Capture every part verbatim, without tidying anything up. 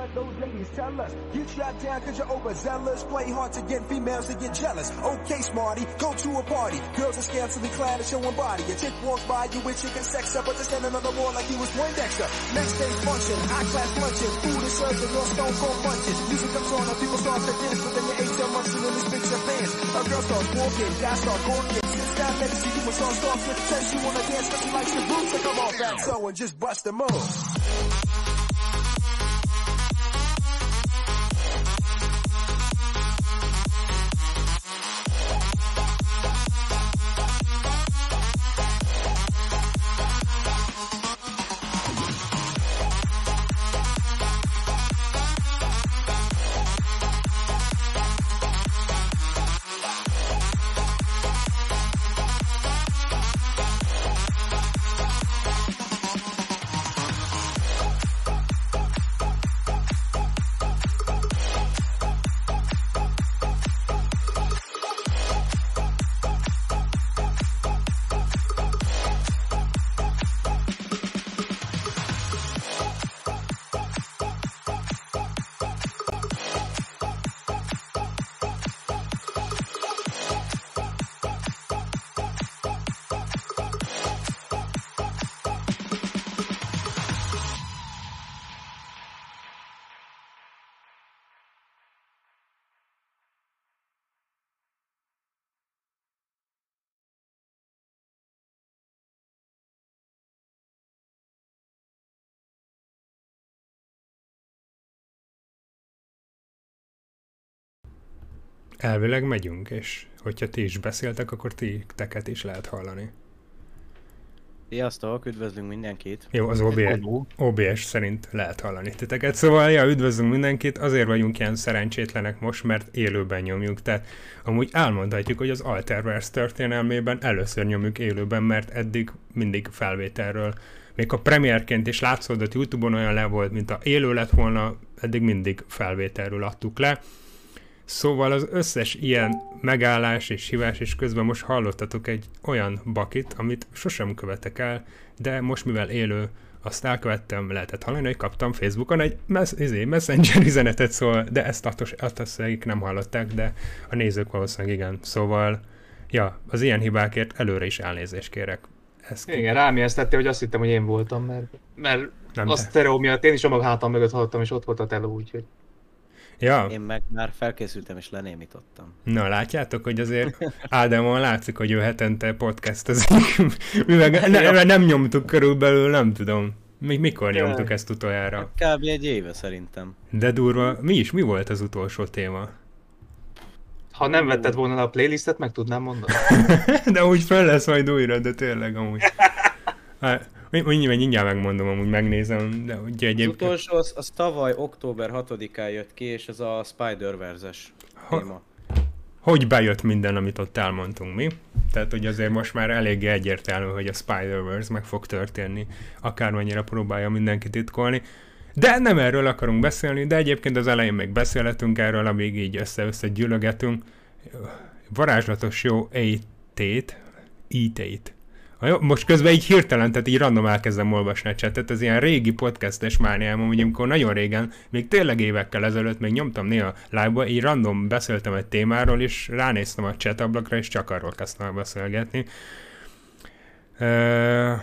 what those ladies tell us. You shot down cause you're overzealous. Play hard to get females to get jealous. Okay, smarty, go to a party. Girls are scantily clad and showing body. A chick walks by you with chicken sex up, but they're standing on the wall like he was Poindexter. Next day function, high class luncheon. Food is served and your stone cold punches. Music comes on and people start to dance, but then you ate your munching in this picture pants. A girl starts walking, guys start walking. Sits down next to you and starts talking. Says she wanna dance cause she likes the roots. So come on back, so and just bust the move. Elvileg megyünk, és hogyha ti is beszéltek, akkor ti teket is lehet hallani. Sziasztok, üdvözlünk mindenkit! Jó, az o bé es szerint lehet hallani titeket. Szóval, ja, üdvözlünk mindenkit, azért vagyunk ilyen szerencsétlenek most, mert élőben nyomjuk. Tehát amúgy elmondhatjuk, hogy az Alterverse történelmében először nyomjuk élőben, mert eddig mindig felvételről. Még a premierként is látszódott YouTube-on olyan le volt, mint a élő lett volna, eddig mindig felvételről adtuk le. Szóval az összes ilyen megállás és hívás, és közben most hallottatok egy olyan bakit, amit sosem követek el, de most mivel élő, azt elkövettem, lehetett hallani, hogy kaptam Facebookon egy mess- izé, messenger üzenetet, szóval, de ezt attoszeik nem hallották, de a nézők valószínűleg igen. Szóval, ja, az ilyen hibákért előre is elnézést kérek. Ezt igen, rám ijesztettél, hogy azt hittem, hogy én voltam, mert, mert nem a sztereó miatt én is a maga hátam mögött hallottam, és ott volt a teló, úgyhogy... Ja. Én meg már felkészültem és lenémítottam. Na, látjátok, hogy azért Ádámon látszik, hogy ő hetente podcastezik, mivel ne, nem nyomtuk körülbelül, nem tudom. Még mikor nyomtuk ezt utoljára? Kb. Egy éve szerintem. De durva. Mi is? Mi volt az utolsó téma? Ha nem vetted volna a playlistet, meg tudnám mondani. De úgy fel lesz majd újra, de tényleg amúgy. Hát, mindjárt megmondom, amúgy megnézem, de ugye egyébként... Az utolsó, az, az tavaly október hatodikán jött ki, és ez a Spider-Verse-es ha, téma. Hogy bejött minden, amit ott elmondtunk, mi? Tehát, hogy azért most már eléggé egyértelmű, hogy a Spider-Verse meg fog történni, akármennyire próbálja mindenki titkolni. De nem erről akarunk beszélni, de egyébként az elején még beszélhetünk erről, amíg így össze-össze gyűlögetünk. Varázslatos jó é-tét, í-tét. Most közben így hirtelen, tehát így random elkezdem olvasni a chatet, ez ilyen régi podcastes mániám, hogy amikor nagyon régen, még tényleg évekkel ezelőtt még nyomtam néha live-ba, így random beszéltem egy témáról, és ránéztem a chat ablakra, és csak arról kezdtem el beszélgetni. Uh,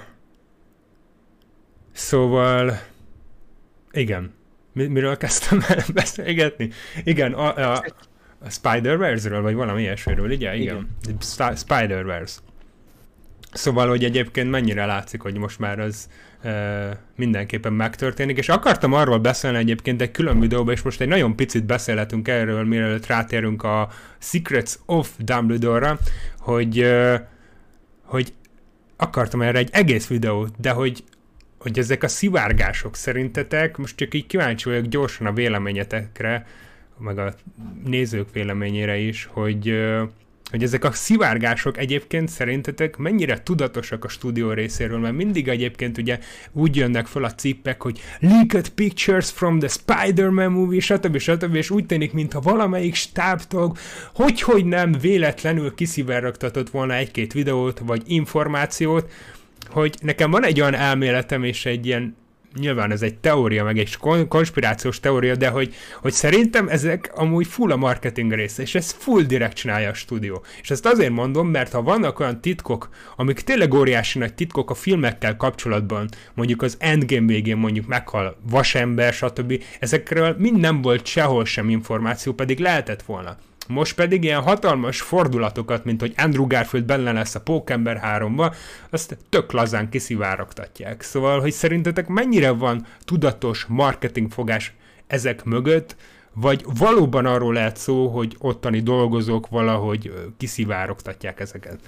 szóval, igen. Miről kezdtem el beszélgetni? Igen, a, a, a Spider-Verse-ről, vagy valami ilyesmiről, ugye? Igen. igen. Spider-Verse. Szóval, hogy egyébként mennyire látszik, hogy most már az e, mindenképpen megtörténik, és akartam arról beszélni egyébként egy külön videóban, és most egy nagyon picit beszélhetünk erről, mielőtt rátérünk a Secrets of Dumbledore-ra, hogy, e, hogy akartam erre egy egész videót, de hogy, hogy ezek a szivárgások szerintetek, most csak így kíváncsi vagyok gyorsan a véleményetekre, meg a nézők véleményére is, hogy... E, hogy ezek a szivárgások egyébként szerintetek mennyire tudatosak a stúdió részéről, mert mindig egyébként ugye úgy jönnek fel a cippek, hogy leaked pictures from the Spider-Man movie, stb. stb. És úgy tűnik, mintha valamelyik stábtag hogyhogy nem véletlenül kiszivárogtatott volna egy-két videót, vagy információt, hogy nekem van egy olyan elméletem és egy ilyen nyilván ez egy teória, meg egy kon- konspirációs teória, de hogy, hogy szerintem ezek amúgy full a marketing része, és ez full direkt csinálja a stúdió. És ezt azért mondom, mert ha vannak olyan titkok, amik tényleg óriási nagy titkok a filmekkel kapcsolatban, mondjuk az Endgame végén mondjuk meghal vasember, stb. Ezekről mind nem volt sehol sem információ, pedig lehetett volna. Most pedig ilyen hatalmas fordulatokat, mint hogy Andrew Garfield benne lesz a Pókember háromba, azt tök lazán kiszivárogtatják. Szóval, hogy szerintetek mennyire van tudatos marketingfogás ezek mögött, vagy valóban arról lehet szó, hogy ottani dolgozók valahogy kiszivárogtatják ezeket?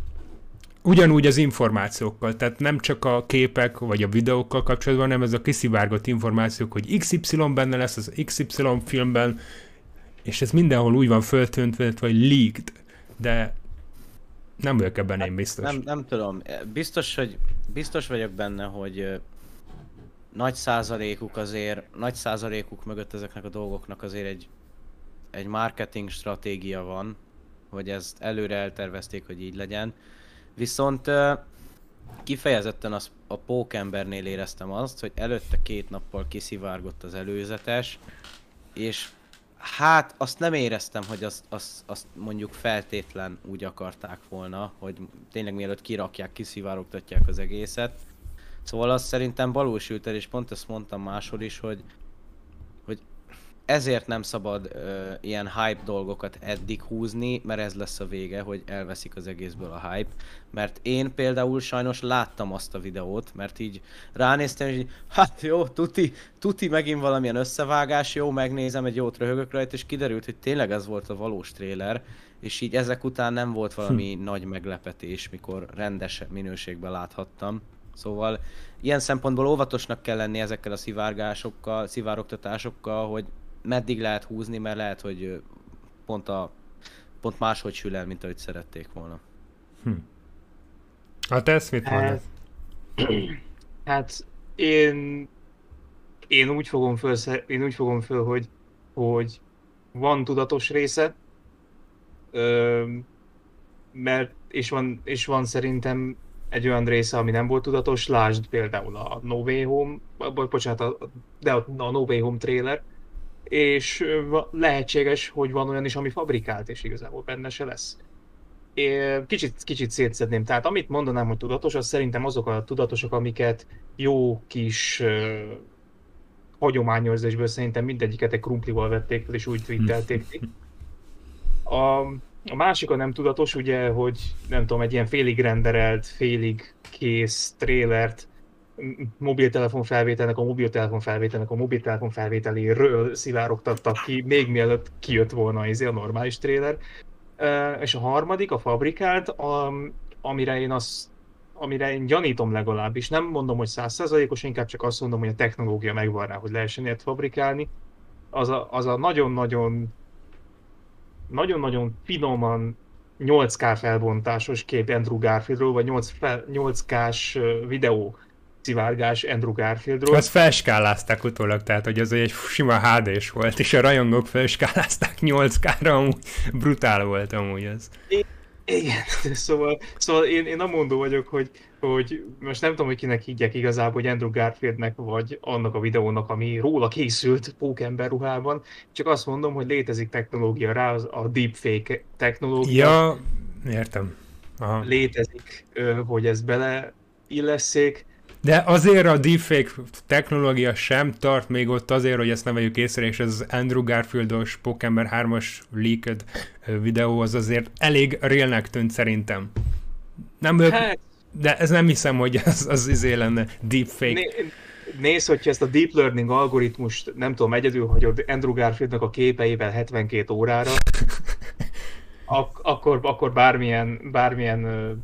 Ugyanúgy az információkkal, tehát nem csak a képek vagy a videókkal kapcsolatban, hanem ez a kiszivárgott információk, hogy iksz ipszilon benne lesz az iksz ipszilon filmben, és ez mindenhol úgy van föltöntve, vagy leaked, de nem vagyok ebben én biztos. Nem, nem tudom, biztos, hogy, biztos vagyok benne, hogy ö, nagy százalékuk azért, nagy százalékuk mögött ezeknek a dolgoknak azért egy, egy marketing stratégia van, hogy ezt előre eltervezték, hogy így legyen. Viszont ö, kifejezetten az, a Pókembernél éreztem azt, hogy előtte két nappal kiszivárgott az előzetes, és hát azt nem éreztem, hogy azt, azt, azt mondjuk feltétlen úgy akarták volna, hogy tényleg mielőtt kirakják, kiszivárogtatják az egészet. Szóval azt szerintem valósult el, és pont ezt mondtam máshol is, hogy, hogy ezért nem szabad ö, ilyen hype dolgokat eddig húzni, mert ez lesz a vége, hogy elveszik az egészből a hype. Mert én például sajnos láttam azt a videót, mert így ránéztem, és így, hát jó, tuti, tuti megint valamilyen összevágás, jó, megnézem, egy jót röhögök rajta, és kiderült, hogy tényleg ez volt a valós tréler, és így ezek után nem volt valami hm. nagy meglepetés, mikor rendes minőségben láthattam. Szóval ilyen szempontból óvatosnak kell lenni ezekkel a szivárgásokkal, szivárogtatásokkal, hogy meddig lehet húzni, mert lehet, hogy pont, a, pont máshogy sül el, mint ahogy szerették volna. Hm. Hát ezt mit mondasz? Hát én, én úgy fogom föl, én úgy fogom föl, hogy, hogy van tudatos része, ö, mert és van, és van szerintem egy olyan része, ami nem volt tudatos, lásd például a No Way Home, bocsánat, a, de a, a No Way Home trailer, és lehetséges, hogy van olyan is, ami fabrikált, és igazából benne se lesz. Én kicsit, kicsit szétszedném. Tehát amit mondanám, hogy tudatos, az szerintem azok a tudatosok, amiket jó kis uh, hagyományőrzésből szerintem mindegyiket egy krumplival vették fel, és úgy twittelték ki. A, a másik a nem tudatos, ugye, hogy nem tudom, egy ilyen félig renderelt, félig kész trélert mobiltelefon felvételnek a mobiltelefon felvételnek a mobiltelefon felvételéről szivárogtattak ki, még mielőtt kijött volna a normális trailer. Uh, és a harmadik, a fabrikált, a, amire én azt, amire én gyanítom legalábbis, nem mondom, hogy száz százalékos, inkább csak azt mondom, hogy a technológia megvan rá, hogy lehessen ilyet fabrikálni, az a, az a nagyon-nagyon nagyon-nagyon finoman nyolc ká felbontásos kép Andrew Garfieldról, vagy nyolc ká-s videó szivárgás Andrew Garfieldról. Azt felskálázták utólag, tehát hogy az egy sima há dés volt, és a rajongók felskálázták nyolc ká-ra, amúgy brutál volt amúgy ez. Igen, szóval, szóval én, én amondó vagyok, hogy, hogy most nem tudom, hogy kinek higgyek igazából, hogy Andrew Garfieldnek, vagy annak a videónak, ami róla készült Pókember ruhában, csak azt mondom, hogy létezik technológia rá, az a deepfake technológia. Ja, értem. Aha. Létezik, hogy ezt beleillesszék. De azért a deepfake technológia sem tart még ott azért, hogy ezt ne vegyük észre, és ez az Andrew Garfieldos Pókember hármas leaked videó az azért elég realnek tűnt szerintem. Nem ők, hát, de ez nem hiszem, hogy az, az izé lenne deepfake. Né, nézd, hogyha ezt a deep learning algoritmust nem tudom, egyedül hagyod Andrew Garfieldnak a képeivel hetvenkét órára, ak- akkor, akkor bármilyen, bármilyen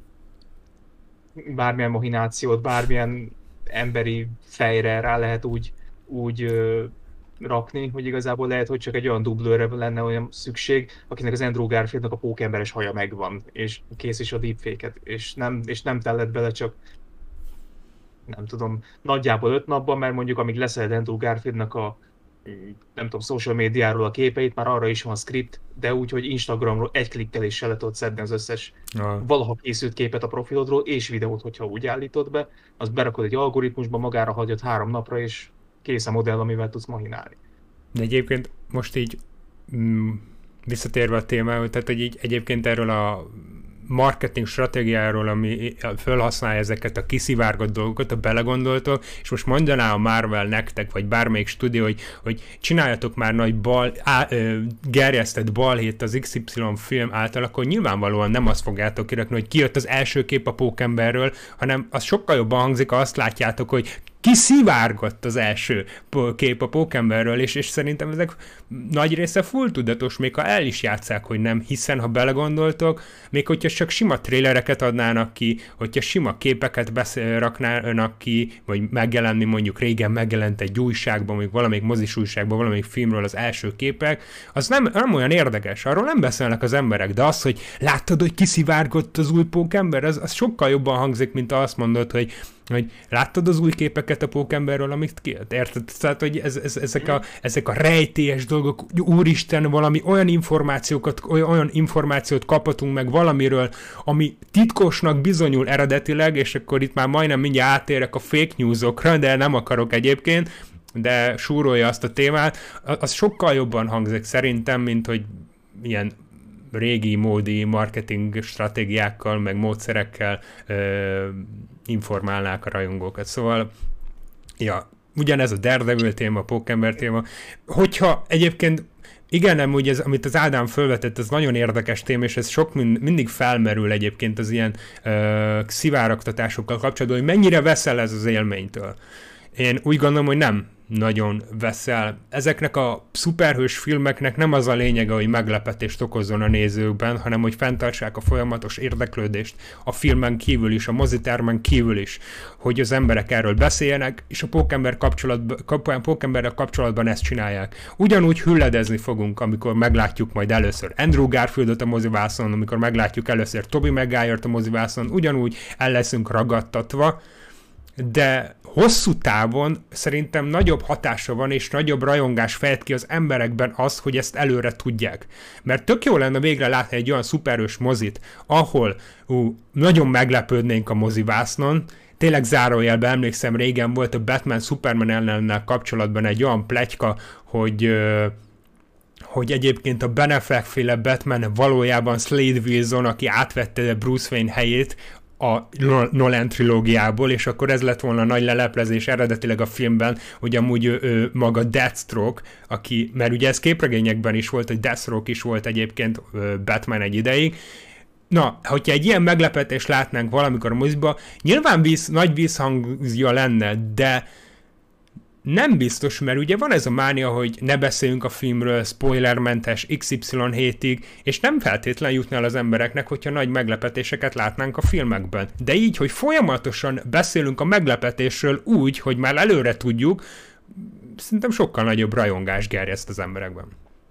bármilyen mahinációt, bármilyen emberi fejre rá lehet úgy, úgy ö, rakni, hogy igazából lehet, hogy csak egy olyan dublőre lenne olyan szükség, akinek az Andrew Garfieldnak a pókemberes haja megvan, és kész is a deepfake-et, és nem, és nem tellett bele csak nem tudom, nagyjából öt napban, mert mondjuk amíg leszed Andrew Garfieldnak a nem tudom, social médiáról a képeit, már arra is van script, de úgy, hogy Instagramról egy klikkeléssel le tudod szedni az összes Ah. valaha készült képet a profilodról, és videót, hogyha úgy állítod be, azt berakod egy algoritmusba, magára hagyod három napra, és kész a modell, amivel tudsz mahinálni. De egyébként most így mm, visszatérve a témához, tehát hogy így egyébként erről a marketing stratégiáról, ami felhasználja ezeket a kiszivárgott dolgokat, a belegondoltok, és most mondaná a Marvel nektek, vagy bármelyik stúdió, hogy, hogy csináljatok már nagy bal, á, ö, gerjesztett balhét az iksz ipszilon film által, akkor nyilvánvalóan nem azt fogjátok kirakni, hogy kijött az első kép a Pókemberről, hanem az sokkal jobban hangzik, ha azt látjátok, hogy kiszivárgott az első kép a Pókemberről, és, és szerintem ezek nagy része full tudatos, még ha el is játsszák, hogy nem, hiszen ha belegondoltok, még hogyha csak sima trélereket adnának ki, hogyha sima képeket beszél, raknának ki, vagy megjelenni mondjuk régen megjelent egy újságban, mondjuk valamelyik mozis újságban, valamelyik filmről az első képek, az nem, nem olyan érdekes, arról nem beszélnek az emberek, de az, hogy láttad, hogy kiszivárgott az új Pókember, az, az sokkal jobban hangzik, mint azt mondod, hogy hogy láttad az új képeket a Pókemberről, amit kijött? Érted? Tehát, hogy ez, ez, ezek, a, ezek a rejtélyes dolgok, úristen, valami olyan információkat, olyan, olyan információt kaphatunk meg valamiről, ami titkosnak bizonyul eredetileg, és akkor itt már majdnem mindjárt átérek a fake newsokra, de nem akarok egyébként, de súrolja azt a témát, az sokkal jobban hangzik szerintem, mint hogy ilyen régi módi marketing stratégiákkal, meg módszerekkel ö, informálnák a rajongókat. Szóval, ja, ugyanez a Daredevil téma, a Pókember téma. Hogyha egyébként, igen, nem úgy, ez, amit az Ádám felvetett, ez nagyon érdekes téma, és ez sok mind, mindig felmerül egyébként az ilyen ö, szivárogtatásokkal kapcsolatban, hogy mennyire veszel ez az élménytől. Én úgy gondolom, hogy nem nagyon veszel. Ezeknek a szuperhős filmeknek nem az a lényege, hogy meglepetést okozzon a nézőkben, hanem hogy fenntartsák a folyamatos érdeklődést a filmen kívül is, a mozitermen kívül is, hogy az emberek erről beszéljenek, és a Pókember kapcsolatban, Pókemberrel kapcsolatban ezt csinálják. Ugyanúgy hülledezni fogunk, amikor meglátjuk majd először Andrew Garfieldot a mozivászon, amikor meglátjuk először Tobey Maguire-t a mozivászon, ugyanúgy el leszünk ragadtatva, de hosszú távon szerintem nagyobb hatása van, és nagyobb rajongás fejt ki az emberekben az, hogy ezt előre tudják. Mert tök jó lenne végre látni egy olyan szuperős mozit, ahol ú, nagyon meglepődnénk a mozivásznon. Tényleg zárójelben emlékszem, régen volt a Batman Superman ellennel kapcsolatban egy olyan pletyka, hogy... hogy egyébként a Ben Affleck-féle Batman valójában Slade Wilson, aki átvette Bruce Wayne helyét a Nolan trilógiából, és akkor ez lett volna a nagy leleplezés eredetileg a filmben, hogy amúgy ő, ő maga Deathstroke, aki, mert ugye ez képregényekben is volt, hogy Deathstroke is volt egyébként Batman egy ideig. Na, hogyha egy ilyen meglepetést látnánk valamikor a moziba, nyilván víz, nagy vízhangja lenne, de nem biztos, mert ugye van ez a mánia, hogy ne beszéljünk a filmről spoilermentes iksz ipszilon hétig, és nem feltétlenül jutna el az embereknek, hogyha nagy meglepetéseket látnánk a filmekben. De így, hogy folyamatosan beszélünk a meglepetésről úgy, hogy már előre tudjuk, szerintem sokkal nagyobb rajongás gerjeszt az emberekben.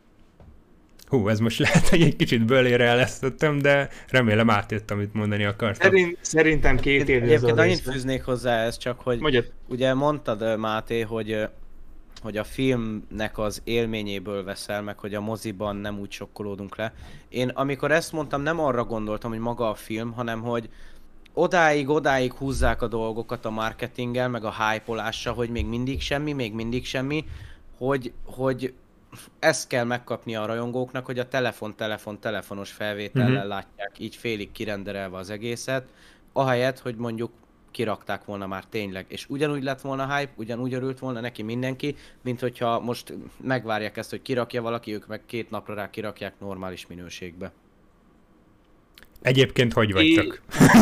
Hú, ez most lehet, hogy egy kicsit bőlére elesztettem, de remélem átjött, amit mondani akartam. Szerint, szerintem két élő. Egyébként annyit fűznék hozzá ez csak, hogy Magyad. ugye mondtad, Máté, hogy, hogy a filmnek az élményéből veszel, meg hogy a moziban nem úgy sokkolódunk le. Én amikor ezt mondtam, nem arra gondoltam, hogy maga a film, hanem hogy odáig, odáig húzzák a dolgokat a marketinggel, meg a hype-olással, hogy még mindig semmi, még mindig semmi, hogy, hogy ezt kell megkapni a rajongóknak, hogy a telefon, telefon, telefonos felvétellel uh-huh. látják így félig kirenderelve az egészet, ahelyett, hogy mondjuk kirakták volna már tényleg, és ugyanúgy lett volna hype, ugyanúgy örült volna neki mindenki, mint hogyha most megvárják ezt, hogy kirakja valaki, ők meg két napra rá kirakják normális minőségbe. Egyébként hogy vagytok?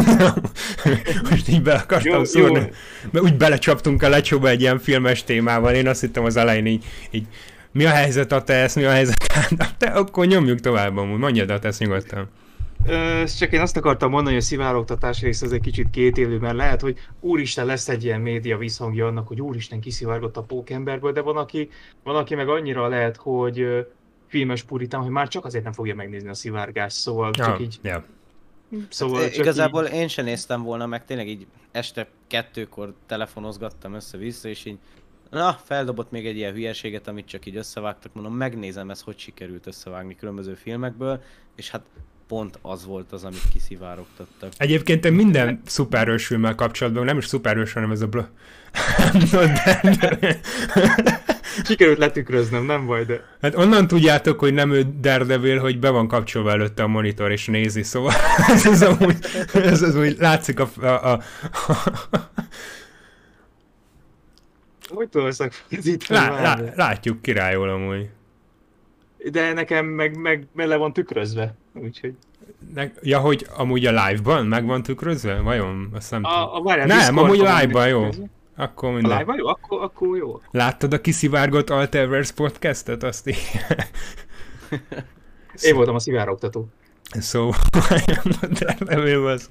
Most így be akartam jó, szúrni, jó. Mert úgy belecsaptunk a lecsóba egy ilyen filmes témával, én azt hittem az elején így, így mi a helyzet a tesz, mi a helyzet a te, akkor nyomjuk tovább amúgy, mondjad a tesz nyugodtan. Ö, csak én azt akartam mondani, hogy a szivárogtatás rész az egy kicsit kétélű, mert lehet, hogy úristen lesz egy ilyen média visszhangja annak, hogy úristen kiszivárgott a Pókemberből, de van aki, van, aki meg annyira lehet, hogy filmes puritán, hogy már csak azért nem fogja megnézni a szivárgást, szóval ja, csak így... Ja. Szóval hát, csak igazából így... én sem néztem volna, meg tényleg így este kettőkor telefonozgattam össze-vissza, és így Na, feldobott még egy ilyen hülyeséget, amit csak így összevágtak, mondom, megnézem ezt, hogy sikerült összevágni különböző filmekből, és hát pont az volt az, amit kiszivárogtattak. Egyébként minden szuperhős filmmel kapcsolatban, nem is szuperhős, hanem ez a bl... Sikerült letükröznöm, nem baj, de... Hát onnan tudjátok, hogy nem ő Daredevil, hogy be van kapcsolva előtte a monitor és nézi, szóval ez az amúgy, ez az úgy látszik a... a, a, a... Hogy tudom ezt lá, lá, látjuk királyul amúgy. De nekem meg, meg, meg le van tükrözve, úgyhogy... Ne, ja, hogy amúgy a live-ban meg van tükrözve? Vajon? Azt nem a, a várjál, nem, amúgy a live-ban jó. Akkor minden. A live-ban jó? Akkor, akkor jó. Láttad a kiszivárgott Alterverse podcastet? Azt így... Én voltam a szivárogtató. Szóval... az...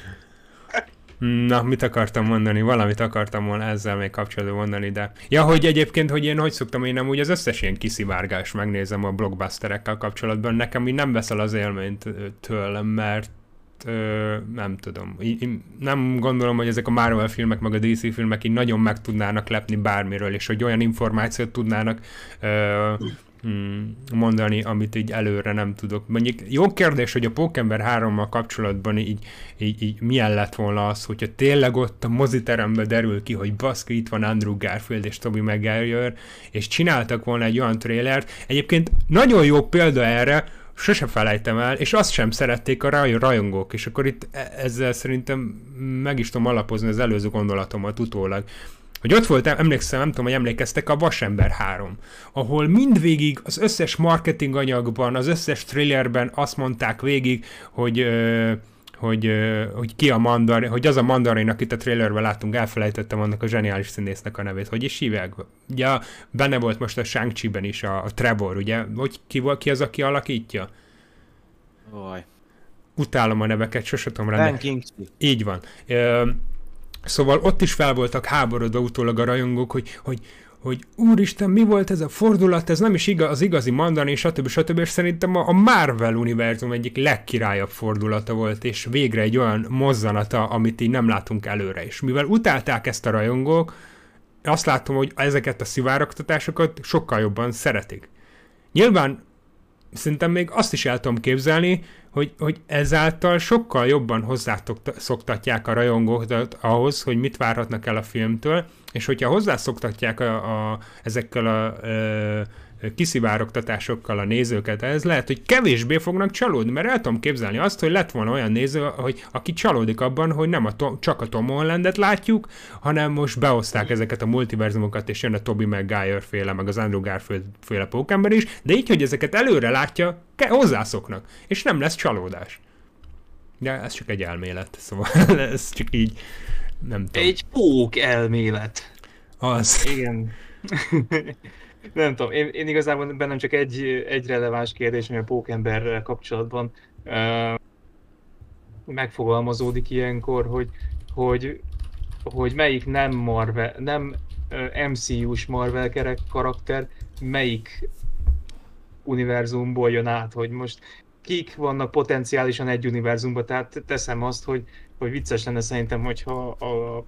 Na, mit akartam mondani? Valamit akartam volna ezzel még kapcsolatban mondani, de... Ja, hogy egyébként, hogy én hogy szoktam, én amúgy az összes ilyen kiszivárgás megnézem a blockbusterekkel kapcsolatban, nekem így nem veszel az élményt tőlem, mert ö, nem tudom. Én nem gondolom, hogy ezek a Marvel filmek, meg a dé cé filmek így nagyon meg tudnának lepni bármiről, és hogy olyan információt tudnának ö, mondani, amit így előre nem tudok. Mondjuk jó kérdés, hogy a Pókember hárommal kapcsolatban így, így, így milyen lett volna az, hogyha tényleg ott a moziteremben derül ki, hogy baszki, itt van Andrew Garfield és Tobey Maguire, és csináltak volna egy olyan trélert. Egyébként nagyon jó példa erre, sose felejtem el, és azt sem szerették a raj- rajongók, és akkor itt ezzel szerintem meg is tudom alapozni az előző gondolatomat utólag. Hogy ott volt, emlékszem, nem tudom, hogy emlékeztek, a Vasember három, ahol mindvégig az összes marketing anyagban, az összes trailerben azt mondták végig, hogy, hogy, hogy ki a mandarin, hogy az a mandarin, akit a trailerben láttunk, elfelejtettem annak a zseniális színésznek a nevét, hogy is hívják? Ugye benne volt most a Shang-Chi-ben is a, a Trevor, ugye? Hogy ki, ki az, aki alakítja? Vaj. Utálom a neveket, sose tudom rendelni. Így van. Szóval ott is fel voltak háborodva utólag a rajongók, hogy, hogy, hogy úristen, mi volt ez a fordulat, ez nem is igaz, az igazi mandarin, stb. stb. És szerintem a Marvel univerzum egyik legkirályabb fordulata volt, és végre egy olyan mozzanata, amit így nem látunk előre. És mivel utálták ezt a rajongók, azt látom, hogy ezeket a szivárogtatásokat sokkal jobban szeretik. Nyilván szerintem még azt is el tudom képzelni, hogy, hogy ezáltal sokkal jobban hozzászoktatják a rajongókat ahhoz, hogy mit várhatnak el a filmtől, és hogyha hozzászoktatják a, a, ezekkel a, a kiszivárogtatásokkal a nézőket, ez lehet, hogy kevésbé fognak csalódni, mert el tudom képzelni azt, hogy lett volna olyan néző, hogy, aki csalódik abban, hogy nem a Tom, csak a Tom Hollandet látjuk, hanem most behozták ezeket a multiverzumokat, és jön a Tobey Maguire féle, meg az Andrew Garfield féle pókember is, de így, hogy ezeket előre látja, ke- hozzászoknak, és nem lesz csalódás. De ez csak egy elmélet, szóval ez csak így, nem tudom. Egy pók elmélet. Az. Igen. Nem tudom, én, én igazából bennem csak egy, egy releváns kérdés, ami a pókemberrel kapcsolatban uh, megfogalmazódik ilyenkor, hogy, hogy, hogy melyik nem Marvel, nem uh, em cé u-s Marvel karakter, melyik univerzumból jön át, hogy most kik vannak potenciálisan egy univerzumban, tehát teszem azt, hogy, hogy vicces lenne szerintem, hogyha a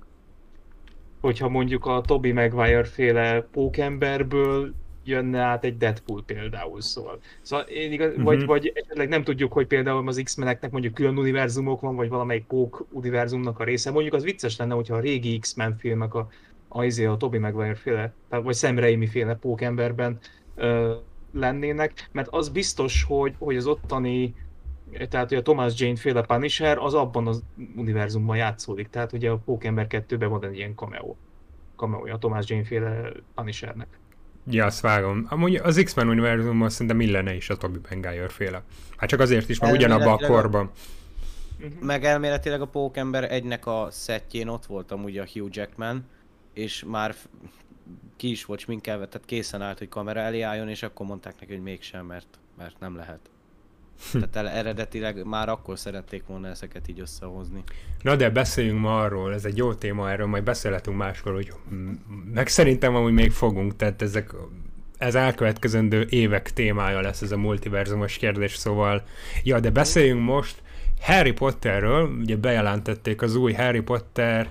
hogyha mondjuk a Tobey Maguire féle pókemberből jönne át egy Deadpool például, szóval. Szóval én igaz, uh-huh. vagy, vagy esetleg nem tudjuk, hogy például az X-meneknek mondjuk külön univerzumok van, vagy valamelyik pók univerzumnak a része. Mondjuk az vicces lenne, hogyha a régi X-Men filmek a, a, a, a Tobey Maguire féle, vagy Sam Raimi féle pókemberben ö, lennének, mert az biztos, hogy, hogy az ottani, tehát hogy a Thomas Jane féle Punisher az abban az univerzumban játszódik, tehát ugye a Pókember kettőben van egy ilyen cameo, cameója a Thomas Jane féle Punishernek. Ja, azt vágom. Amúgy az X-Men univerzumban szerintem illene is a Tobey Maguire féle. Hát csak azért is, mert ugyanabban a korban. A... Meg elméletileg a Pókember egynek a szettjén ott volt amúgy a Hugh Jackman, és már ki is volt sminkelve, tehát készen állt, hogy kamera elé álljon, és akkor mondták neki, hogy mégsem, mert, mert nem lehet. Tehát eredetileg már akkor szerették volna ezeket így összehozni. Na de beszéljünk ma arról, ez egy jó téma, erről majd beszélhetünk máskor, hogy meg szerintem amúgy még fogunk, tehát ezek, ez elkövetkezendő évek témája lesz ez a multiverzumos kérdés, szóval ja, de beszéljünk most Harry Potterről, ugye bejelentették az új Harry Potter,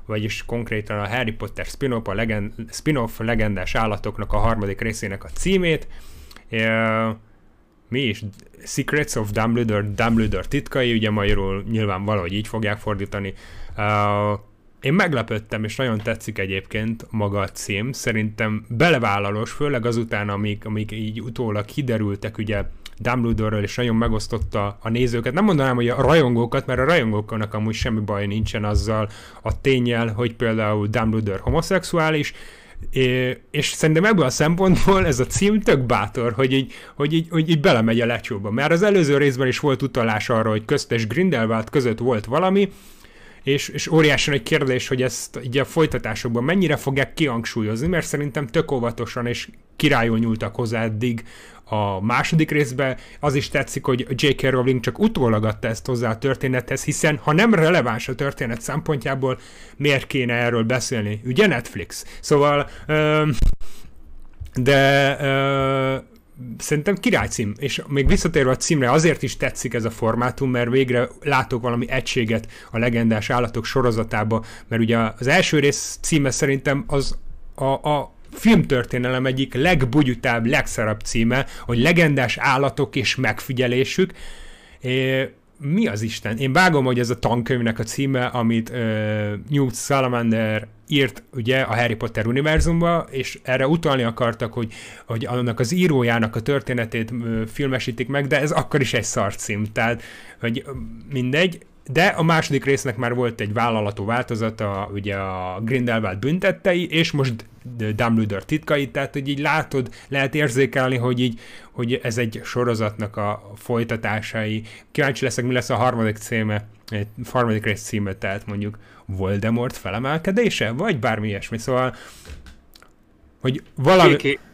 vagyis konkrétan a Harry Potter spin-off, a legend, spin-off legendás állatoknak a harmadik részének a címét. E, mi is? Secrets of Dumbledore, Dumbledore titkai, ugye magyarul nyilván valahogy így fogják fordítani. Uh, én meglepődtem, és nagyon tetszik egyébként maga a cím. Szerintem belevállalós, főleg azután, amik, amik így utólag kiderültek, ugye Dumbledore-ről, és nagyon megosztotta a nézőket. Nem mondanám, hogy a rajongókat, mert a rajongóknak amúgy semmi baj nincsen azzal a ténnyel, hogy például Dumbledore homoszexuális, és szerintem ebből a szempontból ez a cím tök bátor, hogy így, hogy így, hogy így belemegy a lecsóba. Már az előző részben is volt utalás arra, hogy köztes Grindelwald között volt valami, és, és óriásan egy kérdés, hogy ezt így a folytatásokban mennyire fogják kihangsúlyozni, mert szerintem tök óvatosan és királyul nyúltak hozzá eddig a második részbe. Az is tetszik, hogy jé ká. Rowling csak utólag adta ezt hozzá a történethez, hiszen ha nem releváns a történet szempontjából, miért kéne erről beszélni? Ugye Netflix? Szóval, ö, de ö, szerintem királycím, és még visszatérve a címre, azért is tetszik ez a formátum, mert végre látok valami egységet a legendás állatok sorozatába, mert ugye az első rész címe szerintem az a, a filmtörténelem egyik legbugyutább, legszarabb címe, hogy legendás állatok és megfigyelésük. É, mi az Isten? Én vágom, hogy ez a tankönyvnek a címe, amit uh, Newt Scamander írt ugye a Harry Potter univerzumba, és erre utalni akartak, hogy, hogy annak az írójának a történetét uh, filmesítik meg, de ez akkor is egy szar cím, tehát hogy mindegy. De a második résznek már volt egy vállalatú változata, ugye a Grindelwald büntettei, és most Dumbledore titkai, tehát hogy így látod, lehet érzékelni, hogy így, hogy ez egy sorozatnak a folytatásai. Kíváncsi leszek, mi lesz a harmadik címe, a harmadik rész címe, tehát mondjuk Voldemort felemelkedése, vagy bármi ilyesmi, szóval hogy valami...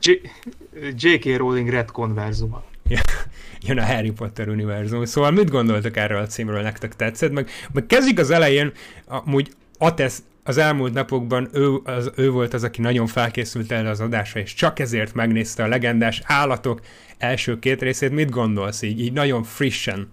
jé ká. Rowling retcon verzuma. Jön a Harry Potter univerzum. Szóval mit gondoltak erről a címről, nektek tetszett? Meg, meg kezdjük az elején, amúgy Atesz az elmúlt napokban ő, az, ő volt az, aki nagyon felkészült el az adásra, és csak ezért megnézte a legendás állatok első két részét. Mit gondolsz így, így nagyon frissen?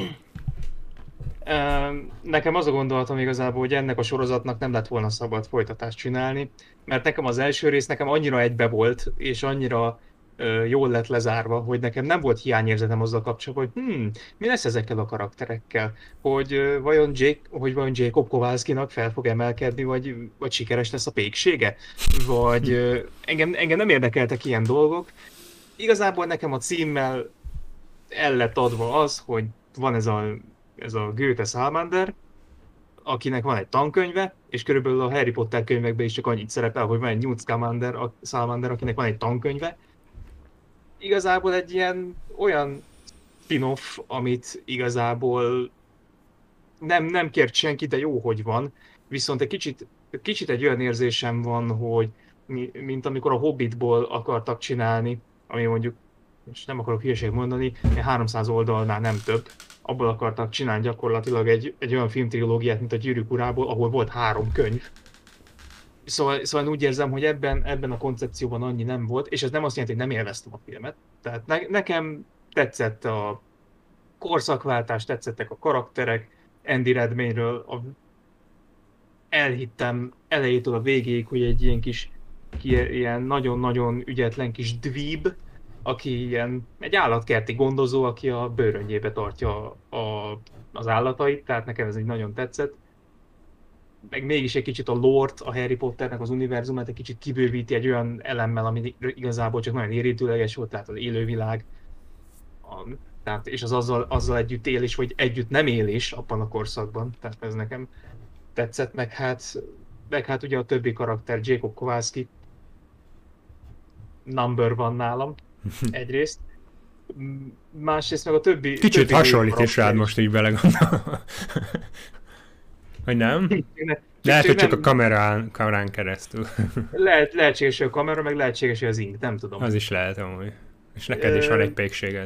Nekem az a gondolatom igazából, hogy ennek a sorozatnak nem lett volna szabad folytatást csinálni, mert nekem az első rész nekem annyira egybe volt, és annyira jól lett lezárva, hogy nekem nem volt hiányérzetem azzal kapcsolatban, hogy hm, mi lesz ezekkel a karakterekkel, hogy uh, vajon, Jake, hogy vajon Jacob Kowalskinak fel fog emelkedni, vagy, vagy sikeres lesz a péksége, vagy uh, engem, engem nem érdekeltek ilyen dolgok. Igazából nekem a címmel el lett adva az, hogy van ez a, ez a Goethe Salamander, akinek van egy tankönyve, és körülbelül a Harry Potter könyvekben is csak annyit szerepel, hogy van egy Newt Scamander, a Salamander, akinek van egy tankönyve. Igazából egy ilyen olyan spin-off, amit igazából nem, nem kért senki, de jó, hogy van. Viszont egy kicsit, kicsit egy olyan érzésem van, hogy mint amikor a Hobbitból akartak csinálni, ami mondjuk, és nem akarok hülyeség mondani, háromszáz oldalnál nem több, abból akartak csinálni gyakorlatilag egy, egy olyan filmtrilógiát, mint a Gyűrűk urából, ahol volt három könyv. Szóval, szóval úgy érzem, hogy ebben, ebben a koncepcióban annyi nem volt, és ez nem azt jelenti, hogy nem élveztem a filmet. Tehát ne, nekem tetszett a korszakváltás, tetszettek a karakterek, Andy Redmayne-ről a, elhittem elejétől a végéig, hogy egy ilyen kis, ki, ilyen nagyon-nagyon ügyetlen kis dweeb, aki ilyen egy állatkerti gondozó, aki a bőröngyébe tartja a, az állatait, tehát nekem ez így nagyon tetszett. Meg mégis egy kicsit a lore-t, a Harry Potternek az univerzumát egy kicsit kibővíti egy olyan elemmel, ami igazából csak nagyon érintőleges volt, tehát az élővilág, a, tehát, és az azzal, azzal együtt élés, vagy együtt nem élés abban a korszakban, tehát ez nekem tetszett, meg hát, meg hát ugye a többi karakter, Jacob Kowalski, number van nálam, egyrészt, másrészt meg a többi... Kicsit többi hasonlít is rád most így belegondolom. Vagy nem? Lehet, hogy csak nem... a kamerán, kamerán keresztül. Lehet, lehetséges, hogy a kamera, meg lehetséges, hogy az ink, nem tudom. Az is lehet amúgy. És neked is van egy pékséged.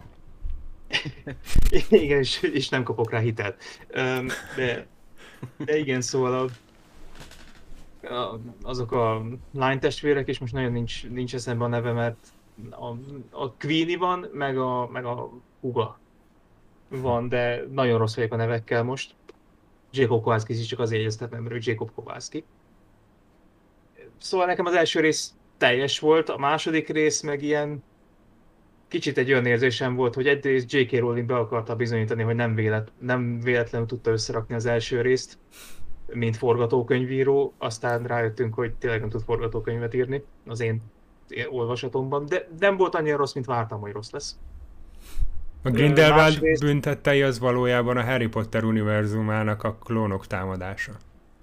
Igen, és, és nem kapok rá hitelt. De, de igen, szóval a, a, azok a lánytestvérek, és most nagyon nincs, nincs eszembe a neve, mert a, a Queenie van, meg a, meg a húga van, de nagyon rossz vagyok a nevekkel most. Jacob Kowalski is csak azért jegyeztettem, mert ő Jacob Kowalski. Szóval nekem az első rész teljes volt, a második rész meg ilyen kicsit egy olyan érzésem volt, hogy egyrészt jé ká. Rowling be akarta bizonyítani, hogy nem, vélet, nem véletlenül tudta összerakni az első részt, mint forgatókönyvíró, aztán rájöttünk, hogy tényleg nem tud forgatókönyvet írni az én olvasatomban, de nem volt annyira rossz, mint vártam, hogy rossz lesz. A Grindelwald részt... büntettei az valójában a Harry Potter univerzumának a klónok támadása.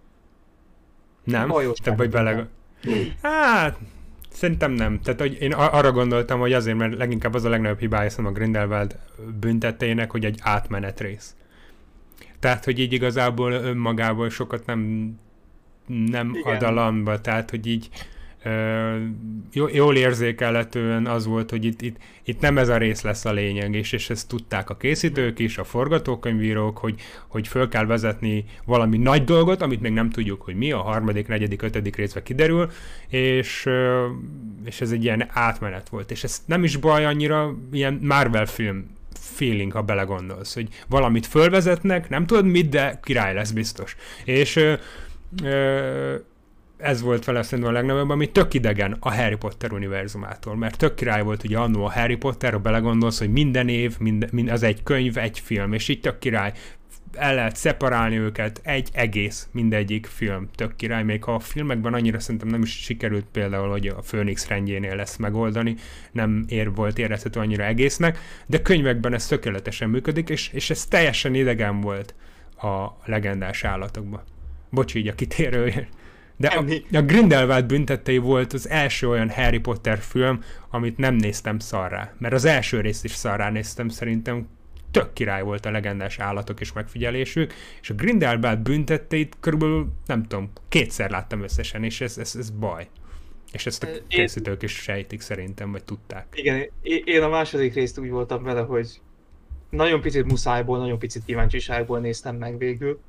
Nem? Te vagy bele... Hát, szerintem nem. Tehát hogy én arra gondoltam, hogy azért, mert leginkább az a legnagyobb hibája a Grindelwald büntetteinek, hogy egy átmenetrész. Tehát, hogy így igazából önmagából sokat nem, nem ad a lamba, tehát, hogy így uh, jól érzékelhetően az volt, hogy itt, itt, itt nem ez a rész lesz a lényeg, és, és ezt tudták a készítők is, a forgatókönyvírók, hogy, hogy föl kell vezetni valami nagy dolgot, amit még nem tudjuk, hogy mi, a harmadik, negyedik, ötödik részben kiderül, és, uh, és ez egy ilyen átmenet volt. És ez nem is baj annyira, ilyen Marvel film feeling, ha belegondolsz, hogy valamit fölvezetnek, nem tudod mit, de király lesz biztos. És ö, ö, ez volt vele szerintem a legnagyobb, ami tök idegen a Harry Potter univerzumától, mert tök király volt ugye annó a Harry Potter, ha belegondolsz, hogy minden év, minden, mind, az egy könyv, egy film, és így tök király. El lehet szeparálni őket, egy egész, mindegyik film, tök király, még ha a filmekben annyira szerintem nem is sikerült például, hogy a Főnix rendjénél lesz megoldani, nem ér, volt érezhető annyira egésznek, de könyvekben ez tökéletesen működik, és, és ez teljesen idegen volt a legendás állatokban. Bocs, így a kitérőért. De a, a Grindelwald büntettei volt az első olyan Harry Potter film, amit nem néztem szarrá, mert az első részt is szarrá néztem, szerintem tök király volt a legendás állatok és megfigyelésük, és a Grindelwald büntetteit körülbelül, nem tudom, kétszer láttam összesen, és ez, ez, ez baj. És ezt a készítők is sejtik szerintem, vagy tudták. Igen, én a második részt úgy voltam vele, hogy nagyon picit muszájból, nagyon picit kíváncsiságból néztem meg végül.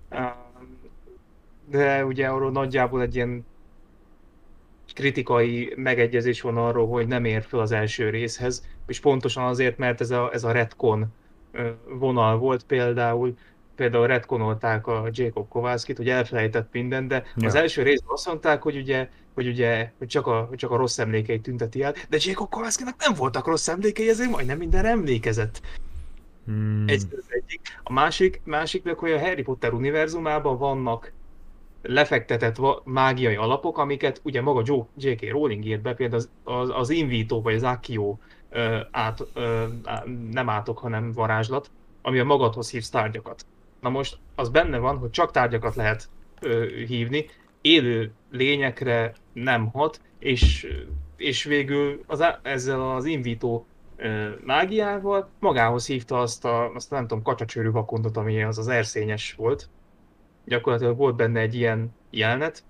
De ugye arról nagyjából egy ilyen kritikai megegyezés van arról, hogy nem ér fel az első részhez, és pontosan azért, mert ez a, ez a retcon vonal volt például, például retconolták a Jacob Kowalskit, hogy elfelejtett mindent, de ja. Az első részben azt mondták, hogy ugye, hogy ugye hogy csak, a, csak a rossz emlékeit tünteti el, de Jacob Kowalskinak nem voltak rossz emlékei, ezért majdnem mindenre emlékezett. Hmm. Egy, az egyik. A másik, másik meg, hogy a Harry Potter univerzumában vannak lefektetett mágiai alapok, amiket ugye maga jé ká. Rowling írt be, például az, az, az Invito vagy az Accio ö, át, ö, nem átok, hanem varázslat, ami a magadhoz hívsz tárgyakat. Na most az benne van, hogy csak tárgyakat lehet ö, hívni, élő lényekre nem hat, és, és végül az, ezzel az Invito ö, mágiával magához hívta azt a, azt a nem tudom, kacsacsőrű vakondot, ami az az erszényes volt. Gyakorlatilag volt benne egy ilyen jelenet.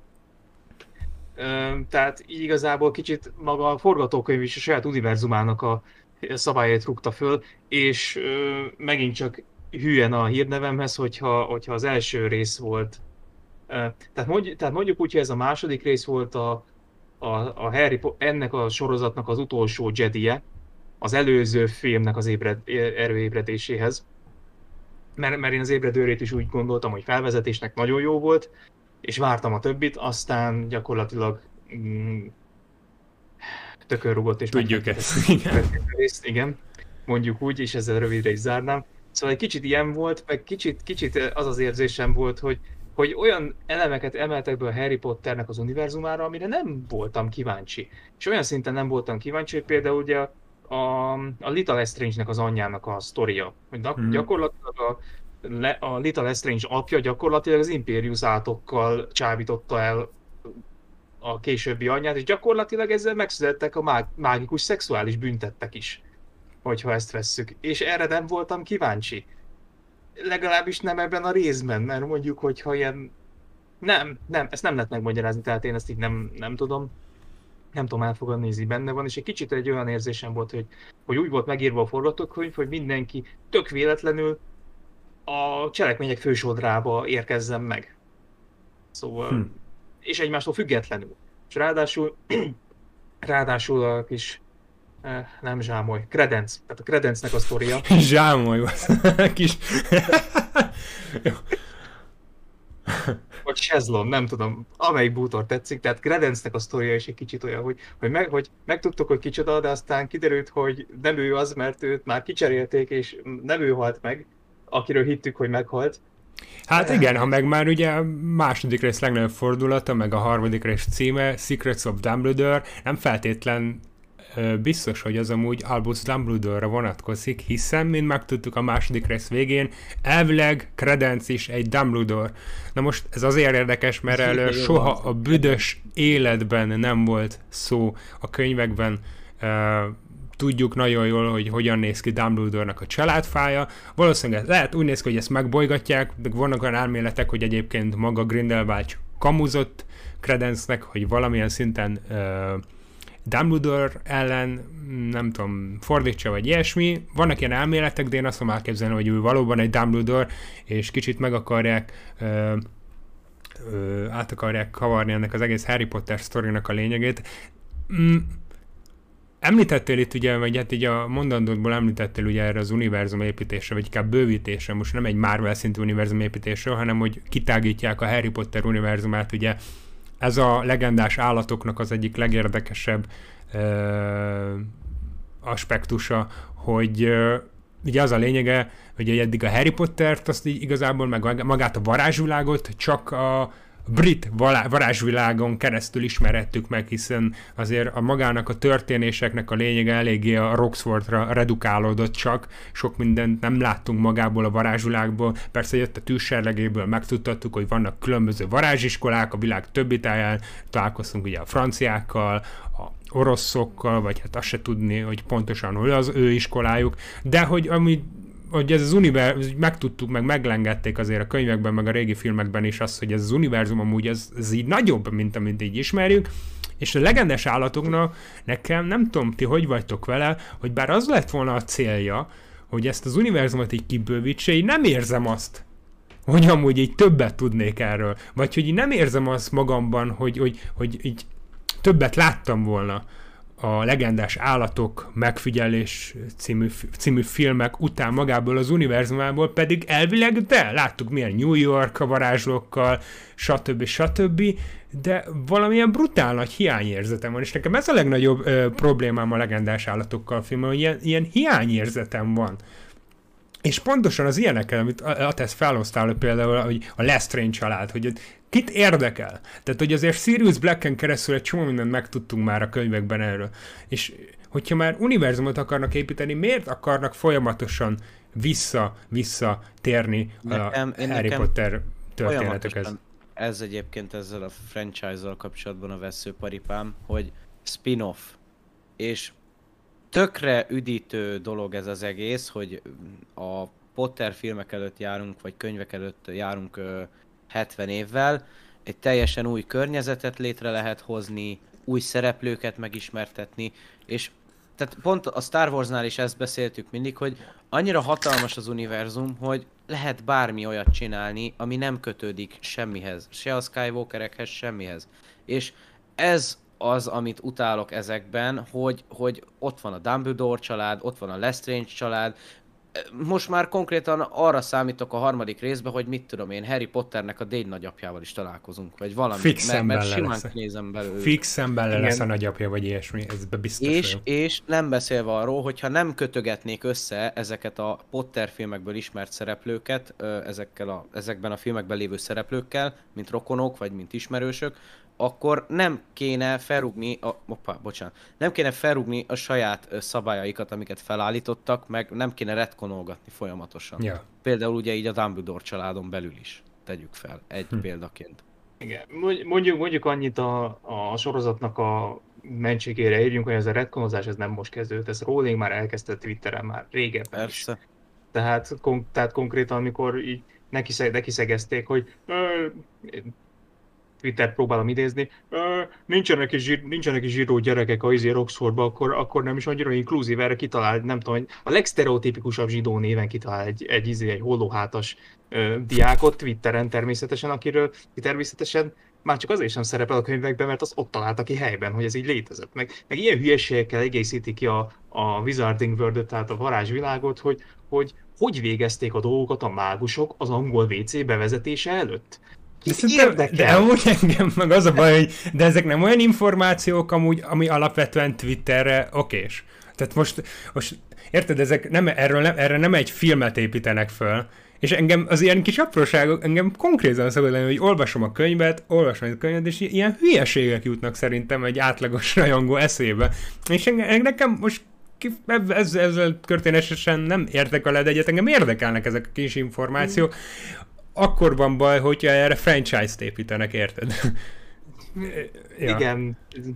Tehát így igazából kicsit maga a forgatókönyv is a saját univerzumának a szabályait rúgta föl, és megint csak hülyen a hírnevemhez, hogyha, hogyha az első rész volt. Tehát mondjuk, tehát mondjuk úgy, hogy ez a második rész volt a, a, a Harry, ennek a sorozatnak az utolsó Jedije, az előző filmnek az ébred, erőébredéséhez. Mert, mert én az ébredőrét is úgy gondoltam, hogy felvezetésnek nagyon jó volt, és vártam a többit, aztán gyakorlatilag mm, tökörrugott és tudjuk ezt. Részt, igen, mondjuk úgy, és ezzel rövidre is zárnám. Szóval egy kicsit ilyen volt, meg kicsit, kicsit az az érzésem volt, hogy, hogy olyan elemeket emeltek be a Harry Potternek az univerzumára, amire nem voltam kíváncsi. És olyan szinten nem voltam kíváncsi, hogy például ugye a A, a Little Lestrange-nek az anyjának a sztoria. Hogy mm. gyakorlatilag a, a Little Lestrange apja gyakorlatilag az Imperius átokkal csábította el a későbbi anyját, és gyakorlatilag ezzel megszülettek a mág, mágikus szexuális büntettek is, hogyha ezt vesszük. És erre nem voltam kíváncsi. Legalábbis nem ebben a részben, mert mondjuk, hogyha ilyen... Nem, nem, ezt nem lehet megmagyarázni, tehát én ezt így nem, nem tudom. Nem tudom elfogadni, hogy benne van, és egy kicsit egy olyan érzésem volt, hogy, hogy úgy volt megírva a forgatókönyv, hogy mindenki tök véletlenül a cselekmények fősodrába érkezzen meg. Szóval, hm. és egymástól függetlenül. És ráadásul, ráadásul a kis, eh, nem zsámoly, kredenc, tehát a kredencnek a sztoria. Zsámoly, kis... vagy Sezlon, nem tudom, amelyik bútor tetszik, tehát Credence-nek a sztoria is egy kicsit olyan, hogy, hogy, meg, hogy megtudtuk, hogy kicsoda, de aztán kiderült, hogy nem ő az, mert őt már kicserélték, és nem ő halt meg, akiről hittük, hogy meghalt. Hát igen, ha meg már ugye második rész legnagyobb fordulata, meg a harmadik rész címe, Secrets of Dumbledore, nem feltétlen biztos, hogy az amúgy Albus Dumbledore-ra vonatkozik, hiszen, mint megtudtuk a második rész végén, elvileg Credence is egy Dumbledore. Na most ez azért érdekes, mert erről soha a büdös életben nem volt szó a könyvekben. Uh, tudjuk nagyon jól, hogy hogyan néz ki Dumbledore-nak a családfája. Valószínűleg lehet úgy néz ki, hogy ezt megbolygatják, de vannak olyan elméletek, hogy egyébként maga Grindelwald kamuzott Credence-nek, hogy valamilyen szinten uh, Dumbledore ellen, nem tudom, fordítsa, vagy ilyesmi. Vannak ilyen elméletek, de én azt tudom elképzelni, hogy ő valóban egy Dumbledore, és kicsit meg akarják, ö, ö, át akarják kavarni ennek az egész Harry Potter sztorinak a lényegét. Mm. Említettél itt ugye, vagy hát így a mondandódból említettél ugye erre az univerzum építésre, vagy inkább bővítésre, most nem egy Marvel szintű univerzum építésről, hanem hogy kitágítják a Harry Potter univerzumát, ugye ez a legendás állatoknak az egyik legérdekesebb ö, aspektusa, hogy ö, ugye az a lényege, hogy eddig a Harry Pottert, azt így igazából meg magát a varázsvilágot csak a brit varázsvilágon keresztül ismerhettük meg, hiszen azért a magának a történéseknek a lényege eléggé a Roxfordra redukálódott csak, sok mindent nem láttunk magából a varázsvilágból, persze jött a tűzserlegéből, megtudtattuk, hogy vannak különböző varázsiskolák a világ többi táján, találkoztunk ugye a franciákkal, a oroszokkal, vagy hát azt se tudni, hogy pontosan hol az ő iskolájuk, de hogy ami hogy ez az univerzum, megtudtuk, meg meglengedték azért a könyvekben, meg a régi filmekben is azt, hogy ez az univerzum amúgy ez, ez így nagyobb, mint amit így ismerjük, és a legendás állatoknak nekem, nem tudom, ti hogy vagytok vele, hogy bár az lett volna a célja, hogy ezt az univerzumot így kibővítse, így nem érzem azt, hogy amúgy így többet tudnék erről, vagy hogy így nem érzem azt magamban, hogy, hogy, hogy így többet láttam volna a legendás állatok megfigyelés című, című filmek után magából az univerzumából, pedig elvileg de, láttuk milyen New York a varázslókkal, stb. stb., de valamilyen brutál nagy hiányérzetem van, és nekem ez a legnagyobb ö, problémám a legendás állatokkal filmben, hogy ilyen, ilyen hiányérzetem van. És pontosan az ilyenekkel, amit Atesz felhoztál például, hogy a Lestrange család, hogy kit érdekel? Tehát, hogy azért Sirius Blacken keresztül egy csomó mindent megtudtunk már a könyvekben erről. És hogyha már univerzumot akarnak építeni, miért akarnak folyamatosan vissza-vissza térni nekem, a Harry Potter történetekhez? Ez egyébként ezzel a franchise-zal kapcsolatban a veszőparipám, hogy spin-off. És tökre üdítő dolog ez az egész, hogy a Potter filmek előtt járunk, vagy könyvek előtt járunk hetven évvel, egy teljesen új környezetet létre lehet hozni, új szereplőket megismertetni, és tehát pont a Star Warsnál is ezt beszéltük mindig, hogy annyira hatalmas az univerzum, hogy lehet bármi olyat csinálni, ami nem kötődik semmihez, se a Skywalkerekhez, semmihez. És ez az, amit utálok ezekben, hogy, hogy ott van a Dumbledore család, ott van a Lestrange család. Most már konkrétan arra számítok a harmadik részben, hogy mit tudom én, Harry Potternek a déd nagyapjával is találkozunk, vagy valami, Fixen mert, mert simán lesz. nézem belőle. Fixen bele lesz a nagyapja, vagy ilyesmi, ez biztos. És, és nem beszélve arról, hogyha nem kötögetnék össze ezeket a Potter filmekből ismert szereplőket, ezekkel a, ezekben a filmekben lévő szereplőkkel, mint rokonok, vagy mint ismerősök, akkor nem kéne felrúgni, a, opa, bocsánat, nem kéne felrúgni a saját szabályaikat, amiket felállítottak, meg nem kéne retkonolgatni folyamatosan. Ja. Például ugye így a Dumbledore családon belül is tegyük fel, egy hm. példaként. Igen, mondjuk, mondjuk annyit a, a sorozatnak a mentségére érjünk, hogy ez a retkonozás ez nem most kezdődött, ez Rowling már elkezdte Twitteren már régebben Persze. is. Tehát, kon, tehát konkrétan, amikor így neki, neki szegezték, hogy Twittert próbálom idézni, nincsenek is, zsír, nincsenek is zsíró gyerekek a izé Oxfordba, akkor, akkor nem is annyira inkluzív, erre kitalál, nem tudom, a legsztereotipikusabb zsidó néven kitalál egy, egy, izé, egy hollóhátas ö, diákot Twitteren természetesen, akiről természetesen már csak azért sem szerepel a könyvekben, mert az ott találta ki helyben, hogy ez így létezett. Meg, meg ilyen hülyeségekkel egészíti ki a, a Wizarding World-öt, tehát a varázsvilágot, hogy, hogy hogy végezték a dolgokat a mágusok az angol vé cé bevezetése előtt. Kit de, érdekel? De amúgy engem meg az a baj, hogy de ezek nem olyan információk amúgy, ami alapvetően Twitterre okés. Tehát most, most érted, ezek nem, erről nem, erre nem egy filmet építenek föl, és engem az ilyen kis apróságok, engem konkrétan szokott lenni, hogy olvasom a könyvet, olvasom a könyvet, és ilyen hülyeségek jutnak szerintem egy átlagos rajongó eszébe. És engem, nekem most ezzel, ezzel történetesen nem értek a led egyet, engem érdekelnek ezek a kis információk. Akkor van baj, hogyha erre franchise-t építenek, érted? Ja. Igen.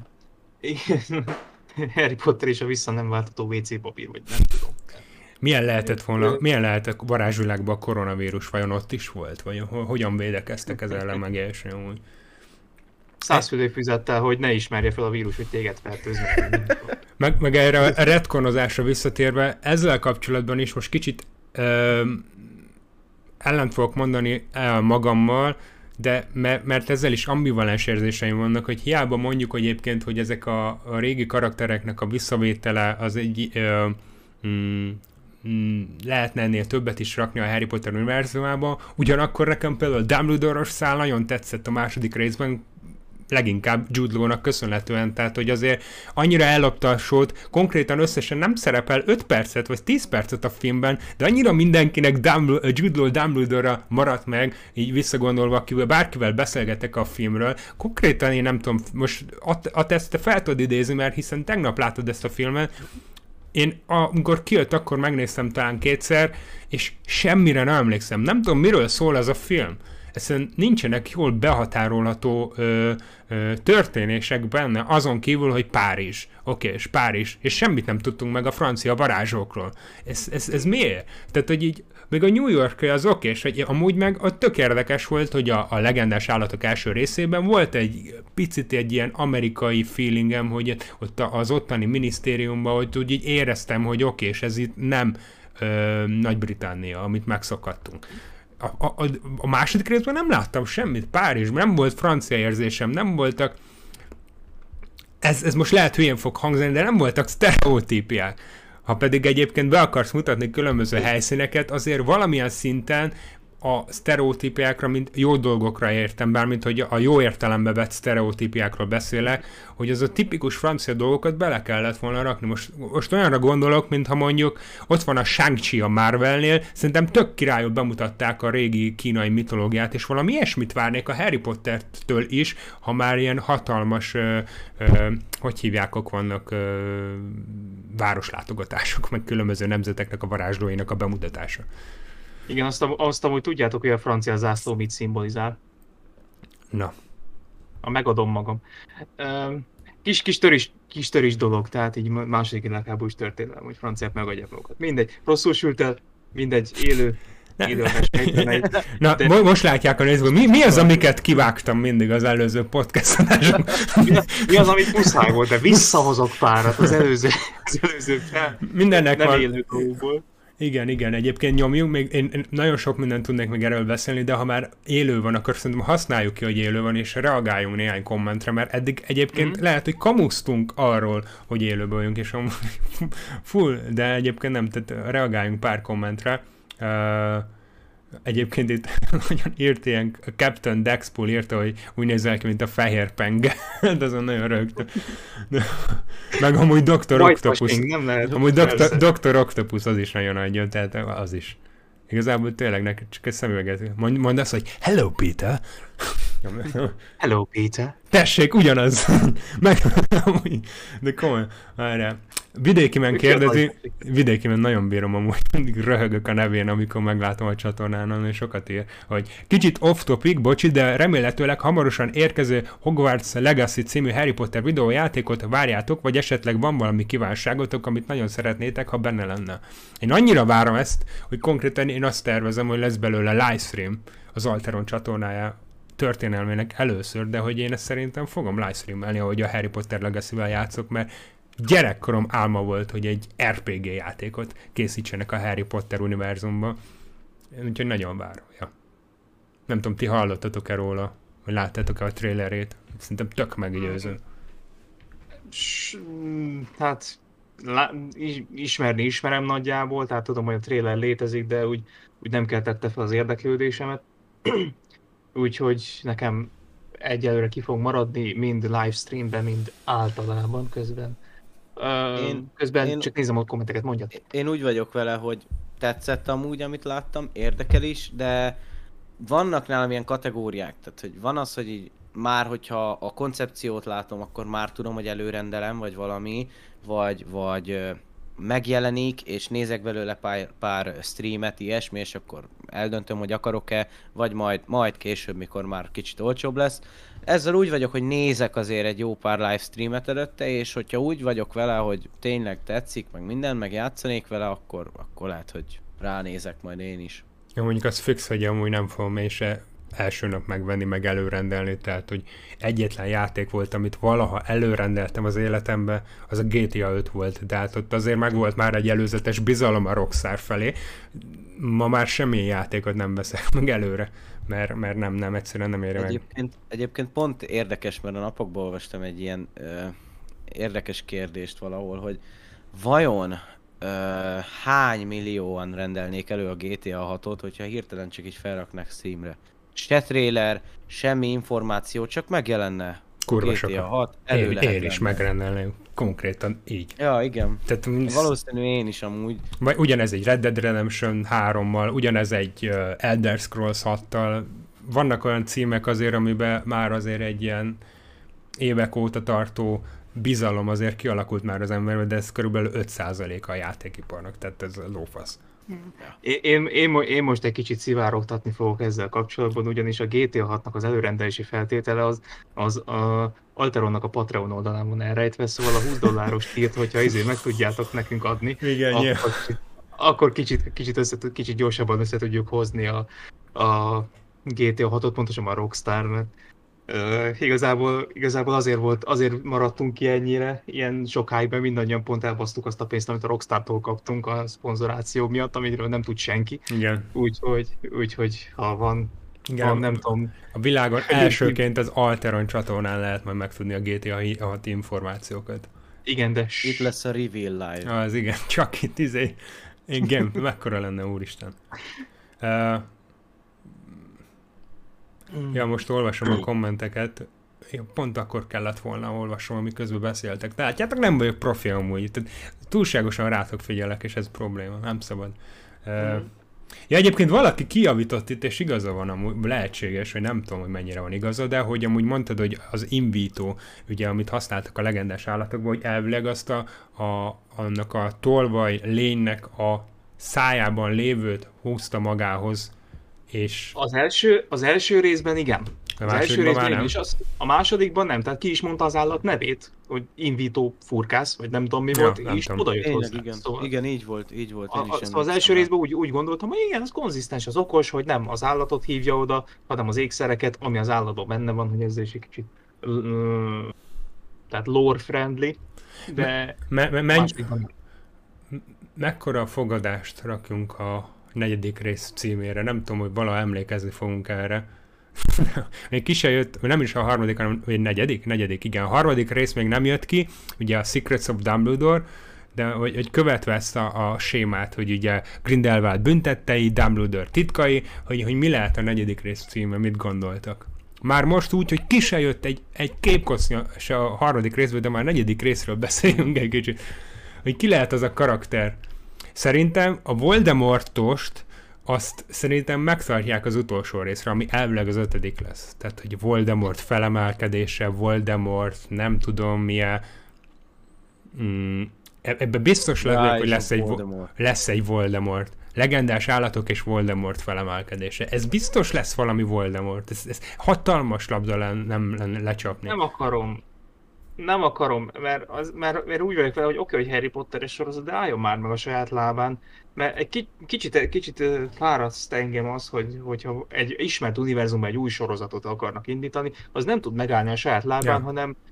Igen. Harry Potter és a vissza nem váltható vé cé papír, vagy nem tudom. Milyen lehetett volna, milyen lehetett a varázsvilágban a koronavírus, vajon ott is volt? Vagy hogyan védekeztek ez ellen meg első úgy? Százfülé füzettel, hogy ne ismerje fel a vírus, hogy téged fertőzni. meg, meg erre a retkonozásra visszatérve, ezzel kapcsolatban is most kicsit ö, ellent fogok mondani el magammal, de mert, mert ezzel is ambivalens érzéseim vannak, hogy hiába mondjuk hogy egyébként, hogy ezek a, a régi karaktereknek a visszavétele az egy ö, mm, mm, lehetne ennél többet is rakni a Harry Potter univerzumába, ugyanakkor nekem például a Dumbledore-os szál nagyon tetszett a második részben, leginkább Jude Law-nak köszönhetően, tehát hogy azért annyira ellopta a sót, konkrétan összesen nem szerepel öt percet vagy tíz percet a filmben, de annyira mindenkinek Dumbledore, Jude Law Dumbledore-ra maradt meg, így visszagondolva, akivel bárkivel beszélgetek a filmről. Konkrétan én nem tudom, most a, a te ezt fel tudod idézni, mert hiszen tegnap látod ezt a filmet, én amikor kijött, akkor megnéztem talán kétszer, és semmire nem emlékszem. Nem tudom, miről szól ez a film. Egyszerűen nincsenek jól behatárolható ö, ö, történések benne, azon kívül, hogy Párizs. Oké, okay, és Párizs. És semmit nem tudtunk meg a francia varázsokról. Ez, ez, ez miért? Tehát, hogy így, még a New York az oké, és hogy amúgy meg ott tök érdekes volt, hogy a, a legendás állatok első részében volt egy picit egy ilyen amerikai feelingem, hogy ott az ottani minisztériumban, hogy úgy így éreztem, hogy oké, és ez itt nem ö, Nagy-Britannia, amit megszokhattunk. A, a, a második részben nem láttam semmit, Párizsban, nem volt francia érzésem, nem voltak, ez, ez most lehet hülyén fog hangzani, de nem voltak sztereotípiák. Ha pedig egyébként be akarsz mutatni különböző helyszíneket, azért valamilyen szinten a sztereotípiákra, mint jó dolgokra értem, bármint hogy a jó értelembe vett sztereotípiákról beszélek, hogy az a tipikus francia dolgokat bele kellett volna rakni. Most, most olyanra gondolok, mintha mondjuk ott van a Shang-Chi a Marvelnél, szerintem tök királyul bemutatták a régi kínai mitológiát, és valami ilyesmit várnék a Harry Pottertől is, ha már ilyen hatalmas, ö, ö, hogy hívjákok vannak, ö, városlátogatások, meg különböző nemzeteknek a varázslóinak a bemutatása. Igen, azt, azt amúgy tudjátok, hogy a francia zászló mit szimbolizál. Na. A megadom magam. Kis, kis, törés, kis törés dolog, tehát így második világháborús történelem, hogy franciák megadják magukat. Mindegy, rosszul sült el, mindegy, élő, élő egy, Na, de... most látják a nézők, mi, mi az, amiket kivágtam mindig az előző podcast-adáson? mi, mi az, amit muszáj volt, de visszahozok párat az előző, az előző fel, mindennek nem van... élő dolgokból. Igen, igen, egyébként nyomjuk, még én, én nagyon sok mindent tudnék még erről beszélni, de ha már élő van, akkor szerintem használjuk ki, hogy élő van, és reagáljunk néhány kommentre, mert eddig egyébként mm. lehet, hogy kamusztunk arról, hogy élőben vagyunk, és full, de egyébként nem, tehát reagáljunk pár kommentre. Uh, Egyébként itt nagyon írt ilyen, Captain Dexpool írta, hogy úgy nézel ki, mint a fehér penge. De azon nagyon rögtön. Meg amúgy doktor Octopus. Amúgy doktor Octopus az is nagyon adjon, tehát az is. Igazából tényleg neked csak egy szemüveget. Mond, mondd azt, hogy Hello Peter. Hello Peter. Tessék, ugyanaz. Meg, de komolyan, várjál. Vidékimen kérdezi, Vidékimen nagyon bírom amúgy, mindig röhögök a nevén, amikor meglátom a csatornán, és sokat ír, hogy kicsit off-topic, bocsi, de remélhetőleg hamarosan érkező Hogwarts Legacy című Harry Potter videójátékot várjátok, vagy esetleg van valami kívánságotok, amit nagyon szeretnétek, ha benne lenne. Én annyira várom ezt, hogy konkrétan én azt tervezem, hogy lesz belőle livestream az Alteron csatornája történelmének először, de hogy én ezt szerintem fogom livestreamelni, ahogy a Harry Potter Legacy-vel játszok, mert gyerekkorom álma volt, hogy egy er pé gé játékot készítsenek a Harry Potter univerzumban. Úgyhogy nagyon várom. Ja. Nem tudom, ti hallottatok-e róla, vagy láttátok-e a trailerét? Szerintem tök meggyőző. Hát lá, ismerni ismerem nagyjából, tehát tudom, hogy a trailer létezik, de úgy, úgy nem keltette fel az érdeklődésemet. úgyhogy nekem egyelőre ki fog maradni, mind livestreamben, mind általában közben. Ö, Én- közben én- csak nézem a kommenteket, mondjad. Én úgy vagyok vele, hogy tetszett amúgy, amit láttam, érdekel is, de vannak nálam ilyen kategóriák, tehát hogy van az, hogy így már hogyha a koncepciót látom, akkor már tudom, hogy előrendelem, vagy valami, vagy, vagy ö, megjelenik, és nézek belőle pár, pár streamet, ilyesmi, és akkor eldöntöm, hogy akarok-e, vagy majd, majd később, mikor már kicsit olcsóbb lesz. Ezzel úgy vagyok, hogy nézek azért egy jó pár livestreamet előtte, és hogyha úgy vagyok vele, hogy tényleg tetszik, meg minden, meg játszanék vele, akkor, akkor lehet, hogy ránézek majd én is. Ja, mondjuk az fix, hogy amúgy nem fogom én se első nap megvenni, meg előrendelni, tehát hogy egyetlen játék volt, amit valaha előrendeltem az életemben, az a gé té á öt volt, de hát ott azért meg volt már egy előzetes bizalom a Rockstar felé. Ma már semmilyen játékot nem veszek meg előre, mert, mert nem, nem, egyszerűen nem éri meg. Egyébként, egyébként pont érdekes, mert a napokból olvastam egy ilyen ö, érdekes kérdést valahol, hogy vajon ö, hány millióan rendelnék elő a gé té á hatot, hogyha hirtelen csak így felraknak Steamre. Se trailer, semmi információ, csak megjelenne Kurva gé té á sokan. hat, elő Én, lehet én is rendelni. megrendelném, konkrétan így. Ja, igen. Tehát, Valószínű én is amúgy. vagy ugyanez egy Red Dead Redemption hárommal, ugyanez egy uh, Elder Scrolls hattal. Vannak olyan címek azért, amiben már azért egy ilyen évek óta tartó bizalom azért kialakult már az emberben, de ez körülbelül öt százaléka a játékiparnak, tehát ez lófasz. Én, én, én, mo- én most egy kicsit szivárogtatni fogok ezzel kapcsolatban, ugyanis a gé té á hatnak az előrendelési feltétele az, az a Alteronnak a Patreon oldalán van elrejtve, szóval a húsz dolláros írt, hogyha izé meg tudjátok nekünk adni, Igen, akkor, ja. kicsit, akkor kicsit, kicsit, össze, kicsit gyorsabban össze tudjuk hozni a, a gé té á hatot, pontosan a Rockstar, mert Uh, igazából, igazából azért volt, azért maradtunk ki ennyire, ilyen sokáig, mindannyian pont elbasztuk azt a pénzt, amit a Rockstar-tól kaptunk a szponzoráció miatt, amiről nem tud senki. Igen. Úgyhogy, úgyhogy ha van, Igen, van nem tudom, a világon elsőként az Alteron csatornán lehet majd megtudni a gé té á hat információkat. igen, de Itt lesz a reveal live. Az igen, csak itt izé, igen, mekkora lenne, úristen. Uh, ja, most olvasom a kommenteket. Ja, pont akkor kellett volna olvasom, amik közben beszéltek. Tehát látjátok, nem vagyok profi amúgy. Tehát túlságosan rátok figyelek, és ez probléma. Nem szabad. Uh, ja, egyébként valaki kijavított itt, és igaza van amúgy, lehetséges, hogy nem tudom, hogy mennyire van igaza, de hogy amúgy mondtad, hogy az invító, ugye, amit használtak a legendás állatokban, hogy elvileg azt a, a, annak a tolvaj lénynek a szájában lévőt húzta magához, és az első, az első részben igen. a Az első másodikban részben már igen, nem. és az, a másodikban nem, tehát ki is mondta az állat nevét, hogy invító furkász, vagy nem tudom mi Ja, volt, nem és tudom. oda jött Tényleg, hozzá. igen. Szóval, Igen, így volt, így volt. A, Én is a, szóval az emlékszem első rá. részben úgy, úgy gondoltam, hogy igen, az konzisztens, az okos, hogy nem az állatot hívja oda, hanem az ékszereket, ami az állatban benne van, hogy ez is egy kicsit uh, tehát lore friendly, de Me, me, menj, másodikban mekkora fogadást rakjunk a negyedik rész címére? Nem tudom, hogy valaha emlékezni fogunk erre. Még ki se jött, nem is a harmadik, hanem vagy negyedik? Negyedik, igen. A harmadik rész még nem jött ki, ugye a Secrets of Dumbledore, de hogy, hogy követve ezt a, a sémát, hogy ugye Grindelwald büntettei, Dumbledore titkai, hogy, hogy mi lehet a negyedik rész címe, mit gondoltak. Már most úgy, hogy ki se jött egy, egy képkosznya se a harmadik részből, de már a negyedik részről beszéljünk egy kicsit. Hogy ki lehet az a karakter. Szerintem a Voldemortost azt szerintem megtartják az utolsó részre, ami elvileg az ötödik lesz. Tehát, hogy Voldemort felemelkedése, Voldemort, nem tudom milyen... Mm, ebbe biztos Rise legyek, hogy lesz of egy, Voldemort. lesz egy Voldemort. Legendás állatok és Voldemort felemelkedése. Ez biztos lesz valami Voldemort. Ez, ez hatalmas labda len, nem lenne lecsapni. nem akarom, nem akarom, mert, az, mert, mert úgy vagyok vele, hogy oké, hogy Harry Potteres sorozat, de álljon már meg a saját lábán, mert egy ki- kicsit, kicsit ö, fáraszt engem az, hogy, hogyha egy ismert univerzumban egy új sorozatot akarnak indítani, az nem tud megállni a saját lábán, Ja. hanem,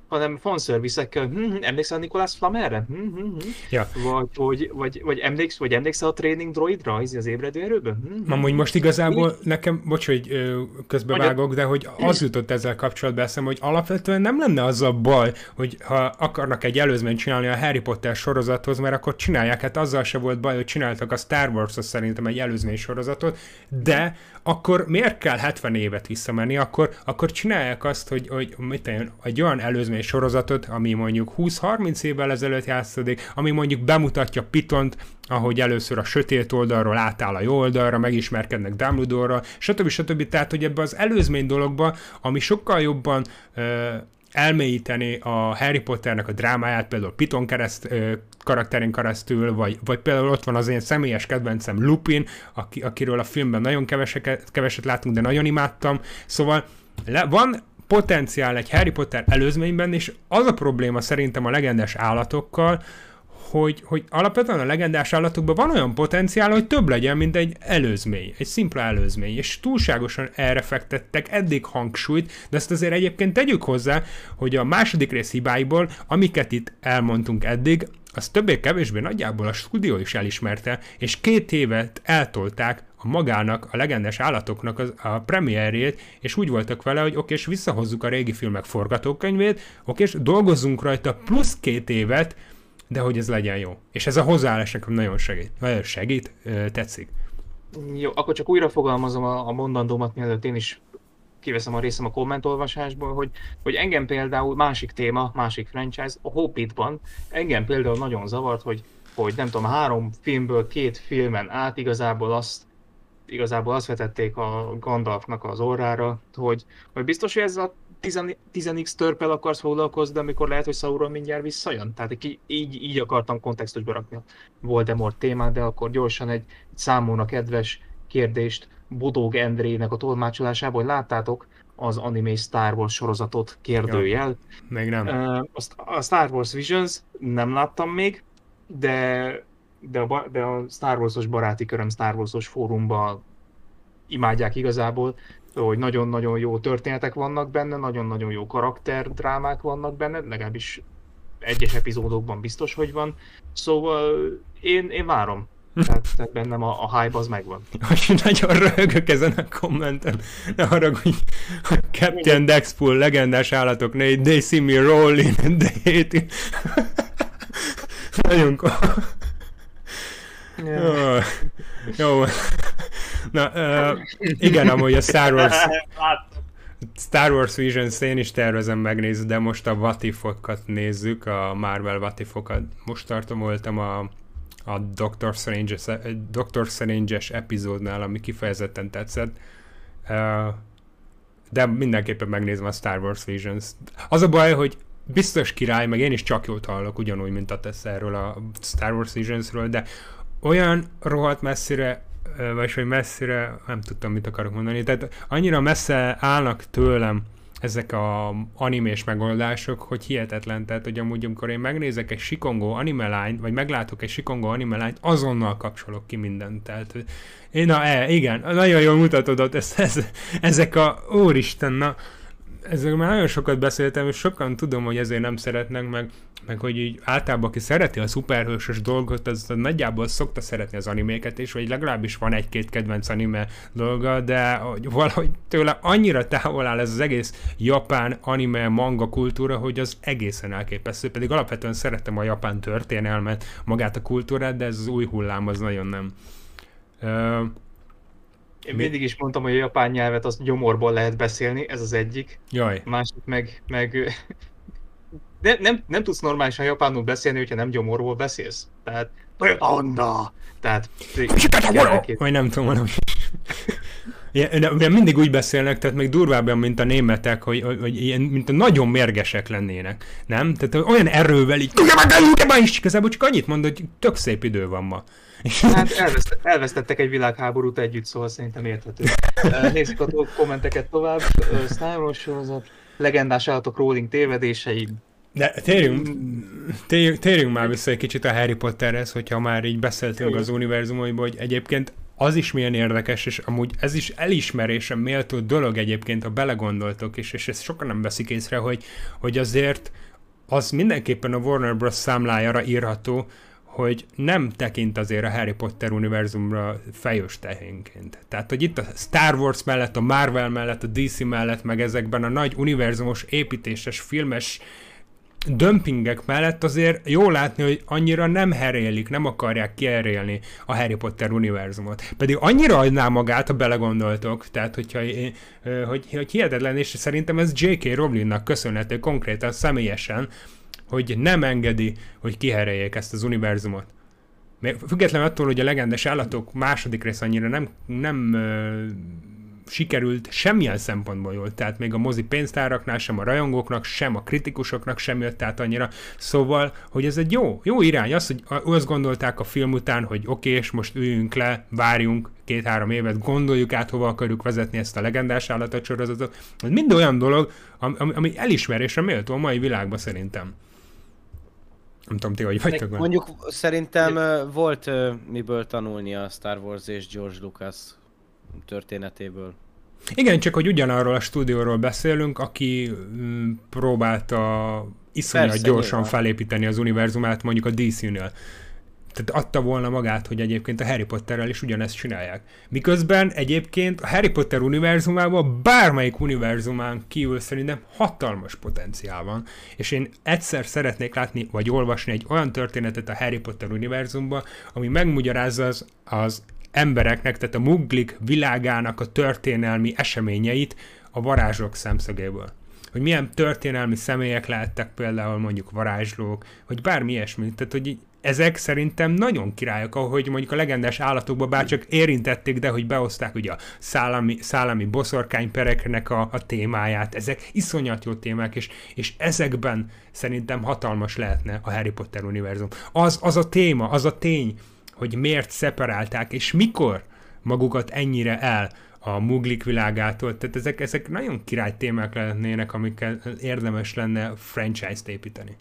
hanem fanszerviszekkel. Hm, emlékszel a Nicolas Flamerre? Hm, hm, hm. Ja. Vagy, vagy, vagy, vagy, emléksz, vagy emlékszel a Training Droidra, az ébredő erőben? Hm, hm. Amúgy most igazából nekem, bocs, hogy ö, közbevágok, de hogy az jutott ezzel kapcsolatban eszem, hogy alapvetően nem lenne az a baj, hogy ha akarnak egy előzményt csinálni a Harry Potter sorozathoz, mert akkor csinálják, hát azzal se volt baj, hogy csináltak a Star Wars-hoz szerintem egy előzmény sorozatot, de akkor miért kell hetven évet visszamenni, akkor, akkor csinálják azt, hogy, hogy mit tenni, egy olyan előzmény sorozatot, ami mondjuk húsz-harminc évvel ezelőtt játszódik, ami mondjuk bemutatja Pitont, ahogy először a sötét oldalról átáll a jó oldalra, megismerkednek Dumbledore-ral, stb. stb. Tehát, hogy ebbe az előzmény dologba, ami sokkal jobban ö, elmélyíteni a Harry Potternek a drámáját, például Piton kereszt, ö, karakterén keresztül, vagy, vagy például ott van az én személyes kedvencem Lupin, aki, akiről a filmben nagyon keveset, keveset látunk, de nagyon imádtam. Szóval le, van potenciál egy Harry Potter előzményben, és az a probléma szerintem a legendás állatokkal, hogy, hogy alapvetően a legendás állatokban van olyan potenciál, hogy több legyen, mint egy előzmény, egy szimpla előzmény, és túlságosan erre fektettek eddig hangsúlyt, de ezt azért egyébként tegyük hozzá, hogy a második rész hibáiból, amiket itt elmondtunk eddig, az többé-kevésbé nagyjából a stúdió is elismerte, és két évet eltolták a magának, a legendás állatoknak az, a premierjét, és úgy voltak vele, hogy oké, és visszahozzuk a régi filmek forgatókönyvét, oké, és dolgozzunk rajta plusz két évet, de hogy ez legyen jó. És ez a hozzáállás nekem nagyon segít. Nagyon segít, tetszik. Jó, akkor csak újra fogalmazom a, a mondandómat, mielőtt én is kiveszem a részem a kommentolvasásból, hogy, hogy engem például másik téma, másik franchise, a Hobbitban engem például nagyon zavart, hogy, hogy nem tudom, három filmből két filmen át igazából azt igazából azt vetették a Gandalfnak az orrára, hogy, hogy biztos, hogy ez a tíz x törppel akarsz foglalkozni, de amikor lehet, hogy Sauron mindjárt visszajön. Tehát így, így, így akartam kontextusba rakni a Voldemort témát, de akkor gyorsan egy számomra kedves kérdést Bodóg Endrének a tolmácsolásából, hogy láttátok az anime Star Wars sorozatot, kérdőjel. Ja, még nem. A Star Wars Visions nem láttam még, de, de, a, de a Star Wars-os baráti köröm, Star Wars-os fórumban imádják igazából, hogy nagyon-nagyon jó történetek vannak benne, nagyon-nagyon jó karakterdrámák vannak benne, legalábbis egyes epizódokban biztos, hogy van. Szóval én, én várom. Tehát, tehát bennem a, a hype az megvan. Most nagyon röhögök ezen a kommenten. Ne haragudj, hogy Captain Dexpool, legendás állatok, they see me rolling and they hate it. Nagyon ko... Jó. Jó. Na, uh, igen, amúgy a Star Wars... Star Wars Visions én is tervezem megnézni, de most a What If-okat nézzük, a Marvel What If-okat. Most tartom voltam a, a Doctor Strange-es, Doctor Strange-es epizódnál, ami kifejezetten tetszett. Uh, de mindenképpen megnézem a Star Wars Visions. Az a baj, hogy biztos király, meg én is csak jót hallok, ugyanúgy, mint a tesz erről a Star Wars Visionsről, de olyan rohadt messzire, vagy hogy messzire, nem tudtam, mit akarok mondani, tehát annyira messze állnak tőlem ezek a animés megoldások, hogy hihetetlen, tehát hogy amúgy, amikor én megnézek egy sikongó anime line, vagy meglátok egy sikongó anime line, azonnal kapcsolok ki mindent, tehát én, na, e, igen, nagyon jól mutatod ott ezt, ez, ezek a, úristen, na, ezzel már nagyon sokat beszéltem, és sokan tudom, hogy ezért nem szeretnek, meg, meg hogy így általában aki szereti a szuperhősös dolgot, az, az nagyjából szokta szeretni az animéket, és vagy legalábbis van egy-két kedvenc anime dolga, de hogy valahogy tőle annyira távol áll ez az egész japán anime manga kultúra, hogy az egészen elképesztő, pedig alapvetően szeretem a japán történelmet, magát a kultúrát, de ez az új hullám az nagyon nem. Uh, Én mindig is mondtam, hogy a japán nyelvet azt gyomorból lehet beszélni, ez az egyik. Jaj. A másik meg... meg de nem, nem tudsz normálisan japánul beszélni, hogyha nem gyomorból beszélsz. Tehát... Honda! Tehát... Vagy nem tudom, valami. De mindig úgy beszélnek, tehát még durvábban, mint a németek, hogy, hogy, hogy ilyen, mint a nagyon mérgesek lennének, nem? Tehát olyan erővel így, és igazából csak annyit mond, hogy tök szép idő van ma. Hát elveszte, elvesztettek egy világháborút együtt, szóval szerintem érthető. Nézzük a kommenteket tovább. Star Wars sorozat, legendás állatok rolling tévedései. De térjünk, térjünk, térjünk már vissza egy kicsit a Harry Potterhez, hogyha már így beszéltünk az univerzumaiból, hogy egyébként az is milyen érdekes, és amúgy ez is elismerésre méltó dolog egyébként, ha belegondoltok, és, és ezt sokan nem veszik észre, hogy, hogy azért az mindenképpen a Warner Bros. Számlájára írható, hogy nem tekint azért a Harry Potter univerzumra fejős tehénként. Tehát, hogy itt a Star Wars mellett, a Marvel mellett, a dé cé mellett, meg ezekben a nagy univerzumos, építéses, filmes dömpingek mellett azért jó látni, hogy annyira nem herélik, nem akarják kierélni a Harry Potter univerzumot. Pedig annyira adná magát, ha belegondoltok, tehát hogyha, hogy, hogy hihetetlen, és szerintem ez dzsé ká. Rowlingnak köszönhető konkrétan, személyesen, hogy nem engedi, hogy kiheréljék ezt az univerzumot. Még függetlenül attól, hogy a legendes állatok második rész annyira nem, nem ö, sikerült semmilyen szempontból jól, tehát még a mozi pénztáraknál, sem a rajongóknak, sem a kritikusoknak sem jött át annyira. Szóval, hogy ez egy jó, jó irány. Az, hogy azt gondolták a film után, hogy oké, és most üljünk le, várjunk két-három évet, gondoljuk át, hova akarjuk vezetni ezt a legendás állatot sorozatot. Ez mind olyan dolog, ami, ami elismerésre méltó a mai világban szerintem. Nem tudom, ti hogy vagytok. Mondjuk szerintem uh, volt uh, miből tanulni a Star Wars és George Lucas történetéből. Igen, csak hogy ugyanarról a stúdióról beszélünk, aki mm, próbálta iszonyat Persze, gyorsan nyilván. felépíteni az univerzumát mondjuk a dé cé-nél. Tehát adta volna magát, hogy egyébként a Harry Potterrel is ugyanezt csinálják. Miközben egyébként a Harry Potter univerzumában bármelyik univerzumán kívül szerintem hatalmas potenciál van, és én egyszer szeretnék látni, vagy olvasni egy olyan történetet a Harry Potter univerzumban, ami megmagyarázza az, az embereknek, tehát a Muglik világának a történelmi eseményeit a varázslók szemszögéből. Hogy milyen történelmi személyek lehettek például mondjuk varázslók, vagy bármi ilyesmi. Tehát, hogy ezek szerintem nagyon királyok, ahogy mondjuk a legendás állatokban bárcsak érintették, de hogy behozták ugye a szállami, szállami boszorkánypereknek a, a témáját. Ezek iszonyat jó témák, és, és ezekben szerintem hatalmas lehetne a Harry Potter univerzum. Az, az a téma, az a tény, hogy miért szeparálták, és mikor magukat ennyire el a Muglik világától. Tehát ezek, ezek nagyon király témák lennének, amikkel érdemes lenne franchise-t építeni.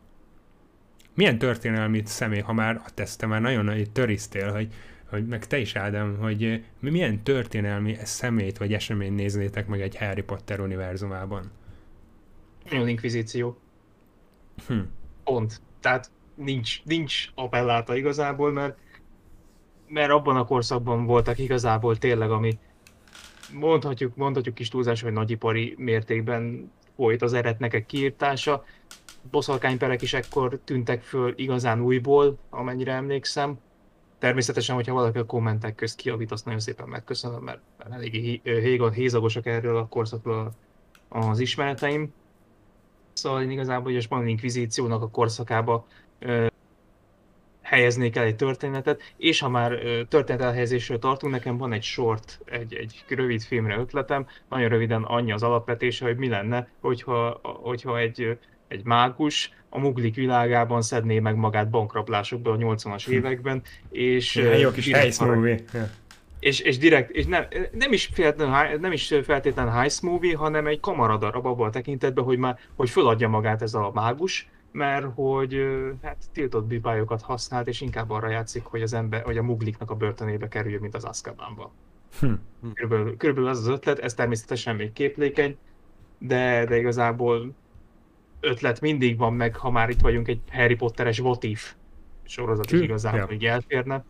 Milyen történelmi személy, ha már a teszte már nagyon nagy törisztél, hogy, hogy meg te is, Ádám, hogy milyen történelmi személyt vagy eseményt néznétek meg egy Harry Potter univerzumában? Nagyon inkvizíció. Hm. Pont. Tehát nincs, nincs appelláta igazából, mert, mert abban a korszakban voltak igazából tényleg, ami mondhatjuk, mondhatjuk kis túlzás, hogy nagyipari mértékben folyt az eretnekek kiírtása. Boszorkányperek is ekkor tűntek föl igazán újból, amennyire emlékszem. Természetesen, hogyha valaki a kommentek közt kijavít, azt nagyon szépen megköszönöm, mert, mert eléggé hézagosak erről a korszakról az ismereteim. Szóval én igazából hogy a spanyol inkvizíciónak a korszakába ö, helyeznék el egy történetet, és ha már ö, történetelhelyezésről tartunk, nekem van egy short, egy, egy rövid filmre ötletem, nagyon röviden annyi az alapvetése, hogy mi lenne, hogyha, hogyha egy, egy mágus a Muglik világában szedné meg magát bankrablásokból a nyolcvanas években, és... Ja, jó kis heist movie. Ja. És, és direkt, és nem, nem, is feltétlenül, nem is feltétlenül heist movie, hanem egy kamaradarab abban a tekintetben, hogy már hogy föladja magát ez a mágus, mert hogy hát tiltott bűbályokat használt, és inkább arra játszik, hogy az ember, hogy a Mugliknak a börtönébe kerüljön, mint az Azkabanba. Hm. Körülbelül, körülbelül ez az ötlet, ez természetesen még képlékeny, de, de igazából ötlet mindig van meg, ha már itt vagyunk, egy Harry Potteres what if sorozat is igazából, ja. Hogy elférne.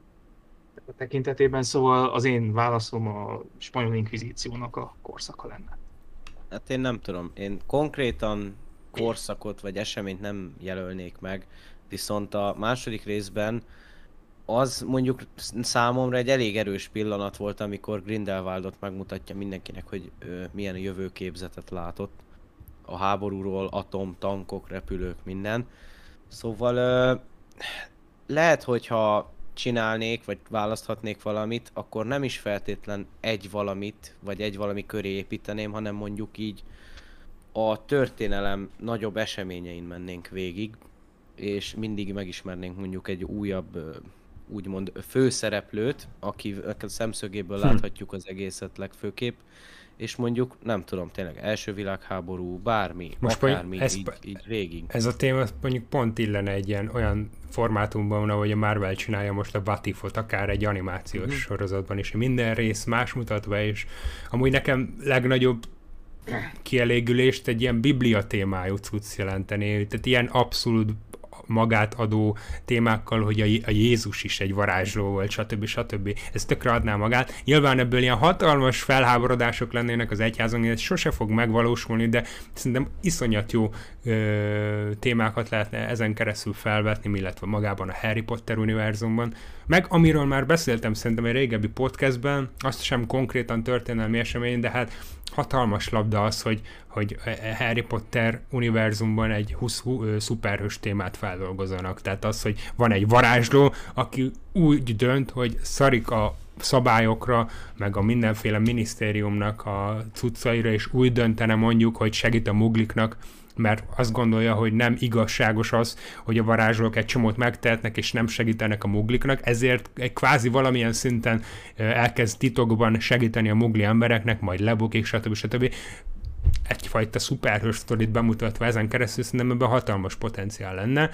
A tekintetében, szóval az én válaszom a spanyol inkvizíciónak a korszaka lenne. Hát én nem tudom, én konkrétan korszakot vagy eseményt nem jelölnék meg, viszont a második részben az mondjuk számomra egy elég erős pillanat volt, amikor Grindelwaldot megmutatja mindenkinek, hogy ö, milyen jövőképzetet látott a háborúról, atom, tankok, repülők, minden. Szóval ö, lehet, hogyha csinálnék, vagy választhatnék valamit, akkor nem is feltétlen egy valamit, vagy egy valami köré építeném, hanem mondjuk így a történelem nagyobb eseményein mennénk végig, és mindig megismernénk mondjuk egy újabb, úgymond főszereplőt, aki a szemszögéből láthatjuk az egészet legfőképp, és mondjuk, nem tudom, tényleg első világháború, bármi, Most akármi, ez, így, így végig. Ez a téma mondjuk pont illene egy ilyen olyan formátumban, ahogy a Marvel csinálja most a What If-ot, akár egy animációs mm-hmm. sorozatban is, minden rész más mutatva, és amúgy nekem legnagyobb kielégülést egy ilyen biblia témájú cucc jelenteni, tehát ilyen abszolút magát adó témákkal, hogy a Jézus is egy varázsló volt, stb. stb. Ez tökre adná magát. Nyilván ebből ilyen hatalmas felháborodások lennének az egyházon, ez sose fog megvalósulni, de szerintem iszonyat jó ö, témákat lehetne ezen keresztül felvetni, illetve magában a Harry Potter univerzumban. Meg amiről már beszéltem szerintem egy régebbi podcastben, azt sem konkrétan történelmi esemény, de hát hatalmas labda az, hogy, hogy Harry Potter univerzumban egy húsz szuperhős témát feldolgozzanak. Tehát az, hogy van egy varázsló, aki úgy dönt, hogy szarik a szabályokra, meg a mindenféle minisztériumnak a cuccaira, és úgy döntene mondjuk, hogy segít a mugliknak, mert azt gondolja, hogy nem igazságos az, hogy a varázslók egy csomót megtehetnek, és nem segítenek a mugliknak, ezért egy kvázi valamilyen szinten elkezd titokban segíteni a mugli embereknek, majd lebukik, stb. stb. Egyfajta szuperhős sztorit bemutatva ezen keresztül, szerintem ebben hatalmas potenciál lenne.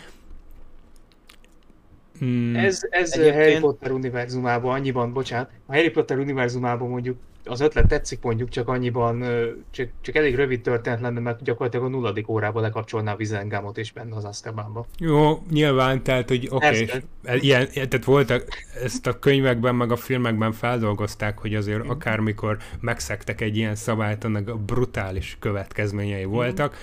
Hmm. Ez, ez Harry Potter univerzumában annyiban, bocsánat, a Harry Potter univerzumában mondjuk az ötlet tetszik mondjuk, csak annyiban, csak, csak elég rövid történet lenne, mert gyakorlatilag a nulladik órában lekapcsolná a Vizengámot és benne az Azkabanba. Jó, nyilván, tehát, hogy oké, okay, ilyen, tehát voltak, ezt a könyvekben, meg a filmekben feldolgozták, hogy azért mm. akármikor megszegtek egy ilyen szabályt, annak brutális következményei mm. voltak,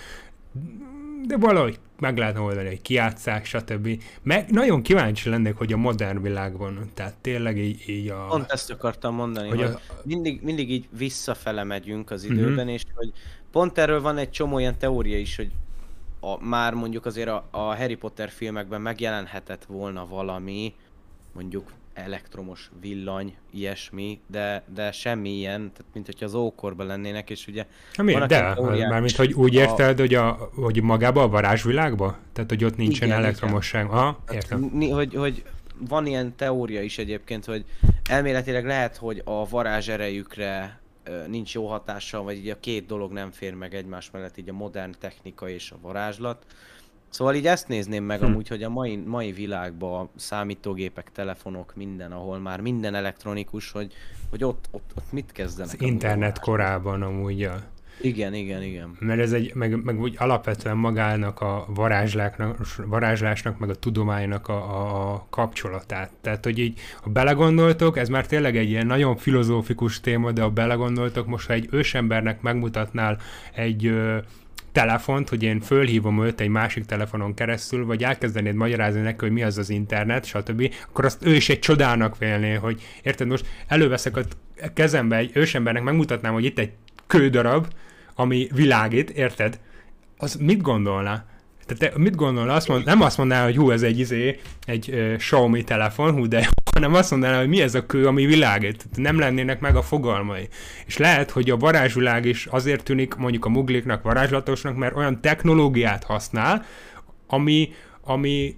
de valahogy meg lehetne oldani, hogy kijátszák, stb. Meg nagyon kíváncsi lennék, hogy a modern világban, tehát tényleg így, így a... Pont ezt akartam mondani, hogy, hogy a... mindig, mindig így visszafele megyünk az időben, uh-huh. és hogy pont erről van egy csomó ilyen teória is, hogy a, már mondjuk azért a, a Harry Potter filmekben megjelenhetett volna valami, mondjuk elektromos villany, ilyesmi, de, de semmi ilyen, tehát mint hogyha az ókorban lennének, és ugye... Miért? De, mármint, hogy úgy érted, a... hogy, a, hogy magába a varázsvilágba? Tehát, hogy ott nincsen igen, elektromosság? Igen. Aha, értem. Hát, hogy, hogy van ilyen teória is egyébként, hogy elméletileg lehet, hogy a varázs erejükre nincs jó hatással, vagy így a két dolog nem fér meg egymás mellett, így a modern technika és a varázslat. Szóval így ezt nézném meg hm. amúgy, hogy a mai, mai világban számítógépek, telefonok, minden, ahol már minden elektronikus, hogy, hogy ott, ott, ott mit kezdenek. Az internet korában amúgy. A... Igen, igen, igen. Mert ez egy, meg, meg úgy alapvetően magának a varázslásnak, varázslásnak, meg a tudománynak a, a, a kapcsolatát. Tehát, hogy így, ha belegondoltok, ez már tényleg egy ilyen nagyon filozófikus téma, de ha belegondoltok, most ha egy ősembernek megmutatnál egy... Ö, telefont, hogy én fölhívom őt egy másik telefonon keresztül, vagy elkezdenéd magyarázni neki, hogy mi az az internet, stb., akkor azt ő is egy csodának vélné, hogy érted, most előveszek a kezembe egy ősembernek, megmutatnám, hogy itt egy kődarab, ami világít, érted? Az mit gondolna? Tehát mit gondolna? Azt mond, nem azt mondaná, hogy hú, ez egy izé, egy uh, Xiaomi telefon, hú, de hanem azt mondaná, hogy mi ez a kő, ami világít. Nem lennének meg a fogalmai. És lehet, hogy a varázsvilág is azért tűnik mondjuk a mugliknak varázslatosnak, mert olyan technológiát használ, ami, ami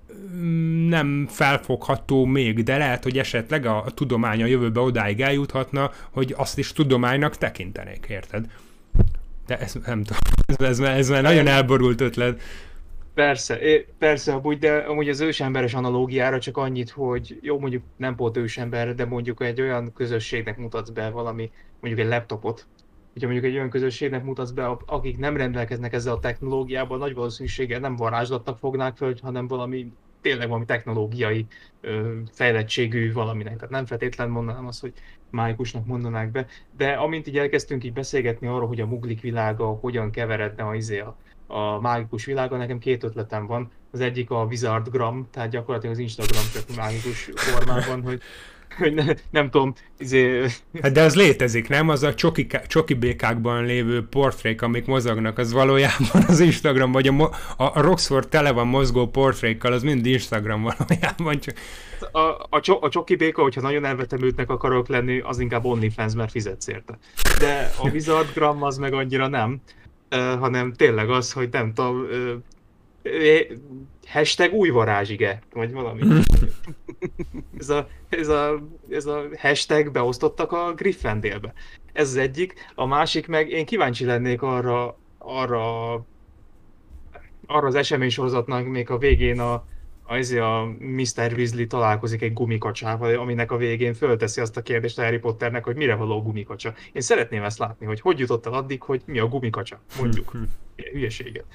nem felfogható még, de lehet, hogy esetleg a, a tudomány a jövőbe odáig eljuthatna, hogy azt is tudománynak tekintenék, érted? De ez nem tudom, ez, ez, ez már nagyon elborult ötlet. Persze, persze, amúgy, de amúgy az ősemberes analógiára csak annyit, hogy jó, mondjuk nem pont ősember, de mondjuk egy olyan közösségnek mutatsz be valami, mondjuk egy laptopot, hogyha mondjuk egy olyan közösségnek mutatsz be, akik nem rendelkeznek ezzel a technológiával, nagy valószínűséggel nem varázslatnak fognák föl, hanem valami, tényleg valami technológiai ö, fejlettségű valaminek. Tehát nem feltétlen mondanám azt, hogy mágikusnak mondanák be, de amint így elkezdtünk így beszélgetni arról, hogy a muglik világa hogyan keveredne a, izé a, a mágikus világa, nekem két ötletem van. Az egyik a Wizardgram, tehát gyakorlatilag az Instagram csak mágikus formában, hogy hogy ne, nem tudom, izé... Hát de az létezik, nem? Az a csoki, csoki békákban lévő portrék, amik mozognak, az valójában az Instagram, vagy a, a Roxford tele van mozgó portrékkal, az mind Instagram valójában csak... A, a, cso, a csoki béka, hogyha nagyon elvetemültnek akarok lenni, az inkább OnlyFans, mert fizetsz érte. De a Wizardgram az meg annyira nem, uh, hanem tényleg az, hogy nem tudom... Uh, hashtag új varázsige, vagy valami. ez, a, ez, a, ez a hashtag beosztottak a Gryffindorbe. Ez az egyik. A másik meg, én kíváncsi lennék arra, arra, arra az eseménysorozatnak még a végén a, az a miszter Weasley találkozik egy gumikacsával, aminek a végén fölteszi azt a kérdést a Harry Potternek, hogy mire való gumikacsa. Én szeretném ezt látni, hogy hogy jutott el addig, hogy mi a gumikacsa, mondjuk. Ilyen hülyeséget.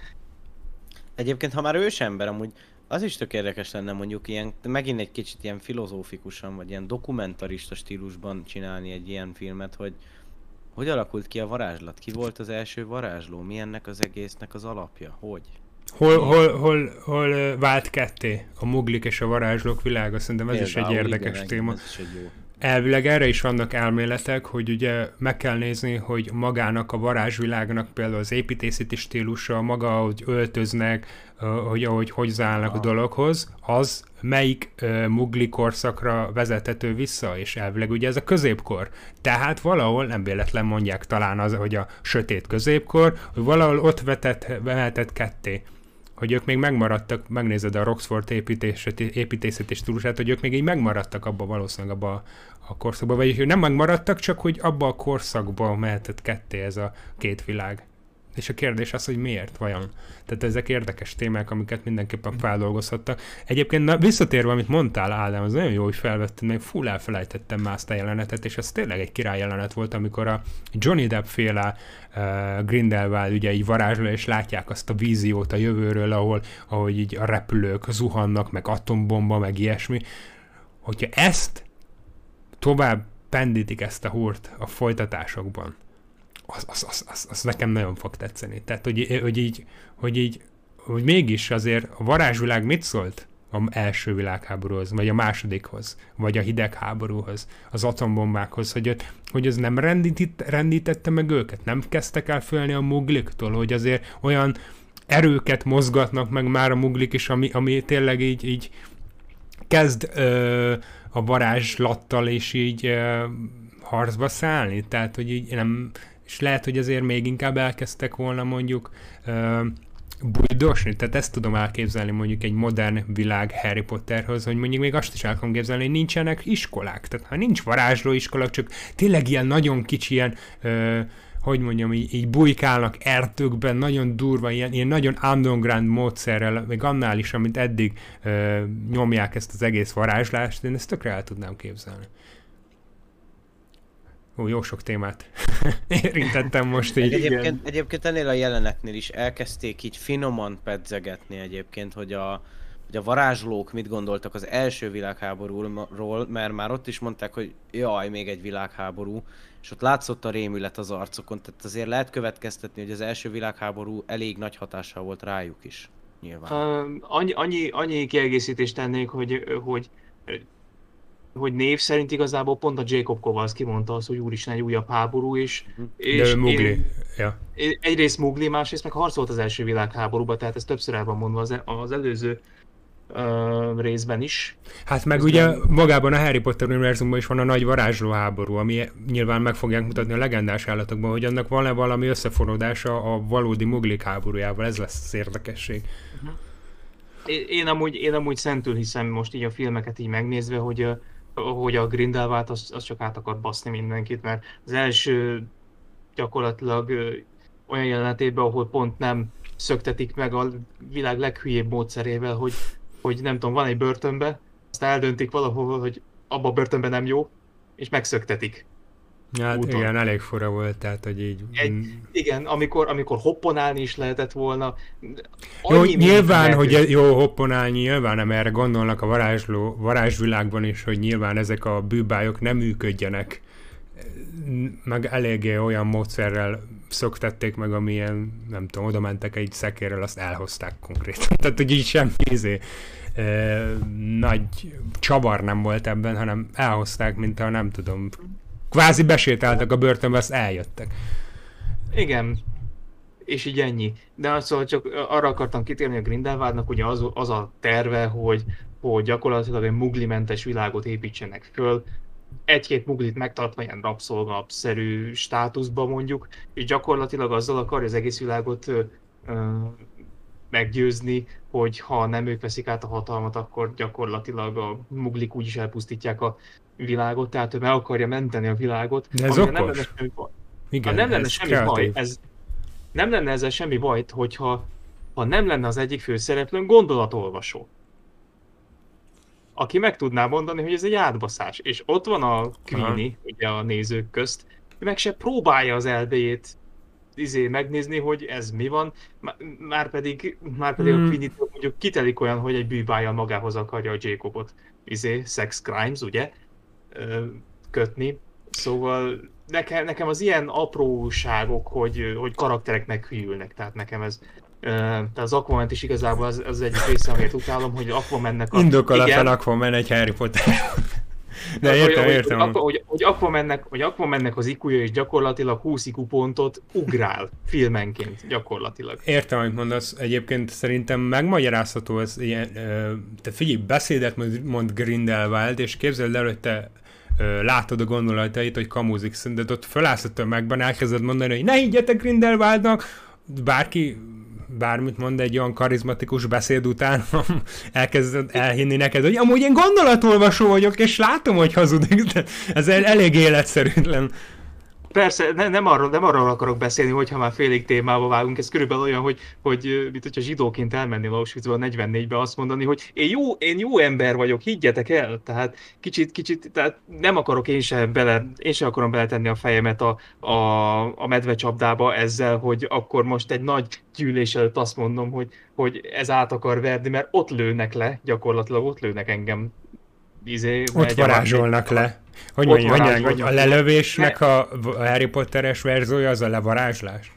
Egyébként, ha már ősember, amúgy az is tök érdekes lenne mondjuk ilyen, megint egy kicsit ilyen filozófikusan, vagy ilyen dokumentarista stílusban csinálni egy ilyen filmet, hogy hogy alakult ki a varázslat? Ki volt az első varázsló? Mi ennek az egésznek az alapja? Hogy? Hol, hol, hol, hol vált ketté a muglik és a varázslók világa? Szerintem ez Például, is egy érdekes igen, téma. Ez is egy jó. Elvileg erre is vannak elméletek, hogy ugye meg kell nézni, hogy magának a varázsvilágnak például az építészeti stílusa, maga, ahogy öltöznek, hogy ahogy hozzáállnak a dologhoz, az melyik uh, mugli korszakra vezethető vissza, és elvileg ugye ez a középkor. Tehát valahol, nem véletlen mondják talán az, hogy a sötét középkor, hogy valahol ott vetett, vehetett ketté. Hogy ők még megmaradtak, megnézed a Roxford építészeti, építészeti stílusát, hogy ők még így megmaradtak abban valószínűleg abban a, a korszakban, vagyis hogy nem megmaradtak, csak hogy abban a korszakban mehetett ketté ez a két világ. És a kérdés az, hogy miért vajon. Tehát ezek érdekes témák, amiket mindenképpen feldolgozhattak. Egyébként na, visszatérve, amit mondtál, Ádám, az nagyon jó, hogy felvetted, még full elfelejtettem már azt a jelenetet, és ez tényleg egy király jelenet volt, amikor a Johnny Depp féle uh, Grindelwald ugye így varázsol, és látják azt a víziót a jövőről, ahol ahogy így a repülők zuhannak, meg atombomba, meg ilyesmi. Hogyha ezt tovább pendítik ezt a húrt a folytatásokban, Az, az, az, az, az nekem nagyon fog tetszeni. Tehát, hogy, hogy, így, hogy így, hogy mégis azért a varázsvilág mit szólt az első világháborúhoz, vagy a másodikhoz, vagy a hidegháborúhoz, az atombombákhoz, hogy, hogy az nem rendít, rendítette meg őket, nem kezdtek el félni a mugliktól, hogy azért olyan erőket mozgatnak meg már a muglik is, ami, ami tényleg így, így kezd ö, a varázslattal és így ö, harcba szállni. Tehát, hogy így nem... és lehet, hogy azért még inkább elkezdtek volna mondjuk uh, bujdosni, tehát ezt tudom elképzelni mondjuk egy modern világ Harry Potterhoz, hogy mondjuk még azt is el tudom képzelni, hogy nincsenek iskolák, tehát ha nincs varázslóiskolák, csak tényleg ilyen nagyon kicsi ilyen, uh, hogy mondjam, így, így bujkálnak erdőkben, nagyon durva, ilyen, ilyen nagyon underground módszerrel, még annál is, amit eddig uh, nyomják ezt az egész varázslást, én ezt tökre el tudnám képzelni. Ó, jó sok témát érintettem most így. Egyébként, egyébként ennél a jelenetnél is elkezdték így finoman pedzegetni egyébként, hogy a, hogy a varázslók mit gondoltak az első világháborúról, mert már ott is mondták, hogy jaj, még egy világháború, és ott látszott a rémület az arcokon, tehát azért lehet következtetni, hogy az első világháború elég nagy hatással volt rájuk is, nyilván. Uh, annyi, annyi, annyi kiegészítést tennék, hogy, hogy hogy név szerint igazából pont a Jacob Kowalski mondta azt, hogy úristen, egy újabb háború, és, és de Mugli, ja. Egyrészt Mugli, másrészt meg harcolt az első világháborúban, tehát ez többször el van mondva az, az előző uh, részben is. Hát meg Közben... ugye magában a Harry Potter univerzumban is van a nagy varázsló háború, ami nyilván meg fogják mutatni a legendás állatokban, hogy annak van-e valami összefonódása a valódi Muglik háborújával, ez lesz az érdekesség. Uh-huh. Én, én, amúgy, én amúgy szentül hiszem most így a filmeket így megnézve, hogy hogy a Grindelwald az, az csak át akar baszni mindenkit, mert az első gyakorlatilag ö, olyan jelenetében, ahol pont nem szöktetik meg a világ leghülyébb módszerével, hogy, hogy nem tudom, van egy börtönbe, azt eldöntik valahol, hogy abba a börtönben nem jó, és megszöktetik. Hát úton. Igen, elég fura volt, tehát hogy így... Egy, igen, amikor, amikor hopponálni is lehetett volna. Jó, nyilván, hogy jó hopponálni, nyilván nem erre gondolnak a varázsló, varázsvilágban is, hogy nyilván ezek a bűbályok nem működjenek. Meg eléggé olyan módszerrel szoktatték meg, amilyen, nem tudom, oda mentek egy szekérrel, azt elhozták konkrétan. Tehát, hogy így semmi izé, e, nagy csavar nem volt ebben, hanem elhozták, mint a nem tudom... Kvázi besétáltak a börtönbe, azt eljöttek. Igen, és így ennyi. De azt szóval csak arra akartam kitérni a Grindelwaldnak, ugye az, az a terve, hogy, hogy gyakorlatilag egy muglimentes világot építsenek föl, egy-két muglit megtartva ilyen rabszolga-szerű státuszba mondjuk, és gyakorlatilag azzal akarja az egész világot ö, ö, meggyőzni, hogy ha nem ők veszik át a hatalmat, akkor gyakorlatilag a muglik úgyis elpusztítják a világot, tehát ő meg akarja menteni a világot. De ez okos. Nem lenne semmi baj. Igen, nem lenne ez semmi kreatív. baj, ez, nem lenne ezzel semmi baj, hogyha ha nem lenne az egyik főszereplőn gondolatolvasó, aki meg tudná mondani, hogy ez egy átbaszás. És ott van a Queenie, ugye a nézők közt, meg se próbálja az eldejét izé megnézni, hogy ez mi van, már pedig, már pedig hmm. a Queenie-től mondjuk kitelik olyan, hogy egy bűbájjal magához akarja a Jacobot izé, sex crimes, ugye, kötni. Szóval nekem, nekem az ilyen apróságok, hogy, hogy karakterek meghűlnek, tehát nekem ez tehát az Aquaman is igazából az, az egyik része, amit utálom, hogy Aquamannek a... Indokolatlan Aquaman egy Harry Potter. De értem, hogy, értem. Hogy, hogy, hogy, Aquamannek, hogy Aquamannek az I Q-ja is gyakorlatilag húsz I Q pontot ugrál filmenként, gyakorlatilag. Értem, amit mondasz. Egyébként szerintem megmagyarázható ez ilyen... Te figyelj, beszédet mond Grindelwald, és képzeld el, hogy te látod a gondolatait, hogy kamúzik, de ott fölállsz a tömegben, elkezded mondani, hogy ne higgyetek Grindelwaldnak, bárki bármit mond egy olyan karizmatikus beszéd után, elkezded elhinni neked, hogy amúgy én gondolatolvasó vagyok, és látom, hogy hazudik, de ez elég életszerűtlen. Persze, ne, nem, arról, nem arról akarok beszélni, hogyha már félig témába vágunk, ez körülbelül olyan, hogy, hogy mint hogyha zsidóként elmennél Auschwitzba negyvennégybe azt mondani, hogy én jó, én jó ember vagyok, higgyetek el, tehát kicsit, kicsit, tehát nem akarok én sem bele, én sem akarom beletenni a fejemet a, a, a medvecsapdába ezzel, hogy akkor most egy nagy gyűlés előtt azt mondom, hogy, hogy ez át akar verni, mert ott lőnek le, gyakorlatilag ott lőnek engem. Izé, ott varázsolnak le. Hogy mondják, hogy a lelövésnek ne. a Harry Potteres verziója az a levarázslás?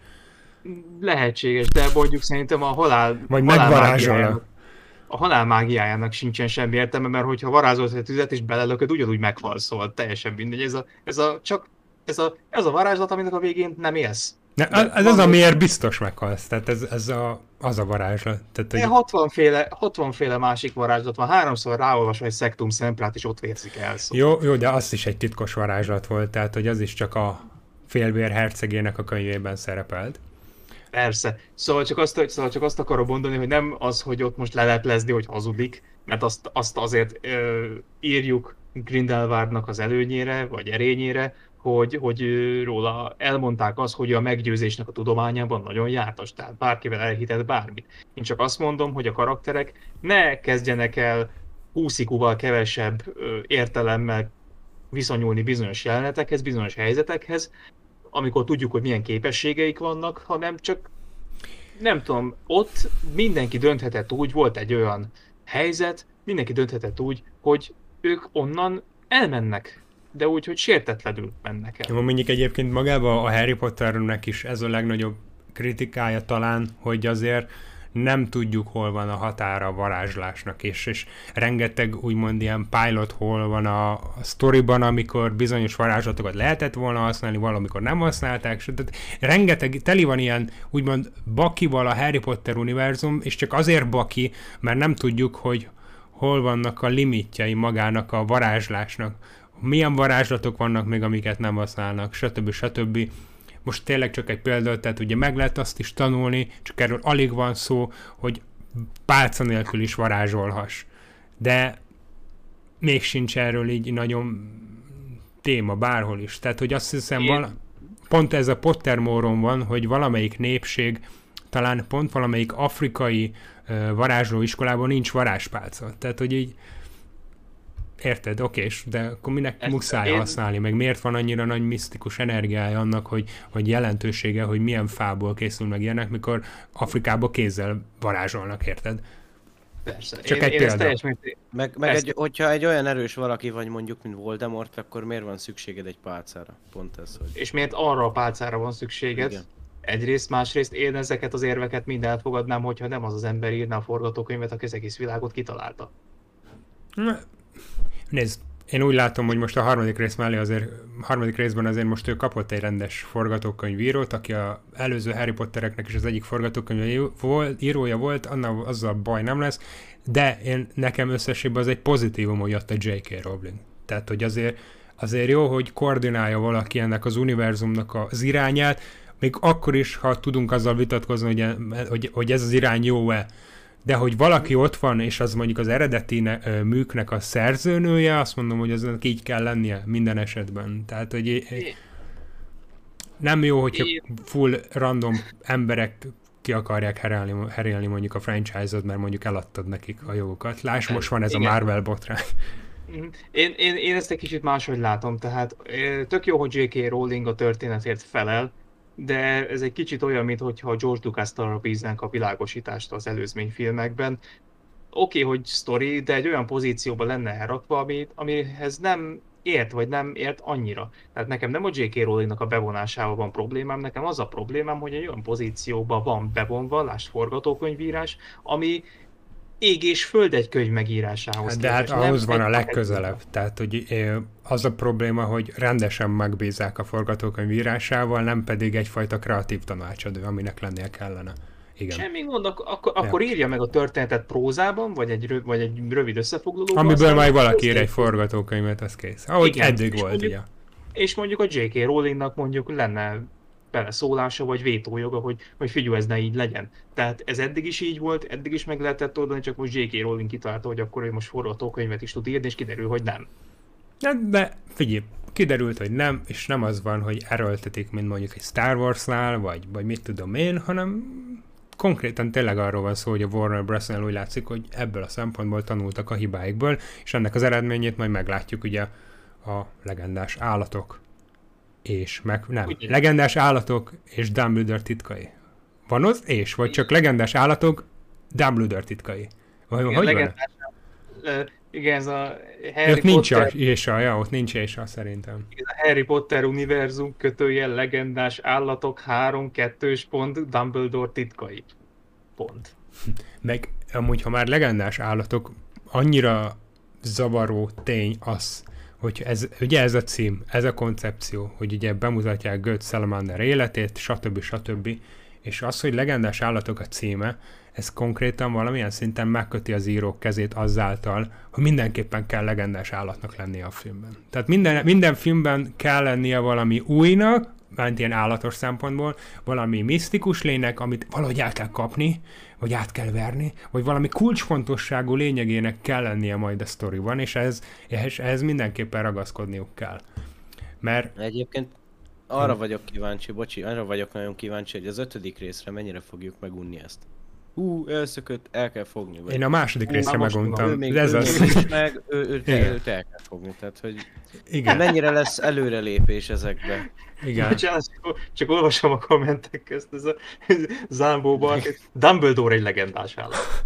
Lehetséges, de mondjuk szerintem a halál... Vagy megvarázsolnak. A halál mágiájának sincsen semmi értelme, mert hogyha varázsolsz egy tüzet és belelököd, ugyanúgy meghalsz, szóval teljesen mindegy. Ez a, ez a, csak ez a, ez a varázslat, aminek a végén nem élsz. Ne, ez az, amiért biztos meghalsz, tehát ez, ez a, az a varázslat. Tehát, hogy... hatvanféle, hatvanféle másik varázslat van, háromszor ráolvasva egy Sectum Semprát, és ott vérzik el. Szóval. Jó, jó, de az is egy titkos varázslat volt, tehát hogy az is csak a félvér hercegének a könyvében szerepelt. Persze. Szóval csak azt, szóval csak azt akarom mondani, hogy nem az, hogy ott most leleplezni, hogy hazudik, mert azt, azt azért ö, írjuk Grindelwaldnak az előnyére, vagy erényére, hogy, hogy róla elmondták azt, hogy a meggyőzésnek a tudományában nagyon jártas, tehát bárkivel elhitet bármit. Én csak azt mondom, hogy a karakterek ne kezdjenek el húsz I Q-val kevesebb ö, értelemmel viszonyulni bizonyos jelenetekhez, bizonyos helyzetekhez, amikor tudjuk, hogy milyen képességeik vannak, hanem csak nem tudom, ott mindenki dönthetett úgy, volt egy olyan helyzet, mindenki dönthetett úgy, hogy ők onnan elmennek, de úgy, hogy sértetlenül mennek el. Jó, mondjuk egyébként magában a Harry Potternek is ez a legnagyobb kritikája talán, hogy azért nem tudjuk, hol van a határa a varázslásnak, és, és rengeteg úgymond ilyen pilot hol van a, a sztoriban, amikor bizonyos varázslatokat lehetett volna használni, valamikor nem használták, és tehát rengeteg, teli van ilyen úgymond bakival a Harry Potter univerzum, és csak azért baki, mert nem tudjuk, hogy hol vannak a limitjei magának a varázslásnak. Milyen varázslatok vannak még, amiket nem használnak, stb. stb. Most tényleg csak egy példa, tehát ugye meg lehet azt is tanulni, csak erről alig van szó, hogy pálca nélkül is varázsolhass. De még sincs erről így nagyon téma bárhol is. Tehát, hogy azt hiszem, vala, pont ez a Pottermoron van, hogy valamelyik népség, talán pont valamelyik afrikai uh, varázslóiskolában nincs varázspálca. Tehát, hogy így érted, okés, de akkor minek ezt muszáj én... használni, meg miért van annyira nagy misztikus energiája annak, hogy, hogy jelentősége, hogy milyen fából készül meg ilyenek, mikor Afrikába kézzel varázsolnak, érted? Persze. Csak én, egy én példa. Meg, meg egy, hogyha egy olyan erős valaki vagy mondjuk, mint Voldemort, akkor miért van szükséged egy pálcára? Pont ez, hogy... És miért arra a pálcára van szükséged? Igen. Egyrészt, másrészt én ezeket az érveket mind elfogadnám, hogyha nem az az ember írná a forgatókönyvet, aki az egész világot kitalálta. Nézd, én úgy látom, hogy most a harmadik rész mellé azért, a harmadik részben azért most ő kapott egy rendes forgatókönyvírót, aki az előző Harry Pottereknek is az egyik forgatókönyvírója volt, annál azzal baj nem lesz, de én, nekem összességben az egy pozitívum, hogy jött a J K. Rowling. Tehát, hogy azért, azért jó, hogy koordinálja valaki ennek az univerzumnak az irányát, még akkor is, ha tudunk azzal vitatkozni, hogy, hogy, hogy ez az irány jó-e, de hogy valaki ott van, és az mondjuk az eredeti ne, műknek a szerzőnője, azt mondom, hogy aznak így kell lennie minden esetben. Tehát, hogy nem jó, hogyha full random emberek ki akarják herélni, herélni mondjuk a franchise-ot, mert mondjuk eladtad nekik a jogokat. Láss, most van ez Igen. a Marvel botrány. Én, én, én ezt egy kicsit máshogy látom, tehát tök jó, hogy jé ká. Rowling a történetért felel, de ez egy kicsit olyan, mintha George Lucas-tal bíznánk a világosítást az előzmény filmekben. Oké, okay, hogy sztori, de egy olyan pozícióban lenne elrakva, ami, amihez nem ért, vagy nem ért annyira. Tehát nekem nem a jé ká. Rowlingnak a bevonásával van problémám, nekem az a problémám, hogy egy olyan pozícióban van bevonva, lásd forgatókönyvírás, ami ég és föld egy könyv megírásához. De hát ahhoz van a legközelebb. Tehát, hogy az a probléma, hogy rendesen megbízzák a forgatókönyv írásával, nem pedig egyfajta kreatív tanácsadó, aminek lennie kellene. Igen. Semmi gond, ak- ak- akkor ja. írja meg a történetet prózában, vagy egy, röv- vagy egy rövid összefoglalóban. Amiből majd valaki ír egy forgatókönyvet, az kész. Ahogy Igen. eddig és volt, mondjuk, ugye. És mondjuk a jé ká. Rowlingnak mondjuk lenne beleszólása, vagy vétójoga, hogy, hogy figyelj, ez ne így legyen. Tehát ez eddig is így volt, eddig is meg lehetett oldani, csak most jé ká. Rowling kitalálta, hogy akkor ő most forgatókönyvet is tud írni, és kiderül, hogy nem. De, de figyelj, kiderült, hogy nem, és nem az van, hogy erőltetik, mint mondjuk egy Star Wars-nál, vagy, vagy mit tudom én, hanem konkrétan tényleg arról van szó, hogy a Warner Bros-nál úgy látszik, hogy ebből a szempontból tanultak a hibáikból, és ennek az eredményét majd meglátjuk ugye a legendás állatok. És meg, nem, Ugyan. legendás állatok és Dumbledore titkai. Van az és? Vagy csak legendás állatok, Dumbledore titkai? Vagy, igen, hogy legendás, van? Igen, ez a Harry ott nincs Potter... nincs a, ja, ott nincs és a szerintem. Igen, a Harry Potter univerzum kötőjel legendás állatok három kettős pont Dumbledore titkai. Pont. Meg amúgy, ha már legendás állatok, annyira zavaró tény az, hogy ez, ugye ez a cím, ez a koncepció, hogy ugye bemutatják Götz Salamander életét, stb. stb. És az, hogy legendás állatok a címe, ez konkrétan valamilyen szinten megköti az írók kezét azzáltal, hogy mindenképpen kell legendás állatnak lennie a filmben. Tehát minden, minden filmben kell lennie valami újnak, mert ilyen állatos szempontból, valami misztikus lénynek, amit valahogy el kell kapni, vagy át kell verni, vagy valami kulcsfontosságú lényegének kell lennie majd a sztoriban, és ez, és ehhez mindenképpen ragaszkodniuk kell. Mert... Egyébként arra vagyok kíváncsi, bocsi, arra vagyok nagyon kíváncsi, hogy az ötödik részre mennyire fogjuk megunni ezt. Hú, elszökött, el kell fogni. Vagy... Én a második Hú, részre meguntam. Ő még, ez ő az. Még meg, ő, őt, őt el kell fogni, tehát hogy Igen. mennyire lesz előrelépés ezekbe. Igen. Bocsánat, csak, csak olvasom a kommentek közt, ez a Zámbóban, Dumbledore egy legendás állat.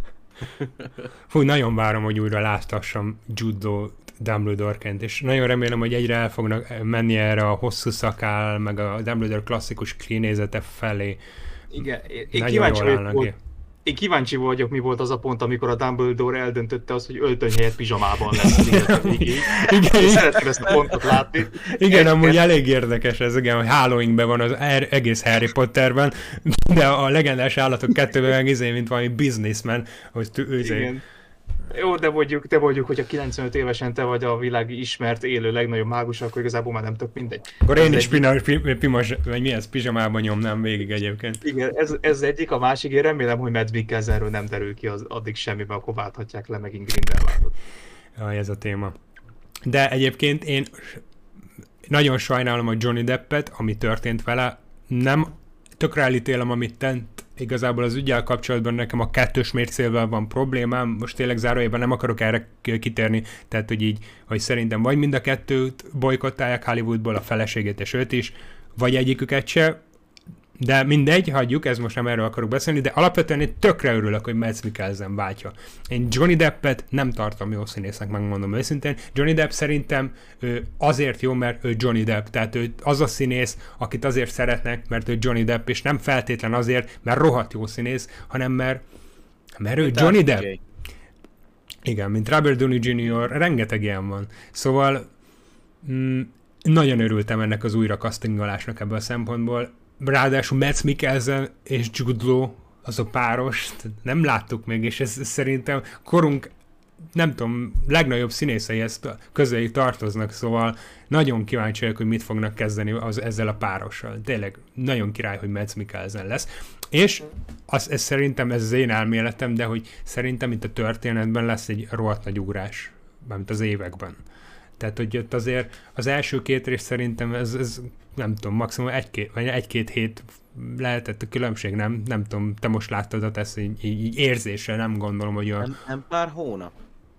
Fú, nagyon várom, hogy újra láttassam Jude Dumbledore-ként, és nagyon remélem, hogy egyre el fognak menni erre a hosszú szakál, meg a Dumbledore klasszikus kinézete felé. Igen, én kíváncsi, vagyok, én kíváncsi vagyok, mi volt az a pont, amikor a Dumbledore eldöntötte azt, hogy öltöny helyett pizsamában lesz az élet végéig. Igen, szeretném ezt a pontot látni. Igen, Egy amúgy elég érdekes ez, igen, hogy Halloweenben van az er, egész Harry Potterben, de a legendás állatok kettőben meg izé, mint valami businessman, hogy tű, izé. Jó, de mondjuk, de mondjuk, hogy a kilencvenöt évesen te vagy a világ ismert élő legnagyobb mágus, akkor igazából már nem tök mindegy. Akkor én is pinas, pimas, vagy mi ez, pizsamában nyomnám végig egyébként. Igen, ez, ez egyik, a másik, én remélem, hogy Mads Mikkelsenről nem derül ki az, addig semmiben, akkor válthatják le megint Grindelwaldot. Jaj, ez a téma. De egyébként én nagyon sajnálom a Johnny Deppet, ami történt vele, nem tökre elítélem, amit tent. Igazából az ügyel kapcsolatban nekem a kettős mércével van problémám, most tényleg zárójában nem akarok erre kitérni, tehát hogy így, hogy szerintem vagy mind a kettőt bolykottálják Hollywoodból, a feleségét és őt is, vagy egyiküket se, de mindegy, hagyjuk, ez most nem erről akarok beszélni, de alapvetően én tökre örülök, hogy Mads Mikkelsen váltja. Én Johnny Deppet nem tartom jó színésznek, megmondom őszintén. Johnny Depp szerintem ő azért jó, mert ő Johnny Depp, tehát ő az a színész, akit azért szeretnek, mert ő Johnny Depp, és nem feltétlen azért, mert rohadt jó színész, hanem mert, mert ő Johnny Depp. Igen, mint Robert Downey junior, rengeteg ilyen van. Szóval mm, nagyon örültem ennek az újra castingolásnak ebből a szempontból. Ráadásul Mads Mikkelsen és Jude Law, az a páros, nem láttuk még, és ez szerintem korunk nem tudom, legnagyobb színészeihez közé tartoznak, szóval nagyon kíváncsi vagyok, hogy mit fognak kezdeni az, ezzel a párossal. Tényleg nagyon király, hogy Mads Mikkelsen lesz. És az, ez szerintem, ez az én elméletem, de hogy szerintem itt a történetben lesz egy rohadt nagy ugrás, mint az években. Tehát, hogy ott azért az első két rész szerintem ez, ez nem tudom, maximum egy-két, vagy egy-két hét lehetett a különbség, nem? Nem tudom, te most láttad ezt így, így, így érzéssel, nem gondolom, hogy a... Nem, nem pár hónap?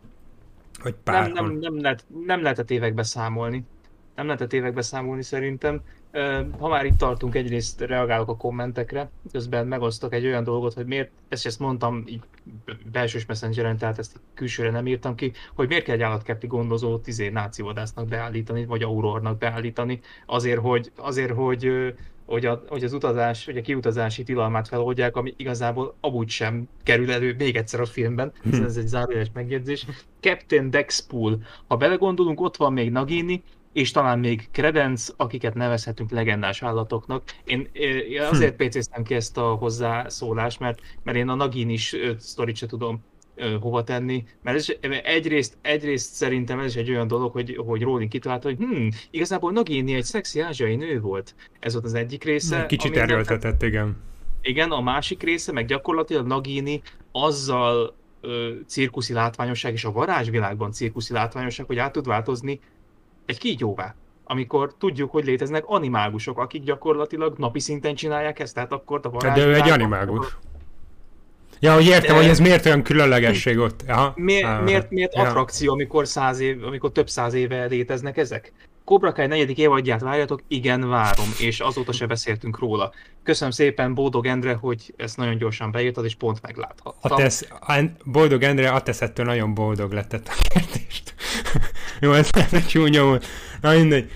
Vagy pár Nem, nem, nem, lehet, nem lehetett évekbe számolni. Nem lehetett évekbe számolni szerintem. Ha már itt tartunk, egyrészt reagálok a kommentekre, közben megosztok egy olyan dolgot, hogy miért, ezt, ezt mondtam így belsős messengeren, tehát ezt külsőre nem írtam ki, hogy miért kell egy állatkerti gondozót izé nácivadásznak beállítani, vagy aurornak beállítani, azért, hogy, azért, hogy Hogy, a, hogy az utazás, hogy a kiutazási tilalmát feloldják, ami igazából amúgy sem kerül elő még egyszer a filmben, hmm. ez egy zárójeles megjegyzés. Captain Dexpool, ha belegondolunk, ott van még Nagini, és talán még Credence, akiket nevezhetünk legendás állatoknak. Én, én azért hmm. pécéztem ki ezt a hozzászólást, mert, mert én a Nagini-s sztorit se tudom hova tenni, mert ez, egyrészt, egyrészt szerintem ez is egy olyan dolog, hogy, hogy Rowling kitalálta, hogy hm, igazából Nagini egy szexi ázsiai nő volt. Ez volt az egyik része. Kicsit erőltetett, igen. Igen, a másik része, meg gyakorlatilag Nagini azzal ö, cirkuszi látványosság, és a varázsvilágban cirkuszi látványosság, hogy át tud változni egy kígyóvá. Amikor tudjuk, hogy léteznek animágusok, akik gyakorlatilag napi szinten csinálják ezt, tehát akkor a varázsvilágban... De ő egy animágus. Ja, hogy értem, de... hogy ez miért olyan különlegesség ott. Aha. Miért, ah, miért, miért ja. attrakció, amikor, száz év, amikor több száz éve léteznek ezek? Cobra Kai negyedik évadját várjatok? Igen, várom, és azóta se beszéltünk róla. Köszönöm szépen, Boldog Endre, hogy ezt nagyon gyorsan beírtad, és pont megláthattam. A tesz, Boldog Endre a teszettől nagyon boldog lett a kérdést. Jó, ez nem csúnya volt. Na mindegy.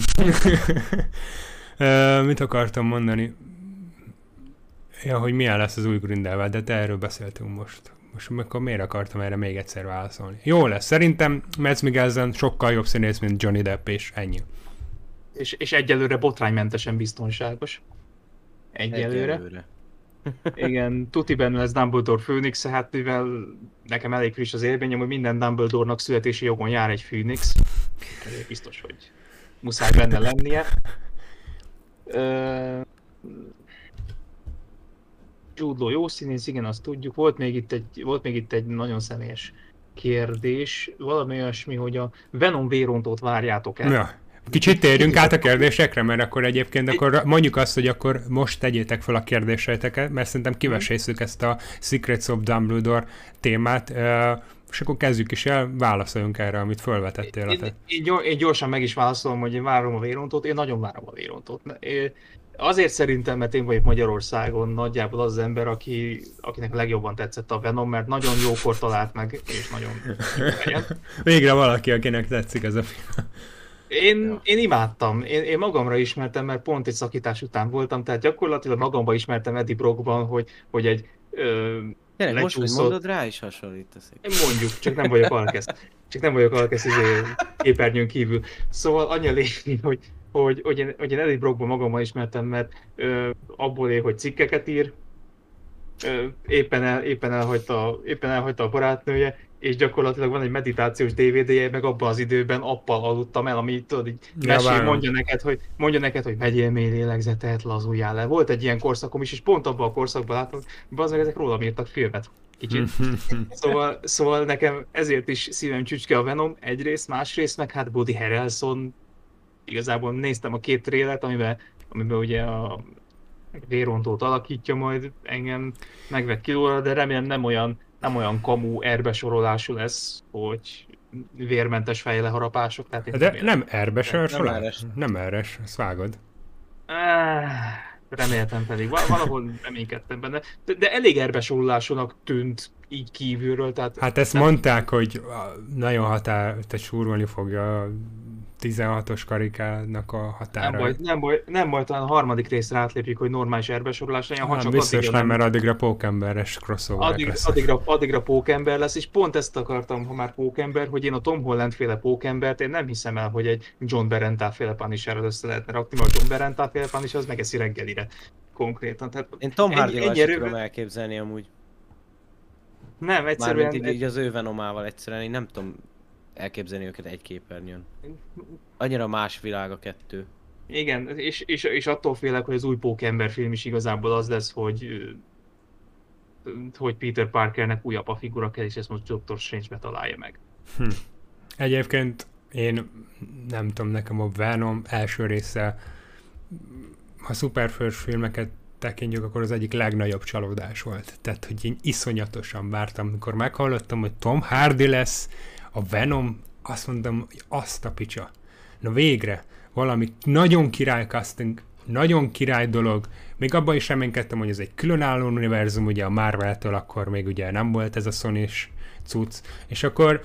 uh, mit akartam mondani? Ja, hogy milyen lesz az új Grindelwald, de te erről beszéltünk most. Most akkor miért akartam erre még egyszer válaszolni? Jó lesz, szerintem Mads Mikkelsen sokkal jobb színész, mint Johnny Depp, és ennyi. És, és egyelőre botránymentesen biztonságos. Egyelőre. egyelőre. Igen, tuti benne lesz Dumbledore főnixe, hát mivel nekem elég friss az élményem, hogy minden Dumbledore-nak születési jogon jár egy főnix. Ezért biztos, hogy muszáj benne lennie. Ö... Jude Law jó színész, igen, azt tudjuk. Volt még itt egy, volt még itt egy nagyon személyes kérdés, valami olyasmi, hogy a Venom vérontót várjátok el. Ja. Kicsit térjünk át a kérdésekre, mert akkor egyébként akkor mondjuk azt, hogy akkor most tegyétek fel a kérdéseiteket, mert szerintem kivesézzük ezt a Secrets of Dumbledore témát, és akkor kezdjük is el, válaszoljunk erre, amit felvetettél. Én, én, én gyorsan meg is válaszolom, hogy én várom a vérontót, én nagyon várom a vérontót. Én, Azért szerintem, mert én vagyok Magyarországon nagyjából az, az ember, aki, akinek legjobban tetszett a Venom, mert nagyon jókor talált meg, és nagyon jó. Végre valaki, akinek tetszik ez a film. Én, én imádtam. Én, én magamra ismertem, mert pont egy szakítás után voltam, tehát gyakorlatilag magamba ismertem Eddie Brockban, hogy, hogy egy ö, Tényleg, most, hogy mondod, rá is hasonlít a szépen. Mondjuk, csak nem vagyok alkesz. Csak nem vagyok alkesz képernyőn kívül. Szóval annyi a lényeg, hogy Hogy, hogy, én, hogy én Eddie Brockban magammal ismertem, mert ö, abból él, hogy cikkeket ír, ö, éppen, el, éppen, elhagyta, éppen elhagyta a barátnője, és gyakorlatilag van egy meditációs dé vé dé-je, meg abban az időben appal aludtam el, ami tudod, így mesél, mondja neked, hogy, mondja neked, hogy vegyél mély lélegzetet, lazuljál le. Volt egy ilyen korszakom is, és pont abban a korszakban látom, hogy azok ezek rólam írtak filmet. Kicsit. szóval, szóval nekem ezért is szívem csücske a Venom egyrészt, másrészt meg hát Woody Harrelson. Igazából néztem a két trélet, amiben, amiben ugye a vérontót alakítja, majd engem megvett kilóra, de remélem nem olyan, nem olyan kamu erbesorolású lesz, hogy vérmentes fejleharapások. Tehát én de nem, nem erbesorolás? Nem eres, ezt vágod. Reméltem pedig, valahol reménykedtem benne, de, de elég erbesorolásúnak tűnt így kívülről. Tehát hát ezt nem... mondták, hogy nagyon határ, te súrolni fogja tizenhatos karikának a határa. Nem baj, nem baj, nem baj, talán a harmadik részre átlépjük, hogy normális erbesorolás legyen, ha csak biztos addigra nem, mert addigra pókemberes crossover addig, lesz. Addigra, addigra pókember lesz, és pont ezt akartam, ha már pókember, hogy én a Tom Holland féle pókembert, én nem hiszem el, hogy egy John Bernthal féle Punisherrel össze lehetne rakni, mert a John Bernthal féle Punisher az megeszi reggelire konkrétan. Tehát én Tom Hardy-val sem tudom elképzelni amúgy. Nem, egyszerűen... Mármint így, így az ő Venomával egyszerűen én nem tudom elképzelni őket egy képernyőn. Annyira más világ a kettő. Igen, és, és, és attól félek, hogy az új Pókember film is igazából az lesz, hogy hogy Peter Parkernek újabb a figura kell, és ezt most doktor Strange-be találja meg. Hm. Egyébként én nem tudom, nekem a Venom első része, ha szuperfős filmeket tekintjük, akkor az egyik legnagyobb csalódás volt. Tehát, hogy én iszonyatosan vártam, amikor meghallottam, hogy Tom Hardy lesz a Venom, azt mondtam, hogy azt a picsa. Na végre, valami nagyon király casting, nagyon király dolog, még abban is reménykedtem, hogy ez egy különálló univerzum, ugye a Marvel-től akkor még ugye nem volt ez a Sony-s cucc, és akkor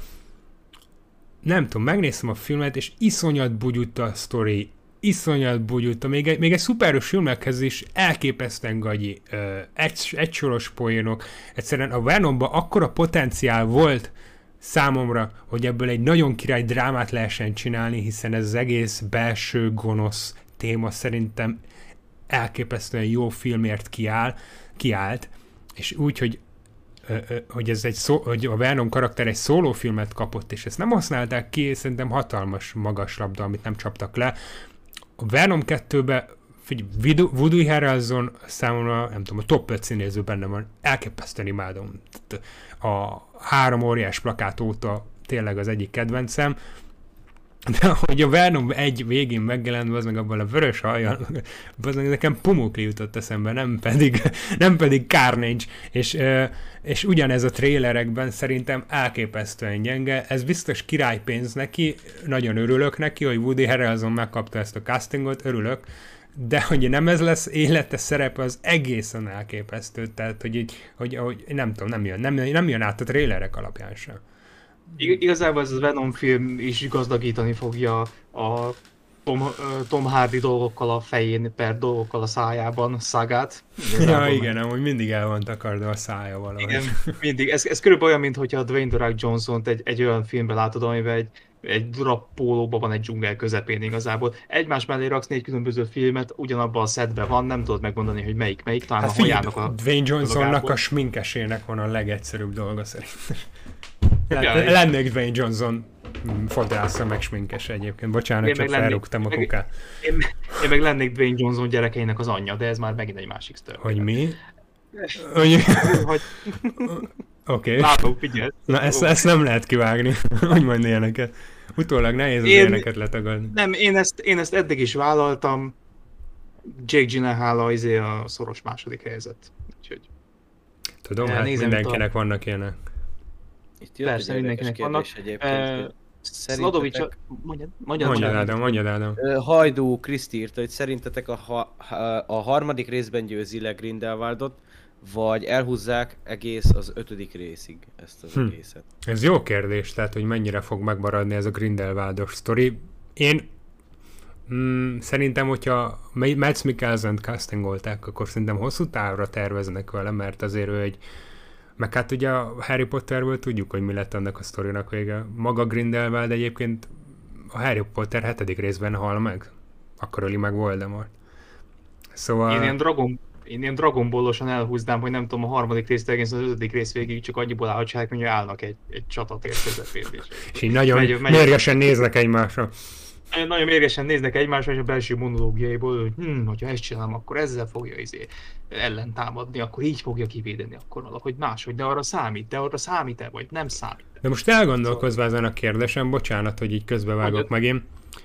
nem tudom, megnéztem a filmet, és iszonyat bugyutta a sztori, iszonyat bugyutta, még egy, még egy szuperős filmekhez is elképesztően gagyi, egy, egy soros poénok, egyszerűen a Venomban akkora potenciál volt számomra, hogy ebből egy nagyon király drámát lehessen csinálni, hiszen ez az egész belső gonosz téma szerintem elképesztően jó filmért kiáll, kiállt, és úgy, hogy, ö, ö, hogy, ez egy szó, hogy a Venom karakter egy szólófilmet kapott, és ezt nem használták ki, szerintem hatalmas magas labda, amit nem csaptak le. A Venom kettőben figyelj, Woody Harrelson számomra, nem tudom, a top öt színésző benne van, elképesztően imádom. A három óriás plakát óta tényleg az egyik kedvencem, de hogy a Venom egy végén megjelent, az meg abban a vörös hajjal, az meg nekem Pumukli jutott eszembe, nem pedig, nem pedig Carnage, és, és ugyanez a trélerekben szerintem elképesztően gyenge, ez biztos királypénz neki, nagyon örülök neki, hogy Woody Harrelson megkapta ezt a castingot, örülök, de hogy nem ez lesz élete szerepe, az egészen elképesztő, tehát hogy, így, hogy, hogy nem tudom, nem jön, nem, nem jön át a trélerek alapján sem. Igazából ez a Venom film is gazdagítani fogja a Tom, Tom Hardy dolgokkal a fején, per dolgokkal a szájában szagát. Ja, igen, amúgy mindig el van takarva a szája valahogy. Igen, mindig. Ez, ez körülbelül olyan, mintha a Dwayne The Rock Johnson-t egy, egy olyan filmben látod, amiben egy, egy drapólóban van egy dzsungel közepén igazából. Egymás mellé raksz négy különböző filmet, ugyanabban a szedben van, nem tudod megmondani, hogy melyik melyik, talán hát a hajának a... Dwayne Johnsonnak a sminkesének van a legegyszerűbb dolga szerintem. Lennék Dwayne Johnson fodrásza meg sminkes egyébként. Bocsánat, én csak felrúgtam a kukát. Én, én meg lennék Dwayne Johnson gyerekeinek az anyja, de ez már megint egy másik sztori. Hogy mi? Hogy... hogy... Oké. Okay. Látom, figyelj. Na ezt, ezt nem lehet kivágni, hogy majd ilyeneket. Utólag nehéz az én... ilyeneket letagadni. Nem, én ezt, én ezt eddig is vállaltam. Jake Gyllenhaal izé a szoros második helyzet. Úgyhogy... Tudom, hát mindenkinek vannak ilyenek. Itt jött persze, mindenkinek vannak. Egyébként. Szladovics, mondjad, mondjad, mondjad Ádám, mondjad Ádám. Hajdú Kriszti írta, hogy szerintetek a, ha, a harmadik részben győzi le Grindelwaldot, vagy elhúzzák egész az ötödik részig ezt az hm. egészet? Ez jó kérdés, tehát hogy mennyire fog megmaradni ez a Grindelwaldos sztori. Én mm, szerintem, hogyha Mads Mikkelsen castingolták, akkor szerintem hosszú távra terveznek vele, mert azért ő egy meg hát ugye a Harry Potterből tudjuk, hogy mi lett annak a sztorinak vége. Maga Grindelwald egyébként a Harry Potter hetedik részben hal meg. Akkor öli meg Voldemort. Szóval... Én ilyen Dragon, én ilyen Dragon Ball-osan elhúznám, hogy nem tudom, a harmadik részt egész az ötödik rész végig csak annyiból áll, hogy mondja, állnak egy, egy csatatér közepén. És, és így nagyon megy, mérgesen megy, néznek egymásra. Nagyon mérgesen néznek egymásra, és a belső monológiaiból, hogy hm, hogyha ezt csinálom, akkor ezzel fogja izé ellen támadni, akkor így fogja kivédeni, akkor valahogy máshogy, de arra számít, de arra számít-e, vagy nem számít. De most elgondolkozva ezen a kérdésen, bocsánat, hogy így közbevágok meg én,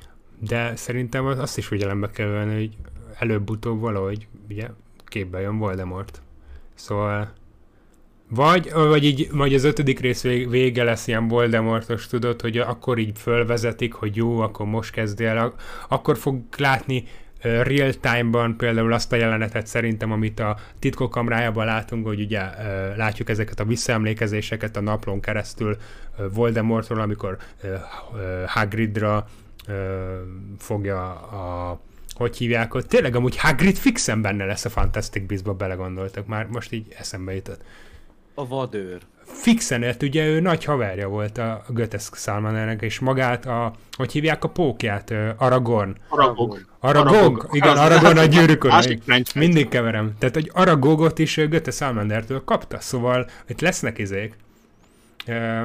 de szerintem azt is figyelembe kell venni, hogy előbb-utóbb valahogy ugye, képbe jön Voldemort. Szóval vagy, vagy így, vagy az ötödik rész vége lesz ilyen Voldemortos, tudod, hogy akkor így fölvezetik, hogy jó, akkor most kezdj el, akkor fog látni uh, real time-ban például azt a jelenetet szerintem, amit a titkokamrájában látunk, hogy ugye uh, látjuk ezeket a visszaemlékezéseket a naplón keresztül uh, Voldemortról, amikor uh, uh, Hagridra uh, fogja a hogy hívják ott. Tényleg amúgy Hagrid fixen benne lesz a Fantastic Beasts-ba, belegondoltak. Már most így eszembe jutott. A vadőr. Fixen ért, ugye ő nagy haverja volt a Göte Salmanernek, és magát a, hogy hívják a pókját, Aragorn. Aragog. Aragog, Aragog. igen, Aragorn a gyűrűk ura. Másik franchise. Mindig keverem. Tehát, hogy Aragogot is Göte Salmandertől kapta, szóval itt lesznek izék. Uh,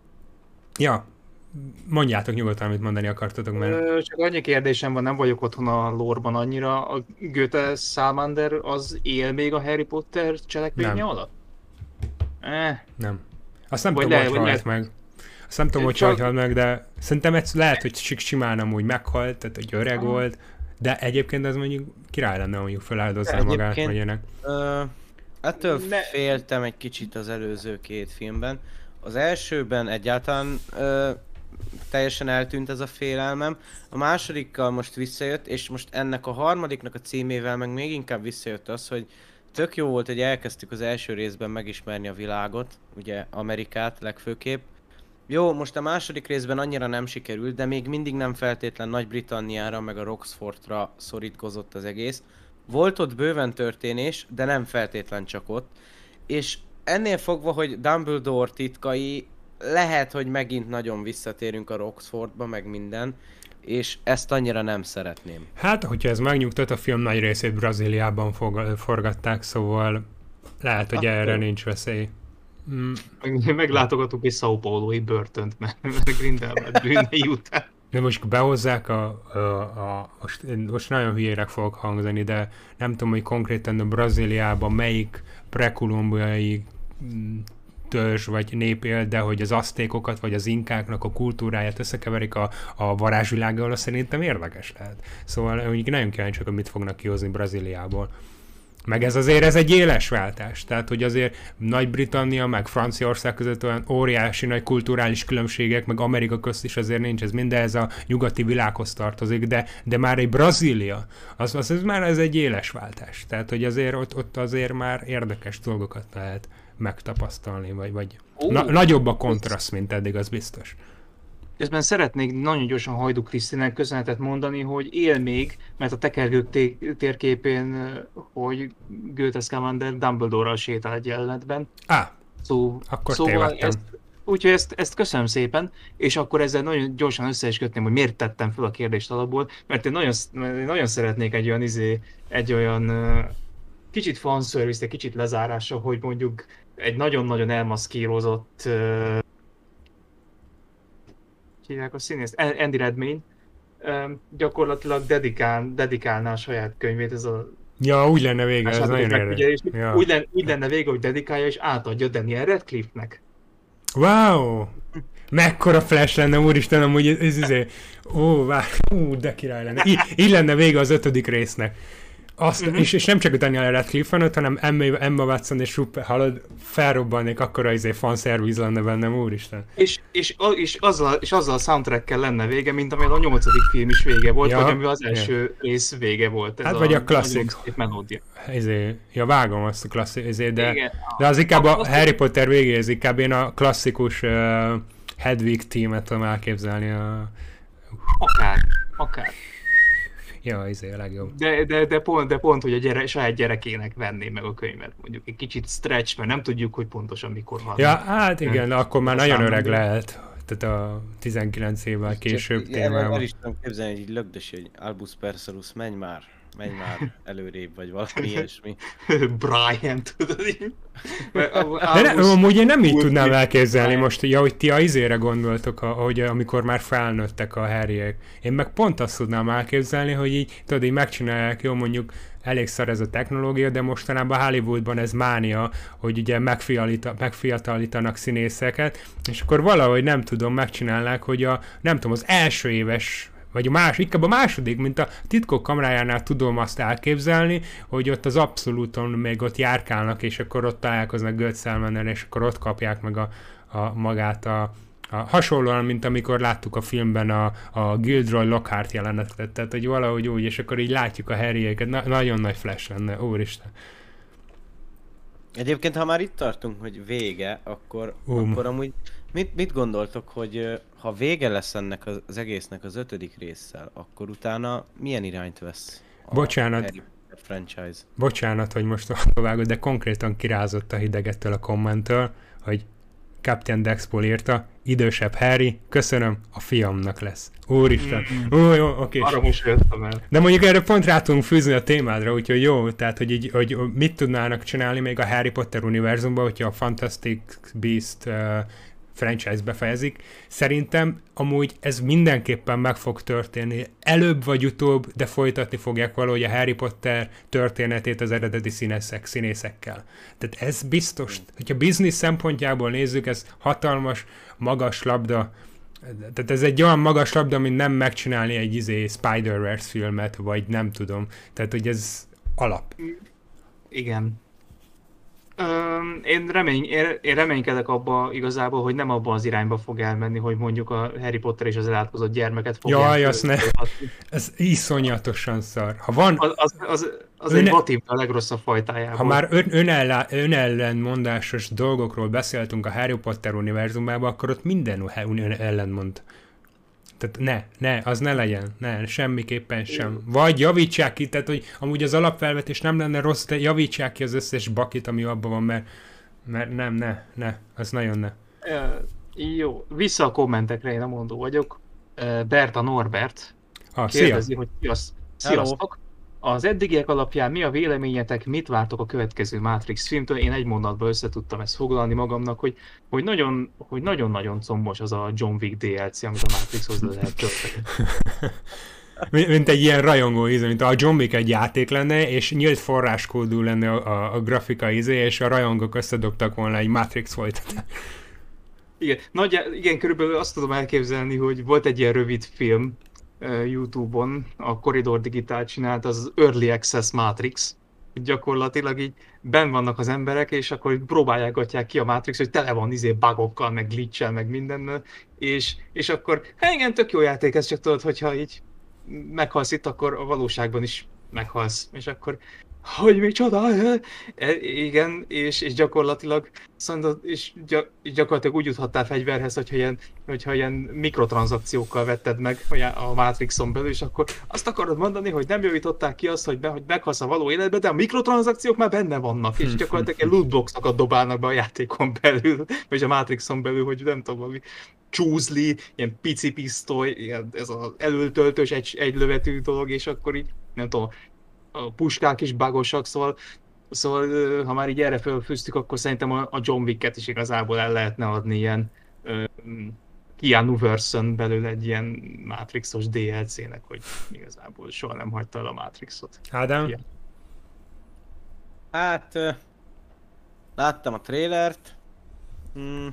ja, mondjátok nyugodtan, amit mondani akartatok, mert... Ö, Csak annyi kérdésem van, nem vagyok otthon a lore-ban annyira. A Göte Salmander az él még a Harry Potter cselekménye Nem. alatt? Eh, Nem. Azt nem Vagy tudom, le- hogy vagy halt lehet- meg. Azt nem tudom, hogy Csak- hogy halt meg, de szerintem ez lehet, hogy sik- simán amúgy meghalt, tehát hogy öreg Aha. volt, de egyébként ez mondjuk király lenne, mondjuk feláldozná De magát, egyébként- vagy ilyenek. Ö, ettől Ne- féltem egy kicsit az előző két filmben. Az elsőben egyáltalán ö, teljesen eltűnt ez a félelmem. A másodikkal most visszajött, és most ennek a harmadiknak a címével meg még inkább visszajött az, hogy tök jó volt, hogy elkezdtük az első részben megismerni a világot, ugye Amerikát legfőképp. Jó, most a második részben annyira nem sikerült, de még mindig nem feltétlen Nagy-Britanniára meg a Roxfortra szorítkozott az egész. Volt ott bőven történés, de nem feltétlen csak ott. És ennél fogva, hogy Dumbledore titkai, lehet, hogy megint nagyon visszatérünk a Roxfortba, meg minden, és ezt annyira nem szeretném. Hát, hogyha ez megnyugtat, a film nagy részét Brazíliában fog, forgatták, szóval lehet, hogy Akkor- erre nincs veszély. Mm, meg, meglátogatunk egy São Paulo-i börtönt, mert mert Grindelwald bűnei után. de most behozzák a, a, a most, én most nagyon hülyére fogok hangzani, de nem tudom, hogy konkrétan a Brazíliában melyik prekolumbiai mm, törzs vagy nép él, de hogy az aztékokat vagy az inkáknak a kultúráját összekeverik a, a varázsvilággal, az szerintem érdekes lehet. Szóval mondjuk nagyon kíváncsiak, hogy mit fognak kihozni Brazíliából. Meg ez azért ez egy éles váltás. Tehát, hogy azért Nagy-Britannia meg Franciaország között olyan óriási nagy kulturális különbségek, meg Amerika közt is azért nincs, ez mindez a nyugati világhoz tartozik, de, de már egy Brazília, az, az, az már ez egy éles váltás. Tehát, hogy azért ott, ott azért már érdekes dolgokat lehet megtapasztalni, vagy, vagy Ó, na, nagyobb a kontraszt, mint eddig, az biztos. Közben szeretnék nagyon gyorsan Hajdú Krisztinek köszönetet mondani, hogy él még, mert a tekergők té- térképén, hogy Göte Scamander Dumbledore-ral sétál egy jelenetben. Á, Szó, Akkor szóval tévedtem. ezt, úgyhogy ezt, ezt köszönöm szépen, és akkor ezzel nagyon gyorsan össze is kötném, hogy miért tettem fel a kérdést alapból, mert én nagyon, mert én nagyon szeretnék egy olyan izé, egy olyan uh, kicsit fanservice, egy kicsit lezárása, hogy mondjuk egy nagyon-nagyon elmaszkírozott uh, hívják a színészt, Andy Redmayne, um, gyakorlatilag dedikál, dedikálná a saját könyvét, ez a ja, úgy lenne vége, ez második nagyon megfigyelés. érdekes. Ja. Úgy, lenne, úgy lenne vége, hogy dedikálja és átadja Daniel Radcliffe-nek. Wow! Mekkora flash lenne, úristen, amúgy ez, ez, ez ó, vár, ú, de király lenne. Így, így lenne vége az ötödik résznek. Azt, uh-huh. és, és nem csak a Daniel Radcliffe-en, hanem Emma, Emma Watson és Rupert, hallod, felrobbannék, akkora izé fanszerviz lenne bennem, úristen. És, és, és, azzal, és azzal a soundtrackkel lenne vége, mint amilyen a nyolcadik film is vége volt, Ja, vagy amivel az ja. első rész vége volt. Ez Hát vagy a nagyon klasszik. szép melódia. Izé, ja, vágom azt a klasszik, izé, de, Igen. de az inkább A a klasszik- Harry Potter végéhez, inkább én a klasszikus uh, Hedwig teamet tudom elképzelni. A... Akár, akár. Ja, izé, a legjobb. De, de, de, pont, de pont, hogy a gyere, saját gyerekének venné meg a könyvet, mondjuk egy kicsit stretch, mert nem tudjuk, hogy pontosan mikor hal. Ja, hát igen, de akkor már A nagyon számomra. öreg lehet. Tehát a tizenkilenc évvel később Csak ilyen El témában. is tudom képzelni, hogy így lögdösi, hogy Albus Persalus, menj már, menj már előrébb, vagy valami ilyesmi. Brian, tudod így? Mert a- De ne, Albus- amúgy én nem így Úgy tudnám ki- elképzelni Brian. most, ja, hogy ti a izére gondoltok, a- hogy amikor már felnőttek a Harryek. Én meg pont azt tudnám elképzelni, hogy így, tudod, így megcsinálják, jó, mondjuk elég szar ez a technológia, de mostanában Hollywoodban ez mánia, hogy ugye megfialita, megfiatalítanak színészeket, és akkor valahogy nem tudom, megcsinálnák, hogy a, nem tudom, az első éves vagy a más, inkább a második, mint a Titkok kamrájánál tudom azt elképzelni, hogy ott az Abszolúton még ott járkálnak, és akkor ott találkoznak Göte Salmander, és akkor ott kapják meg a, a magát a, a hasonlóan, mint amikor láttuk a filmben a, a Gilderoy Lockhart jelenetet, tehát hogy valahogy úgy, és akkor így látjuk a Harryéket, Na, nagyon nagy flash lenne, úristen. Egyébként, ha már itt tartunk, hogy vége, akkor, Um. akkor amúgy mit, mit gondoltok, hogy ö, ha vége lesz ennek az, az egésznek az ötödik résszel, akkor utána milyen irányt vesz? a Bocsánat, Harry? Potter franchise. Bocsánat, hogy most vágod, de konkrétan kirázott a hidegettől a kommentől, hogy Captain Dexpol írta, idősebb Harry, köszönöm, a fiamnak lesz. Úristen. Mm. Ó, jó, oké. Arra most jöttem el. De mondjuk erre pont rá tudunk fűzni a témádra, úgyhogy jó, tehát hogy, így, hogy mit tudnának csinálni még a Harry Potter univerzumban, hogyha a Fantastic Beast uh, franchise befejezik. Szerintem amúgy ez mindenképpen meg fog történni. Előbb vagy utóbb, de folytatni fogják valahogy a Harry Potter történetét az eredeti színészek, színészekkel. Tehát ez biztos, hogyha biznisz szempontjából nézzük, ez hatalmas, magas labda. Tehát ez egy olyan magas labda, mint nem megcsinálni egy izé Spider-Verse filmet, vagy nem tudom. Tehát, hogy ez alap. Igen. Öm, én, remény, én, én reménykedek abba igazából, hogy nem abban az irányba fog elmenni, hogy mondjuk a Harry Potter és az elátkozott gyermeket fogják... Jaj, azt ne. Ez iszonyatosan szar. Ha van... Az, az, az, az ön... egy batim a legrosszabb fajtájából. Ha már ön, önellá, önellenmondásos dolgokról beszéltünk a Harry Potter univerzumában, akkor ott minden ön ellenmond. Tehát ne, ne, az ne legyen, ne, semmiképpen sem. Vagy javítsák ki, tehát hogy amúgy az alapfelvetés nem lenne rossz, de javítsák ki az összes bakit, ami abban van, mert, mert nem, ne, ne, az nagyon ne. E, jó, vissza a kommentekre, én a mondó vagyok. E, Berta Norbert ah, kérdezi, szia. hogy sziasz, sziasztok! Az eddigiek alapján mi a véleményetek, mit vártok a következő Matrix filmtől? Én egy mondatban össze tudtam ezt foglalni magamnak, hogy, hogy, nagyon, hogy nagyon-nagyon combos az a John Wick dé el cé, amit a Matrixhoz lehet tölteni. Mint egy ilyen rajongó íze, mint a John Wick egy játék lenne, és nyílt forráskódú lenne a, a, a grafika íze, és a rajongók összedobtak volna egy Matrix folytatást. Igen, nagy, igen, körülbelül azt tudom elképzelni, hogy volt egy ilyen rövid film, YouTube-on, a Corridor Digital csinált az Early Access Matrix. Gyakorlatilag így benn vannak az emberek, és akkor próbálják ki a Matrix, hogy tele van izé bugokkal, meg glitch-el, meg mindennel, és, és akkor, hát igen, tök jó játék ez, csak tudod, hogyha így meghalsz itt, akkor a valóságban is meghalsz, és akkor hogy micsoda, e, igen, és, és gyakorlatilag szóval, és gyak, gyakorlatilag úgy juthattál fegyverhez, hogyha ilyen, hogyha ilyen mikrotranszakciókkal vetted meg a Matrixon belül, és akkor azt akarod mondani, hogy nem javították ki azt, hogy, be, hogy meghalsz a való életbe, de a mikrotranszakciók már benne vannak, és gyakorlatilag ilyen lootboxokat dobálnak be a játékon belül, vagy a Matrixon belül, hogy nem tudom, valami csúzli, ilyen pici pisztoly, ilyen, ez az előtöltős egy, egy lövetű dolog, és akkor így, nem tudom, a puskák is bagosak, szóval, szóval ha már így erre felfűztük, akkor szerintem a John Wicket is igazából el lehetne adni ilyen uh, Keanuverse-en belül egy ilyen Matrixos dé el cé-nek, hogy igazából soha nem hagyta el a Matrixot. Ádám? Ilyen. Hát, uh, láttam a trailert. Hmm.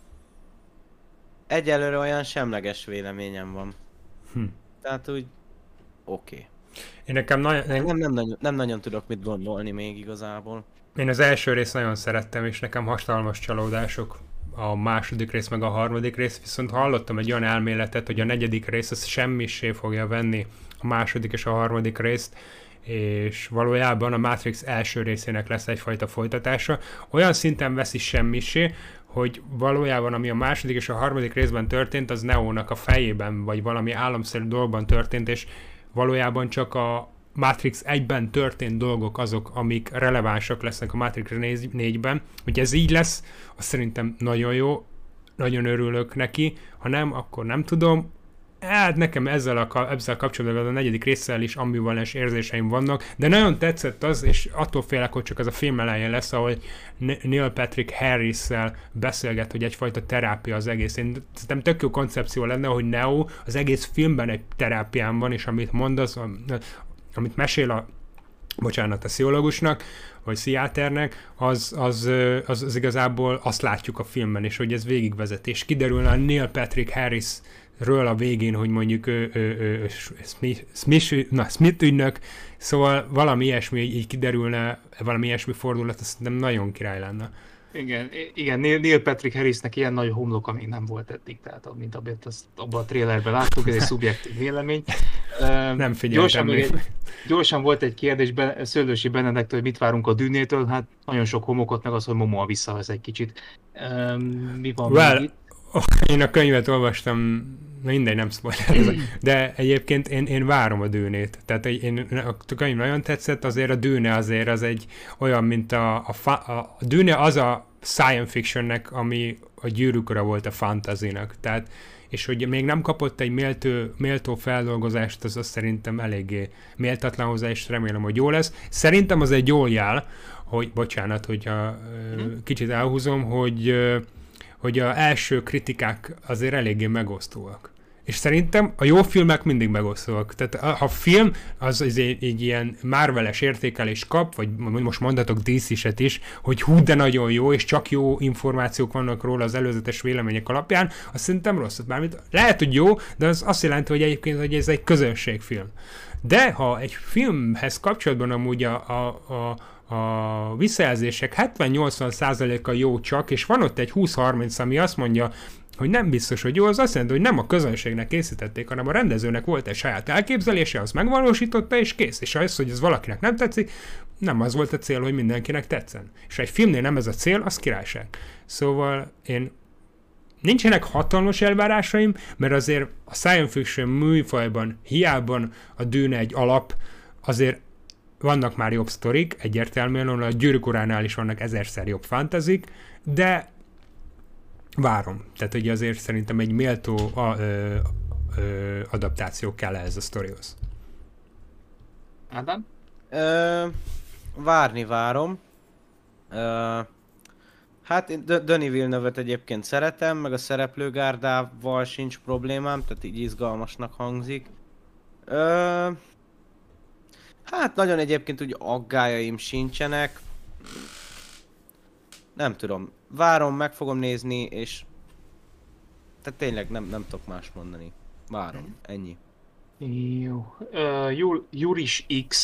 Egyelőre olyan semleges véleményem van. Hm. Tehát úgy oké. Okay. Én nekem nagyon... Nem, nem, nagyon, nem nagyon tudok mit gondolni még igazából. Én az első részt nagyon szerettem, és nekem hatalmas csalódások a második rész meg a harmadik rész, viszont hallottam egy olyan elméletet, hogy a negyedik rész az semmisé fogja venni a második és a harmadik részt, és valójában a Matrix első részének lesz egyfajta folytatása. Olyan szinten veszi semmisé, hogy valójában ami a második és a harmadik részben történt, az Neónak a fejében, vagy valami álomszerű dolgban történt, és valójában csak a Matrix egyben történt dolgok azok, amik relevánsak lesznek a Matrix négyben. Hogy ez így lesz, az szerintem nagyon jó, nagyon örülök neki, ha nem, akkor nem tudom. Hát nekem ezzel a, ezzel kapcsolatban a negyedik résszel is ambivalens érzéseim vannak, de nagyon tetszett az, és attól félek, hogy csak ez a film elején lesz, ahol Neil Patrick Harris-szel beszélget, hogy egyfajta terápia az egész. Én szerintem tök jó koncepció lenne, hogy Neo az egész filmben egy terápián van, és amit mond az, amit mesél a bocsánat, a pszichológusnak, vagy pszichiáternek, az, az, az, az igazából azt látjuk a filmben, és hogy ez végigvezet, és kiderülne a Neil Patrick Harris ről a végén, hogy mondjuk ő, ő, ő, ő, Smith, Smith, na, Smith ügynök, szóval valami ilyesmi így kiderülne, valami ilyesmi fordulat, azt nem nagyon király lenne. Igen, igen, Neil Patrick Harrisnek ilyen nagy homloka még nem volt eddig, tehát mint amit azt abban a trailerben láttuk, ez egy szubjektív vélemény. Nem figyeltem gyorsan, még. Gyorsan volt egy kérdés Szőlősi Benedektől, hogy mit várunk a Dűnétől, hát nagyon sok homokot, meg az, hogy Momoa visszavesz egy kicsit. Mi van well, még itt? Én a könyvet olvastam Na mindegy, nem spoiler. De egyébként én, én várom a Dűnét. Tehát én, a könyv nagyon tetszett, azért a Dűne azért az egy olyan, mint a, a, fa, a Dűne az a science fictionnek, ami a Gyűrűk ura volt a fantasynak. Tehát, és hogy még nem kapott egy méltó, méltó feldolgozást, az, az szerintem eléggé méltatlan hozzá, és remélem, hogy jó lesz. Szerintem az egy jól jel, hogy, bocsánat, hogy a, hmm. kicsit elhúzom, hogy, hogy az első kritikák azért eléggé megosztóak. És szerintem a jó filmek mindig megosztóak. Tehát ha a film az, az egy, egy ilyen Marvel-es értékelés kap, vagy most mondhatok dé cé-set is, hogy hú, de nagyon jó, és csak jó információk vannak róla az előzetes vélemények alapján, azt szerintem rossz. Bármint lehet, hogy jó, de az azt jelenti, hogy egyébként hogy ez egy közönségfilm. De ha egy filmhez kapcsolatban amúgy a, a, a a visszajelzések hetven-nyolcvan százaléka jó csak, és van ott egy húsz-harminc, ami azt mondja, hogy nem biztos, hogy jó, az azt jelenti, hogy nem a közönségnek készítették, hanem a rendezőnek volt egy saját elképzelése, azt megvalósította, és kész. És az, hogy ez valakinek nem tetszik, nem az volt a cél, hogy mindenkinek tetszen. És egy filmnél nem ez a cél, az királyság. Szóval én nincsenek hatalmas elvárásaim, mert azért a science fiction műfajban hiába a Dűne egy alap, azért vannak már jobb sztorik, egyértelműen, a Gyűrűk uránál is vannak ezerszer jobb fantasy, de várom. Tehát ugye azért szerintem egy méltó a, ö, ö, adaptáció kell ehhez a sztorihoz. Ádám? Ö, várni várom. Ö, hát én Denis Villeneuve-et egyébként szeretem, meg a szereplőgárdával sincs problémám, tehát így izgalmasnak hangzik. Ö, hát nagyon egyébként úgy aggájaim sincsenek. Nem tudom. Várom, meg fogom nézni, és... Tehát tényleg nem, nem tudok más mondani. Várom. Ennyi. Jó. Uh, Juris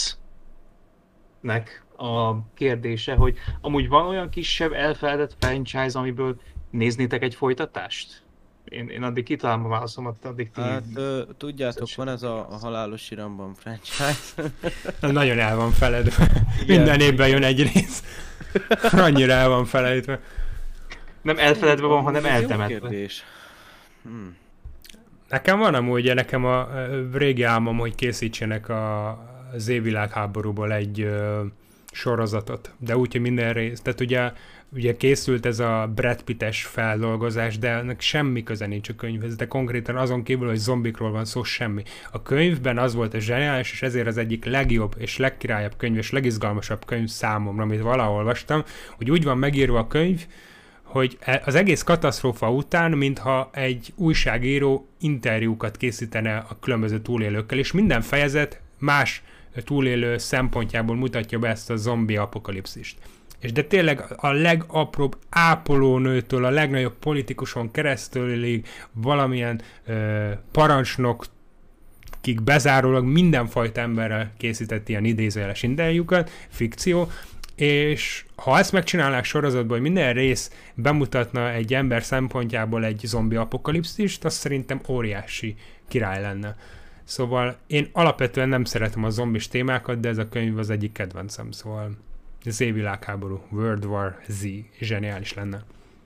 X-nek a kérdése, hogy amúgy van olyan kisebb elfeledett franchise, amiből néznétek egy folytatást? Én, én addig kitalálom a válaszomat, addig ti... Hát ö, tudjátok, van ez a, a halálos iramban franchise. Nagyon el van feledve. Minden évben jön egy rész. Annyira el van feledve. Nem elfeledve van, hanem eltemetve. Kérdés. Hmm. Nekem van amúgy, nekem a régi álmom, hogy készítsenek a Z-világháborúból egy ö, sorozatot. De úgy, hogy minden rész. Tehát ugye, ugye készült ez a Brad Pitt-es feldolgozás, de ennek semmi köze nincs a könyvhez. De konkrétan azon kívül, hogy zombikról van szó, semmi. A könyvben az volt a zseniális, és ezért az egyik legjobb és legkirályabb könyv, és legizgalmasabb könyv számomra, amit valahol olvastam, hogy úgy van megírva a könyv, hogy az egész katasztrófa után, mintha egy újságíró interjúkat készítene a különböző túlélőkkel, és minden fejezet más túlélő szempontjából mutatja be ezt a zombi apokalipszist. És de tényleg a legapróbb ápolónőtől, a legnagyobb politikuson keresztülig valamilyen ö, parancsnok, kik bezárólag mindenfajta emberrel készített ilyen idézőjeles interjúkat, fikció, és ha ezt megcsinálnák sorozatban, hogy minden rész bemutatna egy ember szempontjából egy zombi apokalipszist, az szerintem óriási király lenne. Szóval én alapvetően nem szeretem a zombis témákat, de ez a könyv az egyik kedvencem, szóval Z-világháború, World War Z, zseniális lenne.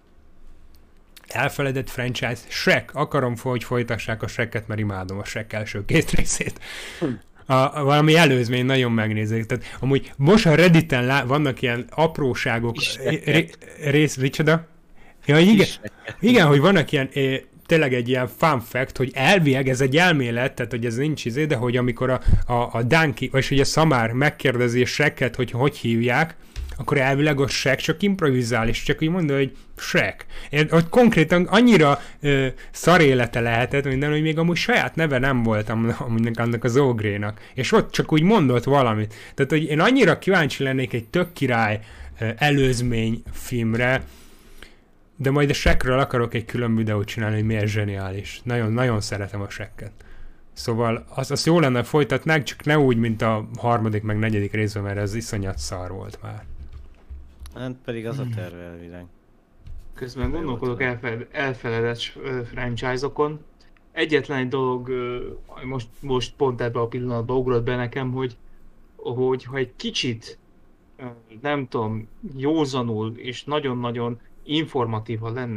Elfeledett franchise, Shrek, akarom, hogy folytassák a Shreket, mert imádom a Shrek első két részét. A, a, valami előzmény nagyon megnézik. Tehát amúgy most a Redditen lá, vannak ilyen apróságok, ré, rész, micsoda? Ja, igen, igen, hogy vannak ilyen, é, tényleg egy ilyen fun fact, hogy elvileg ez egy elmélet, tehát hogy ez nincs izé, de hogy amikor a, a, a Donkey, vagy hogy a Szamár megkérdezi a Shreket, hogy hogy hívják, akkor elvileg a Shrek csak improvizál, és csak úgy mondja, hogy Shrek. Én, hogy konkrétan annyira ö, szar élete lehetett minden, hogy még amúgy saját neve nem volt amúgy annak az ogrénak. És ott csak úgy mondott valamit. Tehát, hogy én annyira kíváncsi lennék egy tök király ö, előzmény filmre, de majd a Shrekről akarok egy külön videót csinálni, hogy miért zseniális. Nagyon, nagyon szeretem a Shreket. Szóval az, az jó lenne folytatnák, csak ne úgy, mint a harmadik meg negyedik részben, mert ez iszonyat szar volt már. Hát pedig az a terve elvileg. Közben gondolkodok elfeled, elfeledett franchise-okon. Egyetlen egy dolog most, most pont ebben a pillanatban ugrott be nekem, hogy, hogy ha egy kicsit, nem tudom, józanul és nagyon-nagyon informatíva lenne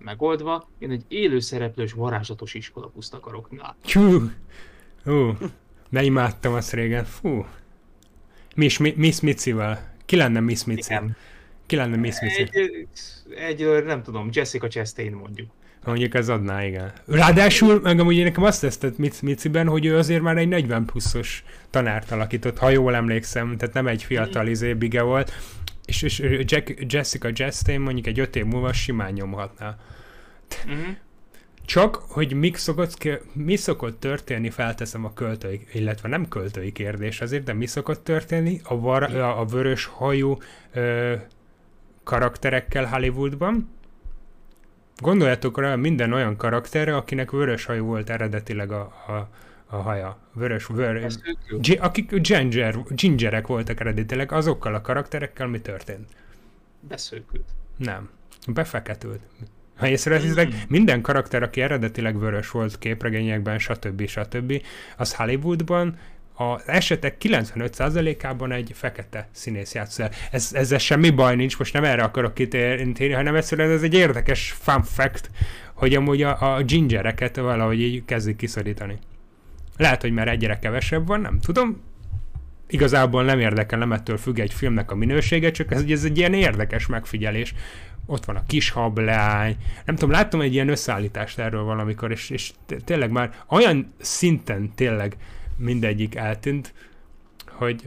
megoldva, én egy élőszereplős varázslatos iskolabuzt akarok. Na. Hú, hú, de imádtam azt régen. Fú. Miss, Miss Mitzi-vel. Ki lenne Miss Mitzi? Igen. Ki lenne Miss Mitzi? Egy, egy, nem tudom, Jessica Chastain mondjuk. Mondjuk ez adná, igen. Ráadásul, meg amúgy nekem azt tesztett Mitziben, hogy ő azért már egy negyven pluszos tanárt alakított, ha jól emlékszem, tehát nem egy fiatal izé bige volt, és, és Jack, Jessica Chastain mondjuk egy öt év múlva simán nyomhatná. Uh-huh. Csak, hogy mi szokott, mi szokott történni, felteszem a költői, illetve nem költői kérdés azért, de mi szokott történni a, var, a, a vörös hajú ö, karakterekkel Hollywoodban? Gondoljátok rá minden olyan karakterre, akinek vörös hajú volt eredetileg a, a, a haja. Vörös, vörös. G- akik ginger, gingerek voltak eredetileg, azokkal a karakterekkel mi történt? Beszőkült. Nem. Befeketült. Ha észreveszitek, mm. minden karakter, aki eredetileg vörös volt képregényekben, stb. stb. Az Hollywoodban az esetek kilencvenöt százalékában egy fekete színész játszol. Ez, ezzel semmi baj nincs, most nem erre akarok kitérni, hanem egyszerűen ez egy érdekes fun fact, hogy amúgy a, a gingereket valahogy így kezdik kiszorítani. Lehet, hogy már egyre kevesebb van, nem tudom. Igazából nem érdekel, nem ettől függ egy filmnek a minősége, csak ez, ez egy ilyen érdekes megfigyelés. Ott van a kis hableány, nem tudom, láttam egy ilyen összeállítást erről valamikor, és, és tényleg már olyan szinten tényleg mindegyik eltűnt, hogy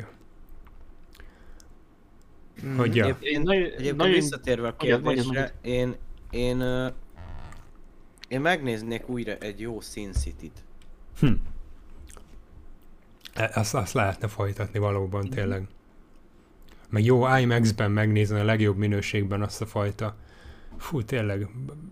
Hmm. hogy ja. Egyébként, nagyon, egyébként nagyon... visszatérve a kérdésre, én, én, én, én megnéznék újra egy jó Sin City-t. Hm. Azt, azt lehetne folytatni valóban, mm-hmm. tényleg. Meg jó i max-ben megnézni a legjobb minőségben azt a fajta. Fú, tényleg.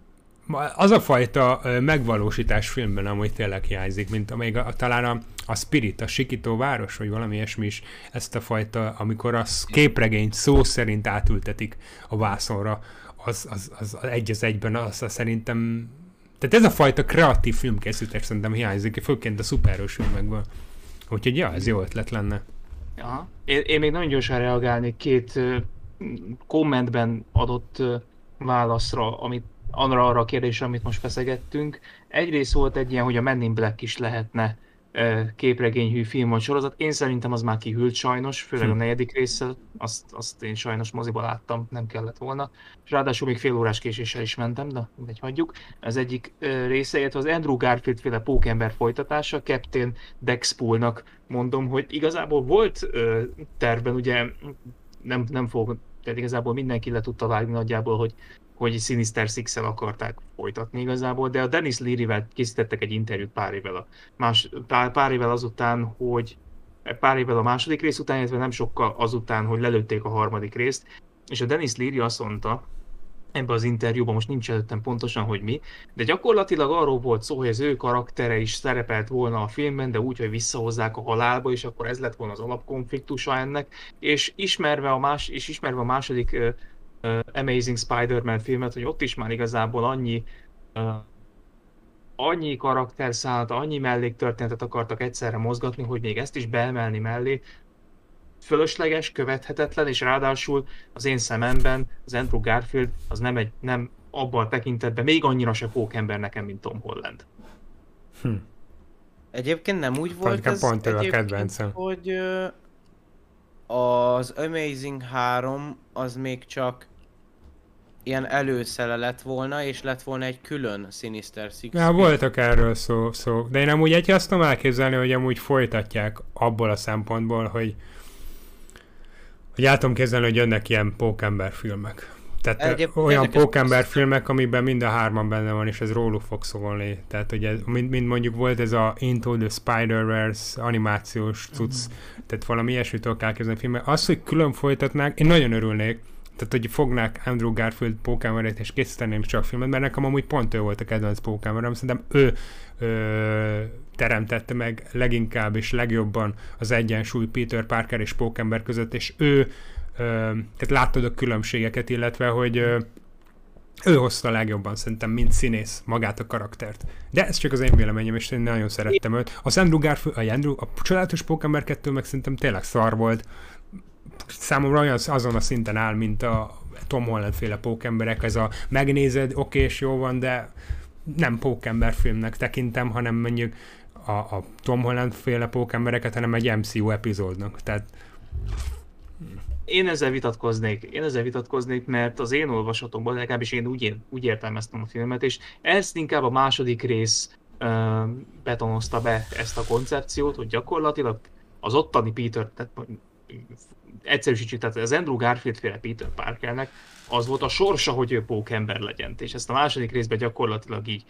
Az a fajta megvalósítás filmben amúgy tényleg hiányzik, mint amíg a, talán a, a Spirit, a Sikító város, vagy valami ilyesmi is ezt a fajta, amikor a képregényt szó szerint átültetik a vászonra, az, az, az, az egy az egyben, az, az szerintem... Tehát ez a fajta kreatív filmkészítés szerintem hiányzik, főként a szuperhős filmekből. Úgyhogy ja, ez jó ötlet lenne. Aha. Én, én még nagyon gyorsan reagálnék két uh, kommentben adott uh, válaszra, amit arra, arra a kérdésre, amit most feszegettünk. Egyrészt volt egy ilyen, hogy a Men in Black is lehetne uh, képregényhű film vagy sorozat. Én szerintem az már kihűlt sajnos, főleg a negyedik résszel. Azt, azt én sajnos moziba láttam, nem kellett volna. És ráadásul még fél órás késéssel is mentem, de mindegy, hagyjuk. Az egyik uh, része, illetve az Andrew Garfield féle Pókember folytatása, Captain Dexpoolnak mondom, hogy igazából volt uh, tervben, ugye nem, nem fog, tehát igazából mindenki le tudta vágni nagyjából, hogy hogy Sinister Six-el akarták folytatni igazából, de a Dennis Leary-vel készítettek egy interjút pár évvel, a más, pár, pár évvel azután, hogy pár évvel a második rész után, illetve nem sokkal azután, hogy lelőtték a harmadik részt, és a Dennis Leary azt mondta, ebben az interjúban most nincs előttem pontosan, hogy mi, de gyakorlatilag arról volt szó, hogy az ő karaktere is szerepelt volna a filmben, de úgy, hogy visszahozzák a halálba, és akkor ez lett volna az alapkonfliktusa ennek, és ismerve a, más, és ismerve a második uh, uh, Amazing Spider-Man filmet, hogy ott is már igazából annyi uh, annyi karakterszállat, annyi melléktörténetet akartak egyszerre mozgatni, hogy még ezt is beemelni mellé, fölösleges, követhetetlen, és ráadásul az én szememben az Andrew Garfield az nem, egy, nem abban a tekintetben még annyira se pókember nekem, mint Tom Holland. Hm. Egyébként nem úgy volt Pont, ez pont a egyébként, hogy uh, az Amazing három az még csak ilyen előszele lett volna, és lett volna egy külön Sinister Six. Ja, voltak erről szó, szó, de én amúgy egy azt tudom elképzelni, hogy amúgy folytatják abból a szempontból, hogy hogy el tudom képzelni, hogy jönnek ilyen pókember filmek. Tehát Egyéb, olyan pókember filmek, amiben mind a hárman benne van, és ez róluk fog szólni. Tehát, hogy ez, mind, mind mondjuk volt ez a Into the Spider-Verse animációs cucc, mm. tehát valami ilyesmit tudok elképzelni filmek. Az, hogy külön folytatnák, én nagyon örülnék, tehát, hogy fognák Andrew Garfield pókemberét, és készíteném csak filmet, mert nekem amúgy pont ő volt a kedvenc pókemberem, szerintem ő ö, teremtette meg leginkább és legjobban az egyensúly Peter Parker és pókember között, és ő, ö, tehát láttad a különbségeket, illetve, hogy ö, ő hozta a legjobban szerintem, mint színész magát a karaktert. De ez csak az én véleményem, és én nagyon szerettem őt. Az Andrew Garfield, a, Andrew, a csodálatos Pókember kettő meg szerintem tényleg szar volt. számomra olyan azon a szinten áll, mint a Tom Holland féle pókemberek, ez a megnézed, oké, és jó van, de nem pókember filmnek tekintem, hanem mondjuk a, a Tom Holland féle pókembereket, hanem egy em cé u epizódnak. Tehát... Én ezzel vitatkoznék, én ezzel vitatkoznék, mert az én olvasatomban, legalábbis én úgy, úgy értelmeztem a filmet, és ezt inkább a második rész uh, betonozta be ezt a koncepciót, hogy gyakorlatilag az ottani Peter, tehát egyszerűsítsük, tehát az Andrew Garfield féle Peter Parkernek az volt a sorsa, hogy ő pókember legyen, és ezt a második részben gyakorlatilag így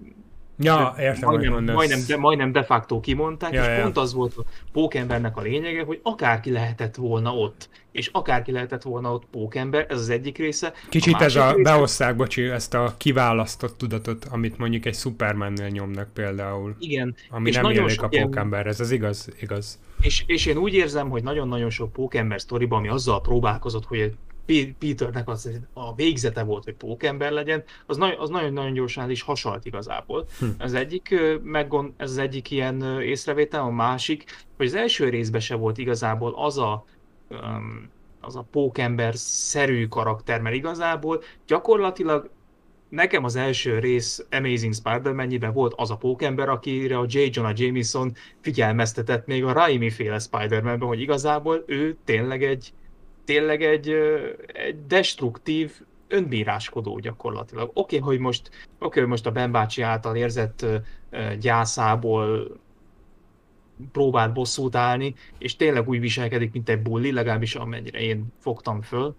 ja, értem, majdnem, majdnem, de, majdnem de facto kimondták, ja, és ja. pont az volt a pókembernek a lényege, hogy akárki lehetett volna ott, és akárki lehetett volna ott pókember, ez az egyik része. Kicsit a ez a, része... beosszák, bocsi, ezt a kiválasztott tudatot, amit mondjuk egy Supermannél nyomnak például. Igen. Ami és nem élik a pókember, ez az igaz, igaz. És, és én úgy érzem, hogy nagyon-nagyon sok pókember sztoriban, ami azzal próbálkozott, hogy Peternek az a végzete volt, hogy pókember legyen, az, na- az nagyon-nagyon gyorsan is hasalt igazából. Hm. Ez, egyik, meggond, ez az egyik ilyen észrevétel, a másik, hogy az első részben se volt igazából az a, um, az a pókember-szerű karakter, mert igazából gyakorlatilag nekem az első rész Amazing Spider-Man-ben volt az a pókember, akire a J. Jonah Jameson figyelmeztetett még a Raimi-féle Spider-Man-ben, hogy igazából ő tényleg egy tényleg egy, egy destruktív, önbíráskodó gyakorlatilag. Oké, okay, hogy most, okay, hogy most a Ben bácsi által érzett gyászából próbált bosszút állni, és tényleg úgy viselkedik, mint egy bulli, legalábbis amennyire én fogtam föl.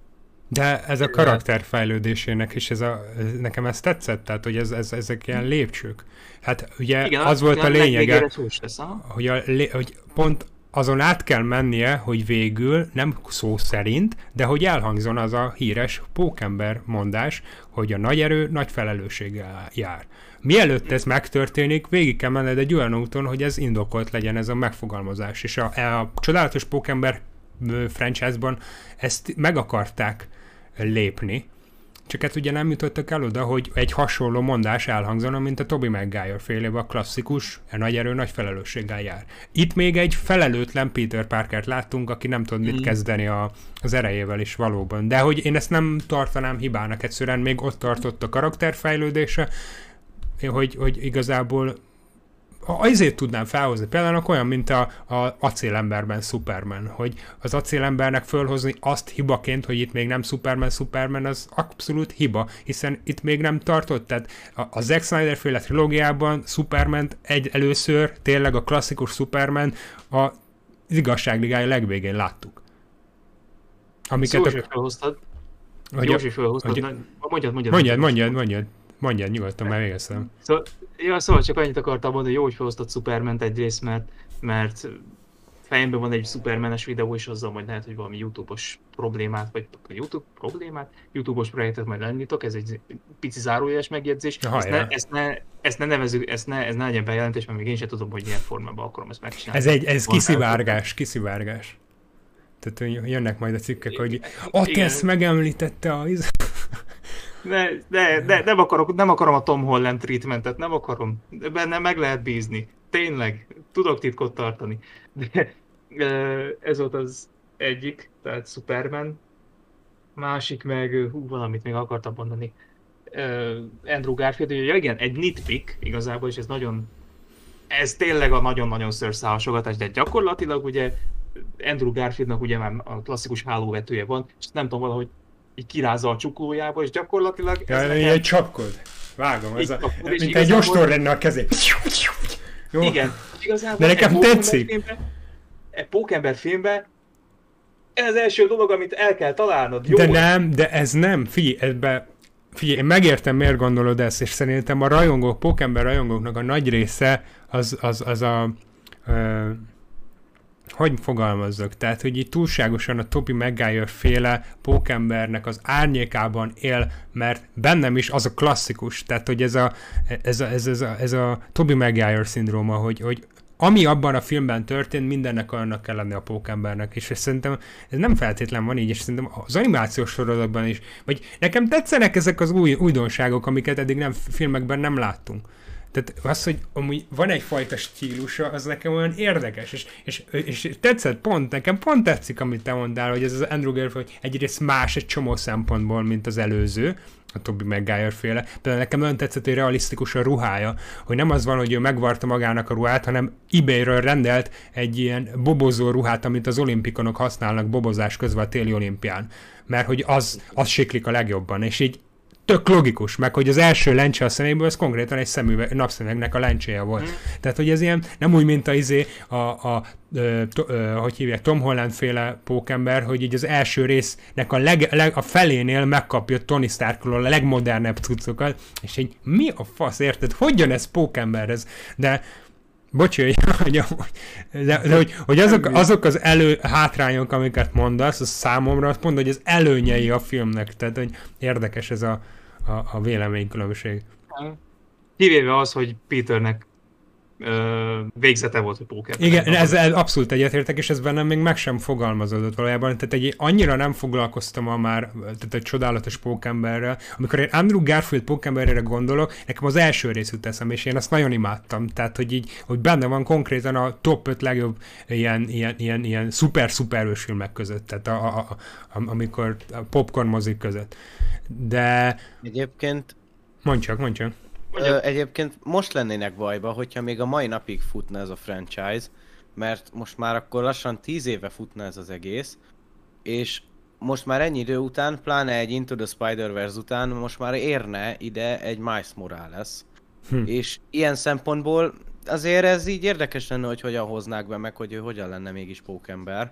De ez a karakterfejlődésének is, ez a, nekem ez tetszett, tehát hogy ez, ez, ezek ilyen lépcsők. Hát ugye igen, az volt a lényege, lesz, hogy, a, hogy pont azon át kell mennie, hogy végül, nem szó szerint, de hogy elhangzon az a híres pókember mondás, hogy a nagy erő nagy felelősséggel jár. Mielőtt ez megtörténik, végig kell menned egy olyan úton, hogy ez indokolt legyen ez a megfogalmazás. És a, a csodálatos pókember franchise-ban ezt meg akarták lépni, csak hát ugye nem jutottak el oda, hogy egy hasonló mondás elhangzana, mint a Tobey Maguire félébe a klasszikus, a nagy erő nagy felelősséggel jár. Itt még egy felelőtlen Peter Parkert láttunk, aki nem tud mit kezdeni a, az erejével is valóban. De hogy én ezt nem tartanám hibának, egyszerűen még ott tartott a karakterfejlődése, hogy, hogy igazából azért tudnám felhozni, például olyan, mint a, a acélemberben Superman, hogy az acélembernek fölhozni azt hibaként, hogy itt még nem Superman, Superman, az abszolút hiba, hiszen itt még nem tartott, tehát a, a Zack Snyder féle trilógiában Supermant egy először, tényleg a klasszikus Superman a igazságligája legvégén láttuk. Amiket Józsi a... felhoztad. Józsi felhoztad. Hogy... Mondjad, mondjad. Mondjad, mondjad, mondjad. Mondjad, nyugodtan, már végeztem. Szóval, ja, szóval csak annyit akartam mondani, hogy jó, hogy felhoztad Supermant egyrészt, mert, mert fejemben van egy Supermanes videó, és azzal majd lehet, hogy valami YouTube-os problémát, vagy YouTube problémát, YouTube-os projektet majd elindítok, ez egy pici zárójeles megjegyzés. Ezt ne, ezt, ne, ezt ne nevezzük, ezt ne, ez ne legyen bejelentés, mert még én sem tudom, hogy milyen formában akarom ezt megcsinálni. Ez egy ez kiszivárgás, kiszivárgás. Tehát jönnek majd a cikkek, hogy ott ezt megemlítette a... Ne, ne, ne, nem, akarok, nem akarom a Tom Holland treatmentet, nem akarom. Benne meg lehet bízni. Tényleg, tudok titkot tartani. De ez volt az egyik, tehát Superman. Másik meg, hú, valamit még akartam mondani. Andrew Garfield, ja igen, egy nitpick igazából, és ez nagyon, ez tényleg a nagyon-nagyon szőrszálhasogatás, de gyakorlatilag ugye Andrew Garfieldnak ugye már a klasszikus hálóvetője van, és nem tudom, valahogy így kirázza a csuklójába, és gyakorlatilag... Ja, nekem... egy csapkod. Vágom, ez a... Csapkod, mint egy ostor lenne a kezé. Jó. Igen, igazából... De nekem tetszik. Egy pókember filmben ez az első dolog, amit el kell találnod. Jó? De nem, de ez nem. Figyelj, ebbe... Figyelj, én megértem, miért gondolod ezt, és szerintem a rajongók, pókember rajongóknak a nagy része az, az, az a... Ö, hogy fogalmazzak? Tehát, hogy itt túlságosan a Tobey Maguire féle pókembernek az árnyékában él, mert bennem is az a klasszikus, tehát, hogy ez a, ez a, ez a, ez a, ez a Tobey Maguire szindróma, hogy, hogy ami abban a filmben történt, mindennek olyannak kell lenni a pókembernek, és szerintem ez nem feltétlen van így, és szerintem az animációs sorozatban is, vagy nekem tetszenek ezek az új újdonságok, amiket eddig nem filmekben nem láttunk. Tehát az, hogy amúgy van egyfajta stílusa, az nekem olyan érdekes, és, és, és tetszett pont, nekem pont tetszik, amit te mondtál, hogy ez az Andrew Garfield egyrészt más egy csomó szempontból, mint az előző, a Tobey Maguire féle. Például nekem olyan tetszett, hogy realisztikus a ruhája, hogy nem az van, hogy ő megvarta magának a ruhát, hanem eBay-ről rendelt egy ilyen bobozó ruhát, amit az olimpikonok használnak bobozás közben a téli olimpián. Mert hogy az, az siklik a legjobban, és így tök logikus, meg hogy az első lencse a szeméből, az konkrétan egy szemüveg, napszemüvegnek a lencséje volt. Mm. Tehát, hogy ez ilyen, nem úgy, mint a izé, a, a, a to, a, hogy hívják, Tom Holland féle pókember, hogy így az első résznek a, leg, leg, a felénél megkapja Tony Starkról a legmodernebb cuccokat, és így mi a fasz, érted? Hogyan ez pókemberhez? De bocsi, hogy, hogy, de, de hogy, hogy azok, azok az elő hátrányok, amiket mondasz, az számomra azt mondod, hogy az előnyei a filmnek, tehát hogy érdekes ez a, a, a véleménykülönbség. Kivéve az, hogy Peternek ö, végzete volt a póker. Igen, ez, ez abszolút egyetértek, és ez bennem még meg sem fogalmazódott valójában, tehát egy, annyira nem foglalkoztam a már, tehát egy csodálatos pókemberrel. Amikor én Andrew Garfield pókemberére gondolok, nekem az első rész jut eszembe, és én azt nagyon imádtam, tehát hogy így, hogy benne van konkrétan a top öt legjobb ilyen, ilyen, ilyen, ilyen szuper-szuperős filmek között, tehát a, a, a, a, amikor a popcorn mozik között. De... Egyébként... Mondj csak, mondj csak. Ö, egyébként most lennének bajba, hogyha még a mai napig futna ez a franchise, mert most már akkor lassan tíz éve futna ez az egész, és most már ennyi idő után, pláne egy Into the Spider-Verse után, most már érne ide egy Miles Morales. Hm. És ilyen szempontból azért ez így érdekes lenne, hogy hogyan hoznák be, meg hogy ő hogyan lenne mégis pókember.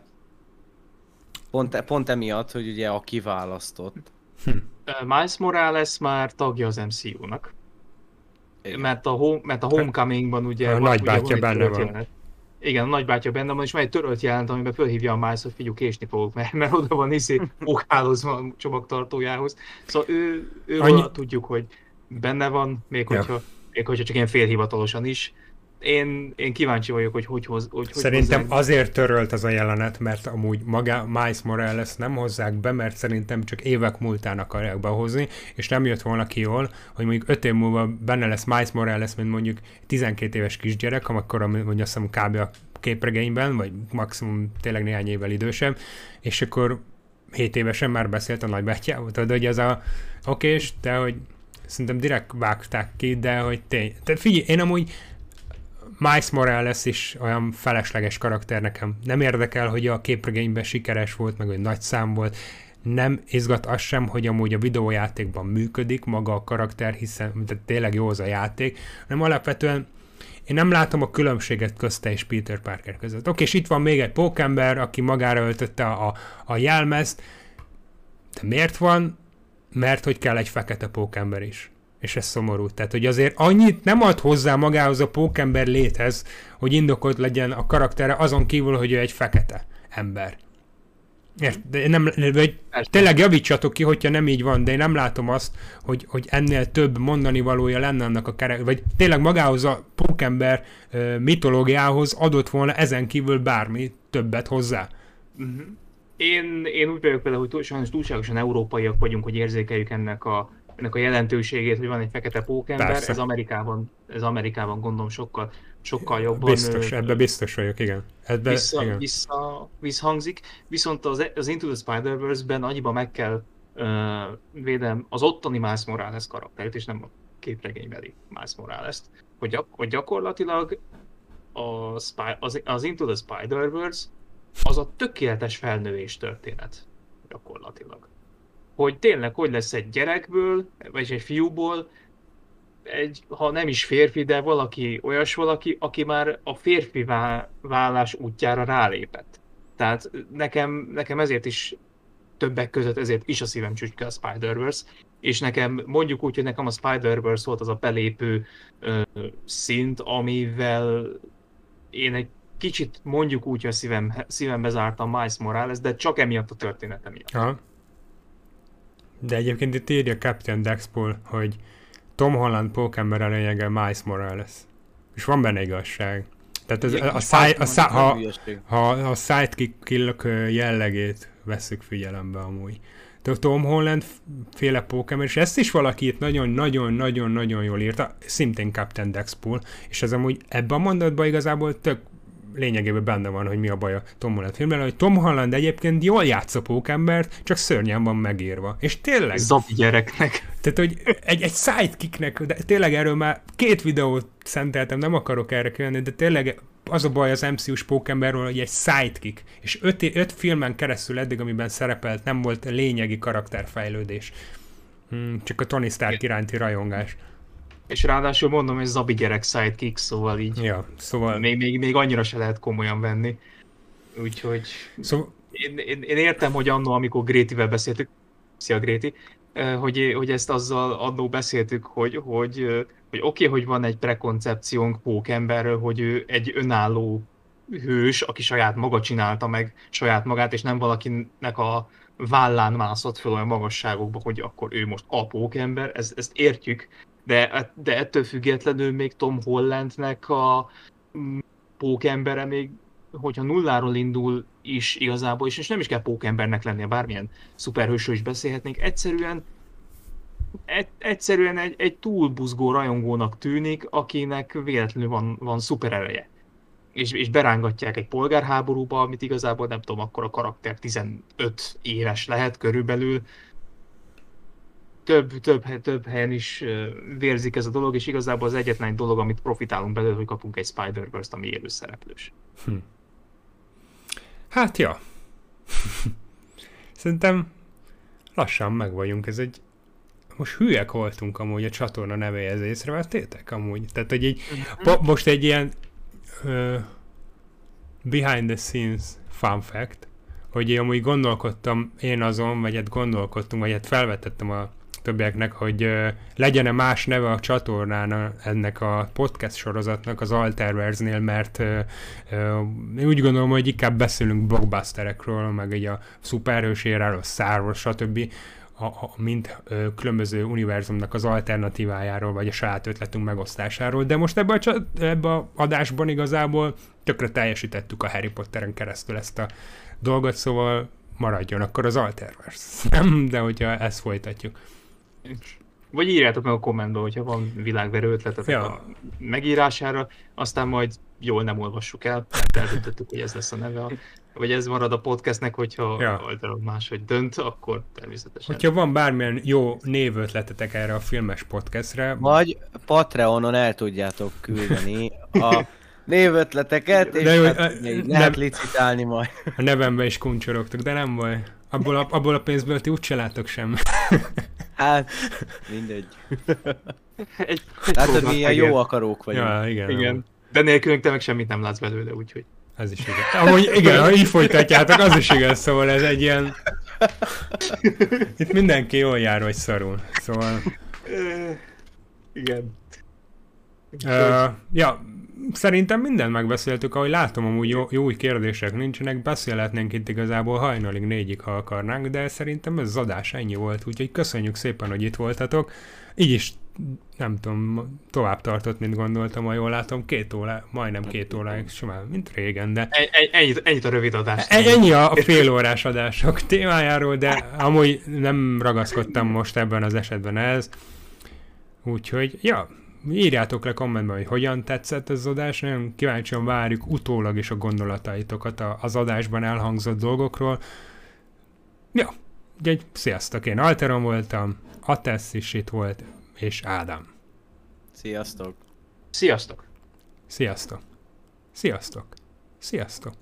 Pont, pont emiatt, hogy ugye a kiválasztott. Hm. Miles Morales már tagja az em cé u-nak. Mert a, home, mert a Homecomingban ugye... A nagybátyja benne van. Jelenet. Igen, a nagybátyja benne van, és már egy törölt jelent, amiben fölhívja a Miles, hogy figyelj, késni fogok, mert, mert oda van izé pókhálózva a csomagtartójához. Szóval ő, ő Annyi... tudjuk, hogy benne van, még, ja. hogyha, még hogyha csak ilyen félhivatalosan is. Én, én kíváncsi vagyok, hogy hogy hoz... Hogy, szerintem hozzák. Azért törölt ez a jelenet, mert amúgy maga Miles Morales nem hozzák be, mert szerintem csak évek múltán akarják behozni, és nem jött volna ki jól, hogy mondjuk öt év múlva benne lesz Miles Morales, mint mondjuk tizenkét éves kisgyerek, amikor mondjuk azt hiszem kb. A képregényben, vagy maximum tényleg néhány évvel idősebb, és akkor hét évesen már beszélt a nagybátyjával, tudod, hogy ez a okés, de hogy szerintem direkt vágták ki, de hogy tény. Tehát figyelj, én amúgy Miles Morales is olyan felesleges karakter nekem. Nem érdekel, hogy a képregényben sikeres volt, meg hogy nagy szám volt. Nem izgat az sem, hogy amúgy a videójátékban működik maga a karakter, hiszen tehát tényleg jó az a játék, hanem alapvetően én nem látom a különbséget közte és Peter Parker között. Oké, és itt van még egy pókember, aki magára öltötte a, a jelmezt, de miért van? Mert hogy kell egy fekete pókember is. És ez szomorú. Tehát, hogy azért annyit nem ad hozzá magához a pókember léthez, hogy indokolt legyen a karaktere, azon kívül, hogy ő egy fekete ember. De nem, vagy tényleg javítsatok ki, hogyha nem így van, de én nem látom azt, hogy, hogy ennél több mondani valója lenne annak a karakter, vagy tényleg magához a pókember uh, mitológiához adott volna ezen kívül bármi többet hozzá. Uh-huh. Én, én úgy vagyok például, hogy sajnos túlságosan európaiak vagyunk, hogy érzékeljük ennek a ennek a jelentőségét, hogy van egy fekete pókember, ez Amerikában, ez Amerikában gondolom sokkal, sokkal jobban... Biztos, ebben biztos vagyok, igen. Ebbe, vissza, igen. Vissza, visszhangzik, viszont az, az Into the Spider-Verse-ben annyiban meg kell uh, védem az ottani Miles Morales karakterét, és nem a képregénybeli Miles Morales-t, hogy, gyak, hogy gyakorlatilag a Spy, az, az Into the Spider-Verse az a tökéletes felnővés történet, gyakorlatilag. Hogy tényleg, hogy lesz egy gyerekből, vagy egy fiúból, egy, ha nem is férfi, de valaki, olyas valaki, aki már a férfi válás útjára rálépett. Tehát nekem, nekem ezért is, többek között ezért is a szívem csücske a Spider-Verse, és nekem, mondjuk úgy, hogy nekem a Spider-Verse volt az a belépő ö, szint, amivel én egy kicsit mondjuk úgy, hogy a szívem, szívembe zártam Miles Morales, de csak emiatt a története miatt. Aha. De egyébként itt írja Captain Dexpool, hogy Tom Holland pókember a lényege Miles Morales. És van benne igazság. Tehát ez, a, a, száj, a, szá, ha, ha a sidekick jellegét vesszük figyelembe amúgy. Tom Holland féle pókember, és ezt is valaki itt nagyon-nagyon-nagyon-nagyon jól írta, szintén Captain Dexpool, és ez amúgy ebben a mondatban igazából tök lényegében benne van, hogy mi a baj a Tom Holland filmben, hogy Tom Holland egyébként jól játsza pókembert, csak szörnyen van megírva. És tényleg... Zabi gyereknek. Tehát, hogy egy, egy sidekicknek, de tényleg erről már két videót szenteltem, nem akarok erre kérni, de tényleg az a baj az em cé u-s pókemberről, hogy egy sidekick, és öt, öt filmen keresztül eddig, amiben szerepelt, nem volt lényegi karakterfejlődés. Hmm, csak a Tony Stark iránti rajongás. És ráadásul mondom, hogy Zabi gyerek sidekick, szóval így ja, szóval... még, még, még annyira se lehet komolyan venni. Úgyhogy szóval... én, én, én értem, hogy annó, amikor Grétivel beszéltük, szia Gréti, hogy, hogy ezt azzal annó beszéltük, hogy, hogy, hogy oké, okay, hogy van egy prekoncepciónk pókemberről, hogy ő egy önálló hős, aki saját maga csinálta meg saját magát, és nem valakinek a vállán mászott föl olyan magasságokba, hogy akkor ő most a pókember, ezt, ezt értjük, de, de ettől függetlenül még Tom Hollandnek a pókembere még, hogyha nulláról indul is igazából, és nem is kell pókembernek lennie, bármilyen szuperhősről is beszélhetnénk, egyszerűen egyszerűen egy, egy túlbuzgó rajongónak tűnik, akinek véletlenül van, van szuperereje. És, és berángatják egy polgárháborúba, amit igazából nem tudom, akkor a karakter tizenöt éves lehet körülbelül. Több, több, több helyen is vérzik ez a dolog, és igazából az egyetlen dolog, amit profitálunk belőle, hogy kapunk egy Spider-Verse-t, ami élő szereplős. Hm. Hát ja. Szerintem lassan meg vagyunk. Ez egy... Most hülyek voltunk amúgy a csatorna nevéhez, észrevettétek amúgy? Tehát, hogy így, po- most egy ilyen uh, behind the scenes fun fact, hogy én amúgy gondolkodtam én azon, vagy hát gondolkodtunk, vagy hát felvetettem a többieknek, hogy uh, legyen-e más neve a csatornán ennek a podcast sorozatnak az Alterverse-nél, mert uh, uh, én úgy gondolom, hogy inkább beszélünk blockbusterekről, meg így a szuperhős éráról, Star Wars, stb., a, a, mint ö, különböző univerzumnak az alternatívájáról, vagy a saját ötletünk megosztásáról, de most ebben a, ebbe a adásban igazából tökre teljesítettük a Harry Potteren keresztül ezt a dolgot, szóval maradjon akkor az Alterverse. Nem, de hogyha ezt folytatjuk. Vagy írjátok meg a kommentbe, hogyha van világverő ötletetek ja. a megírására, aztán majd jól nem olvassuk el, mert eldöntöttük, hogy ez lesz a neve, vagy ez marad a podcastnek, hogyha ja. Alteron máshogy dönt, akkor természetesen. Hogyha van bármilyen jó névötletetek erre a filmes podcastre, vagy Patreonon el tudjátok küldeni a névötleteket, és jó, hát a, lehet nem, licitálni majd. A nevembe is kuncsorogtok, de nem baj. Abból a, abból a pénzből ti úgyse látok sem. Hát, mindegy. Egy, látod, milyen jó akarók vagyunk. Ja, igen. igen. De nélkülünk te meg semmit nem látsz belőle, úgyhogy. Ez is igaz. Amúgy igen, ha így folytatjátok, az is igaz, szóval ez egy ilyen... Itt mindenki jól jár, vagy szarul, szóval... Igen. Uh, ja, szerintem mindent megbeszéltük, ahogy látom, amúgy jó, jó új kérdések nincsenek, beszélhetnénk itt igazából hajnalig négyig, ha akarnánk, de szerintem ez az adás ennyi volt, úgyhogy köszönjük szépen, hogy itt voltatok. Így is, nem tudom, tovább tartott, mint gondoltam, ha jól látom, két óra, majdnem két óráig, simán, mint régen, de... Ennyit, ennyit a rövid adás. Ennyi a félórás adások témájáról, de amúgy nem ragaszkodtam most ebben az esetben ez. Úgyhogy, ja, írjátok le kommentben, hogy hogyan tetszett ez az adás, nagyon kíváncsian várjuk utólag is a gondolataitokat az adásban elhangzott dolgokról. Ja, úgyhogy sziasztok, én Alteron voltam, Atesz is itt volt, és Ádám. Sziasztok! Sziasztok! Sziasztok! Sziasztok! Sziasztok!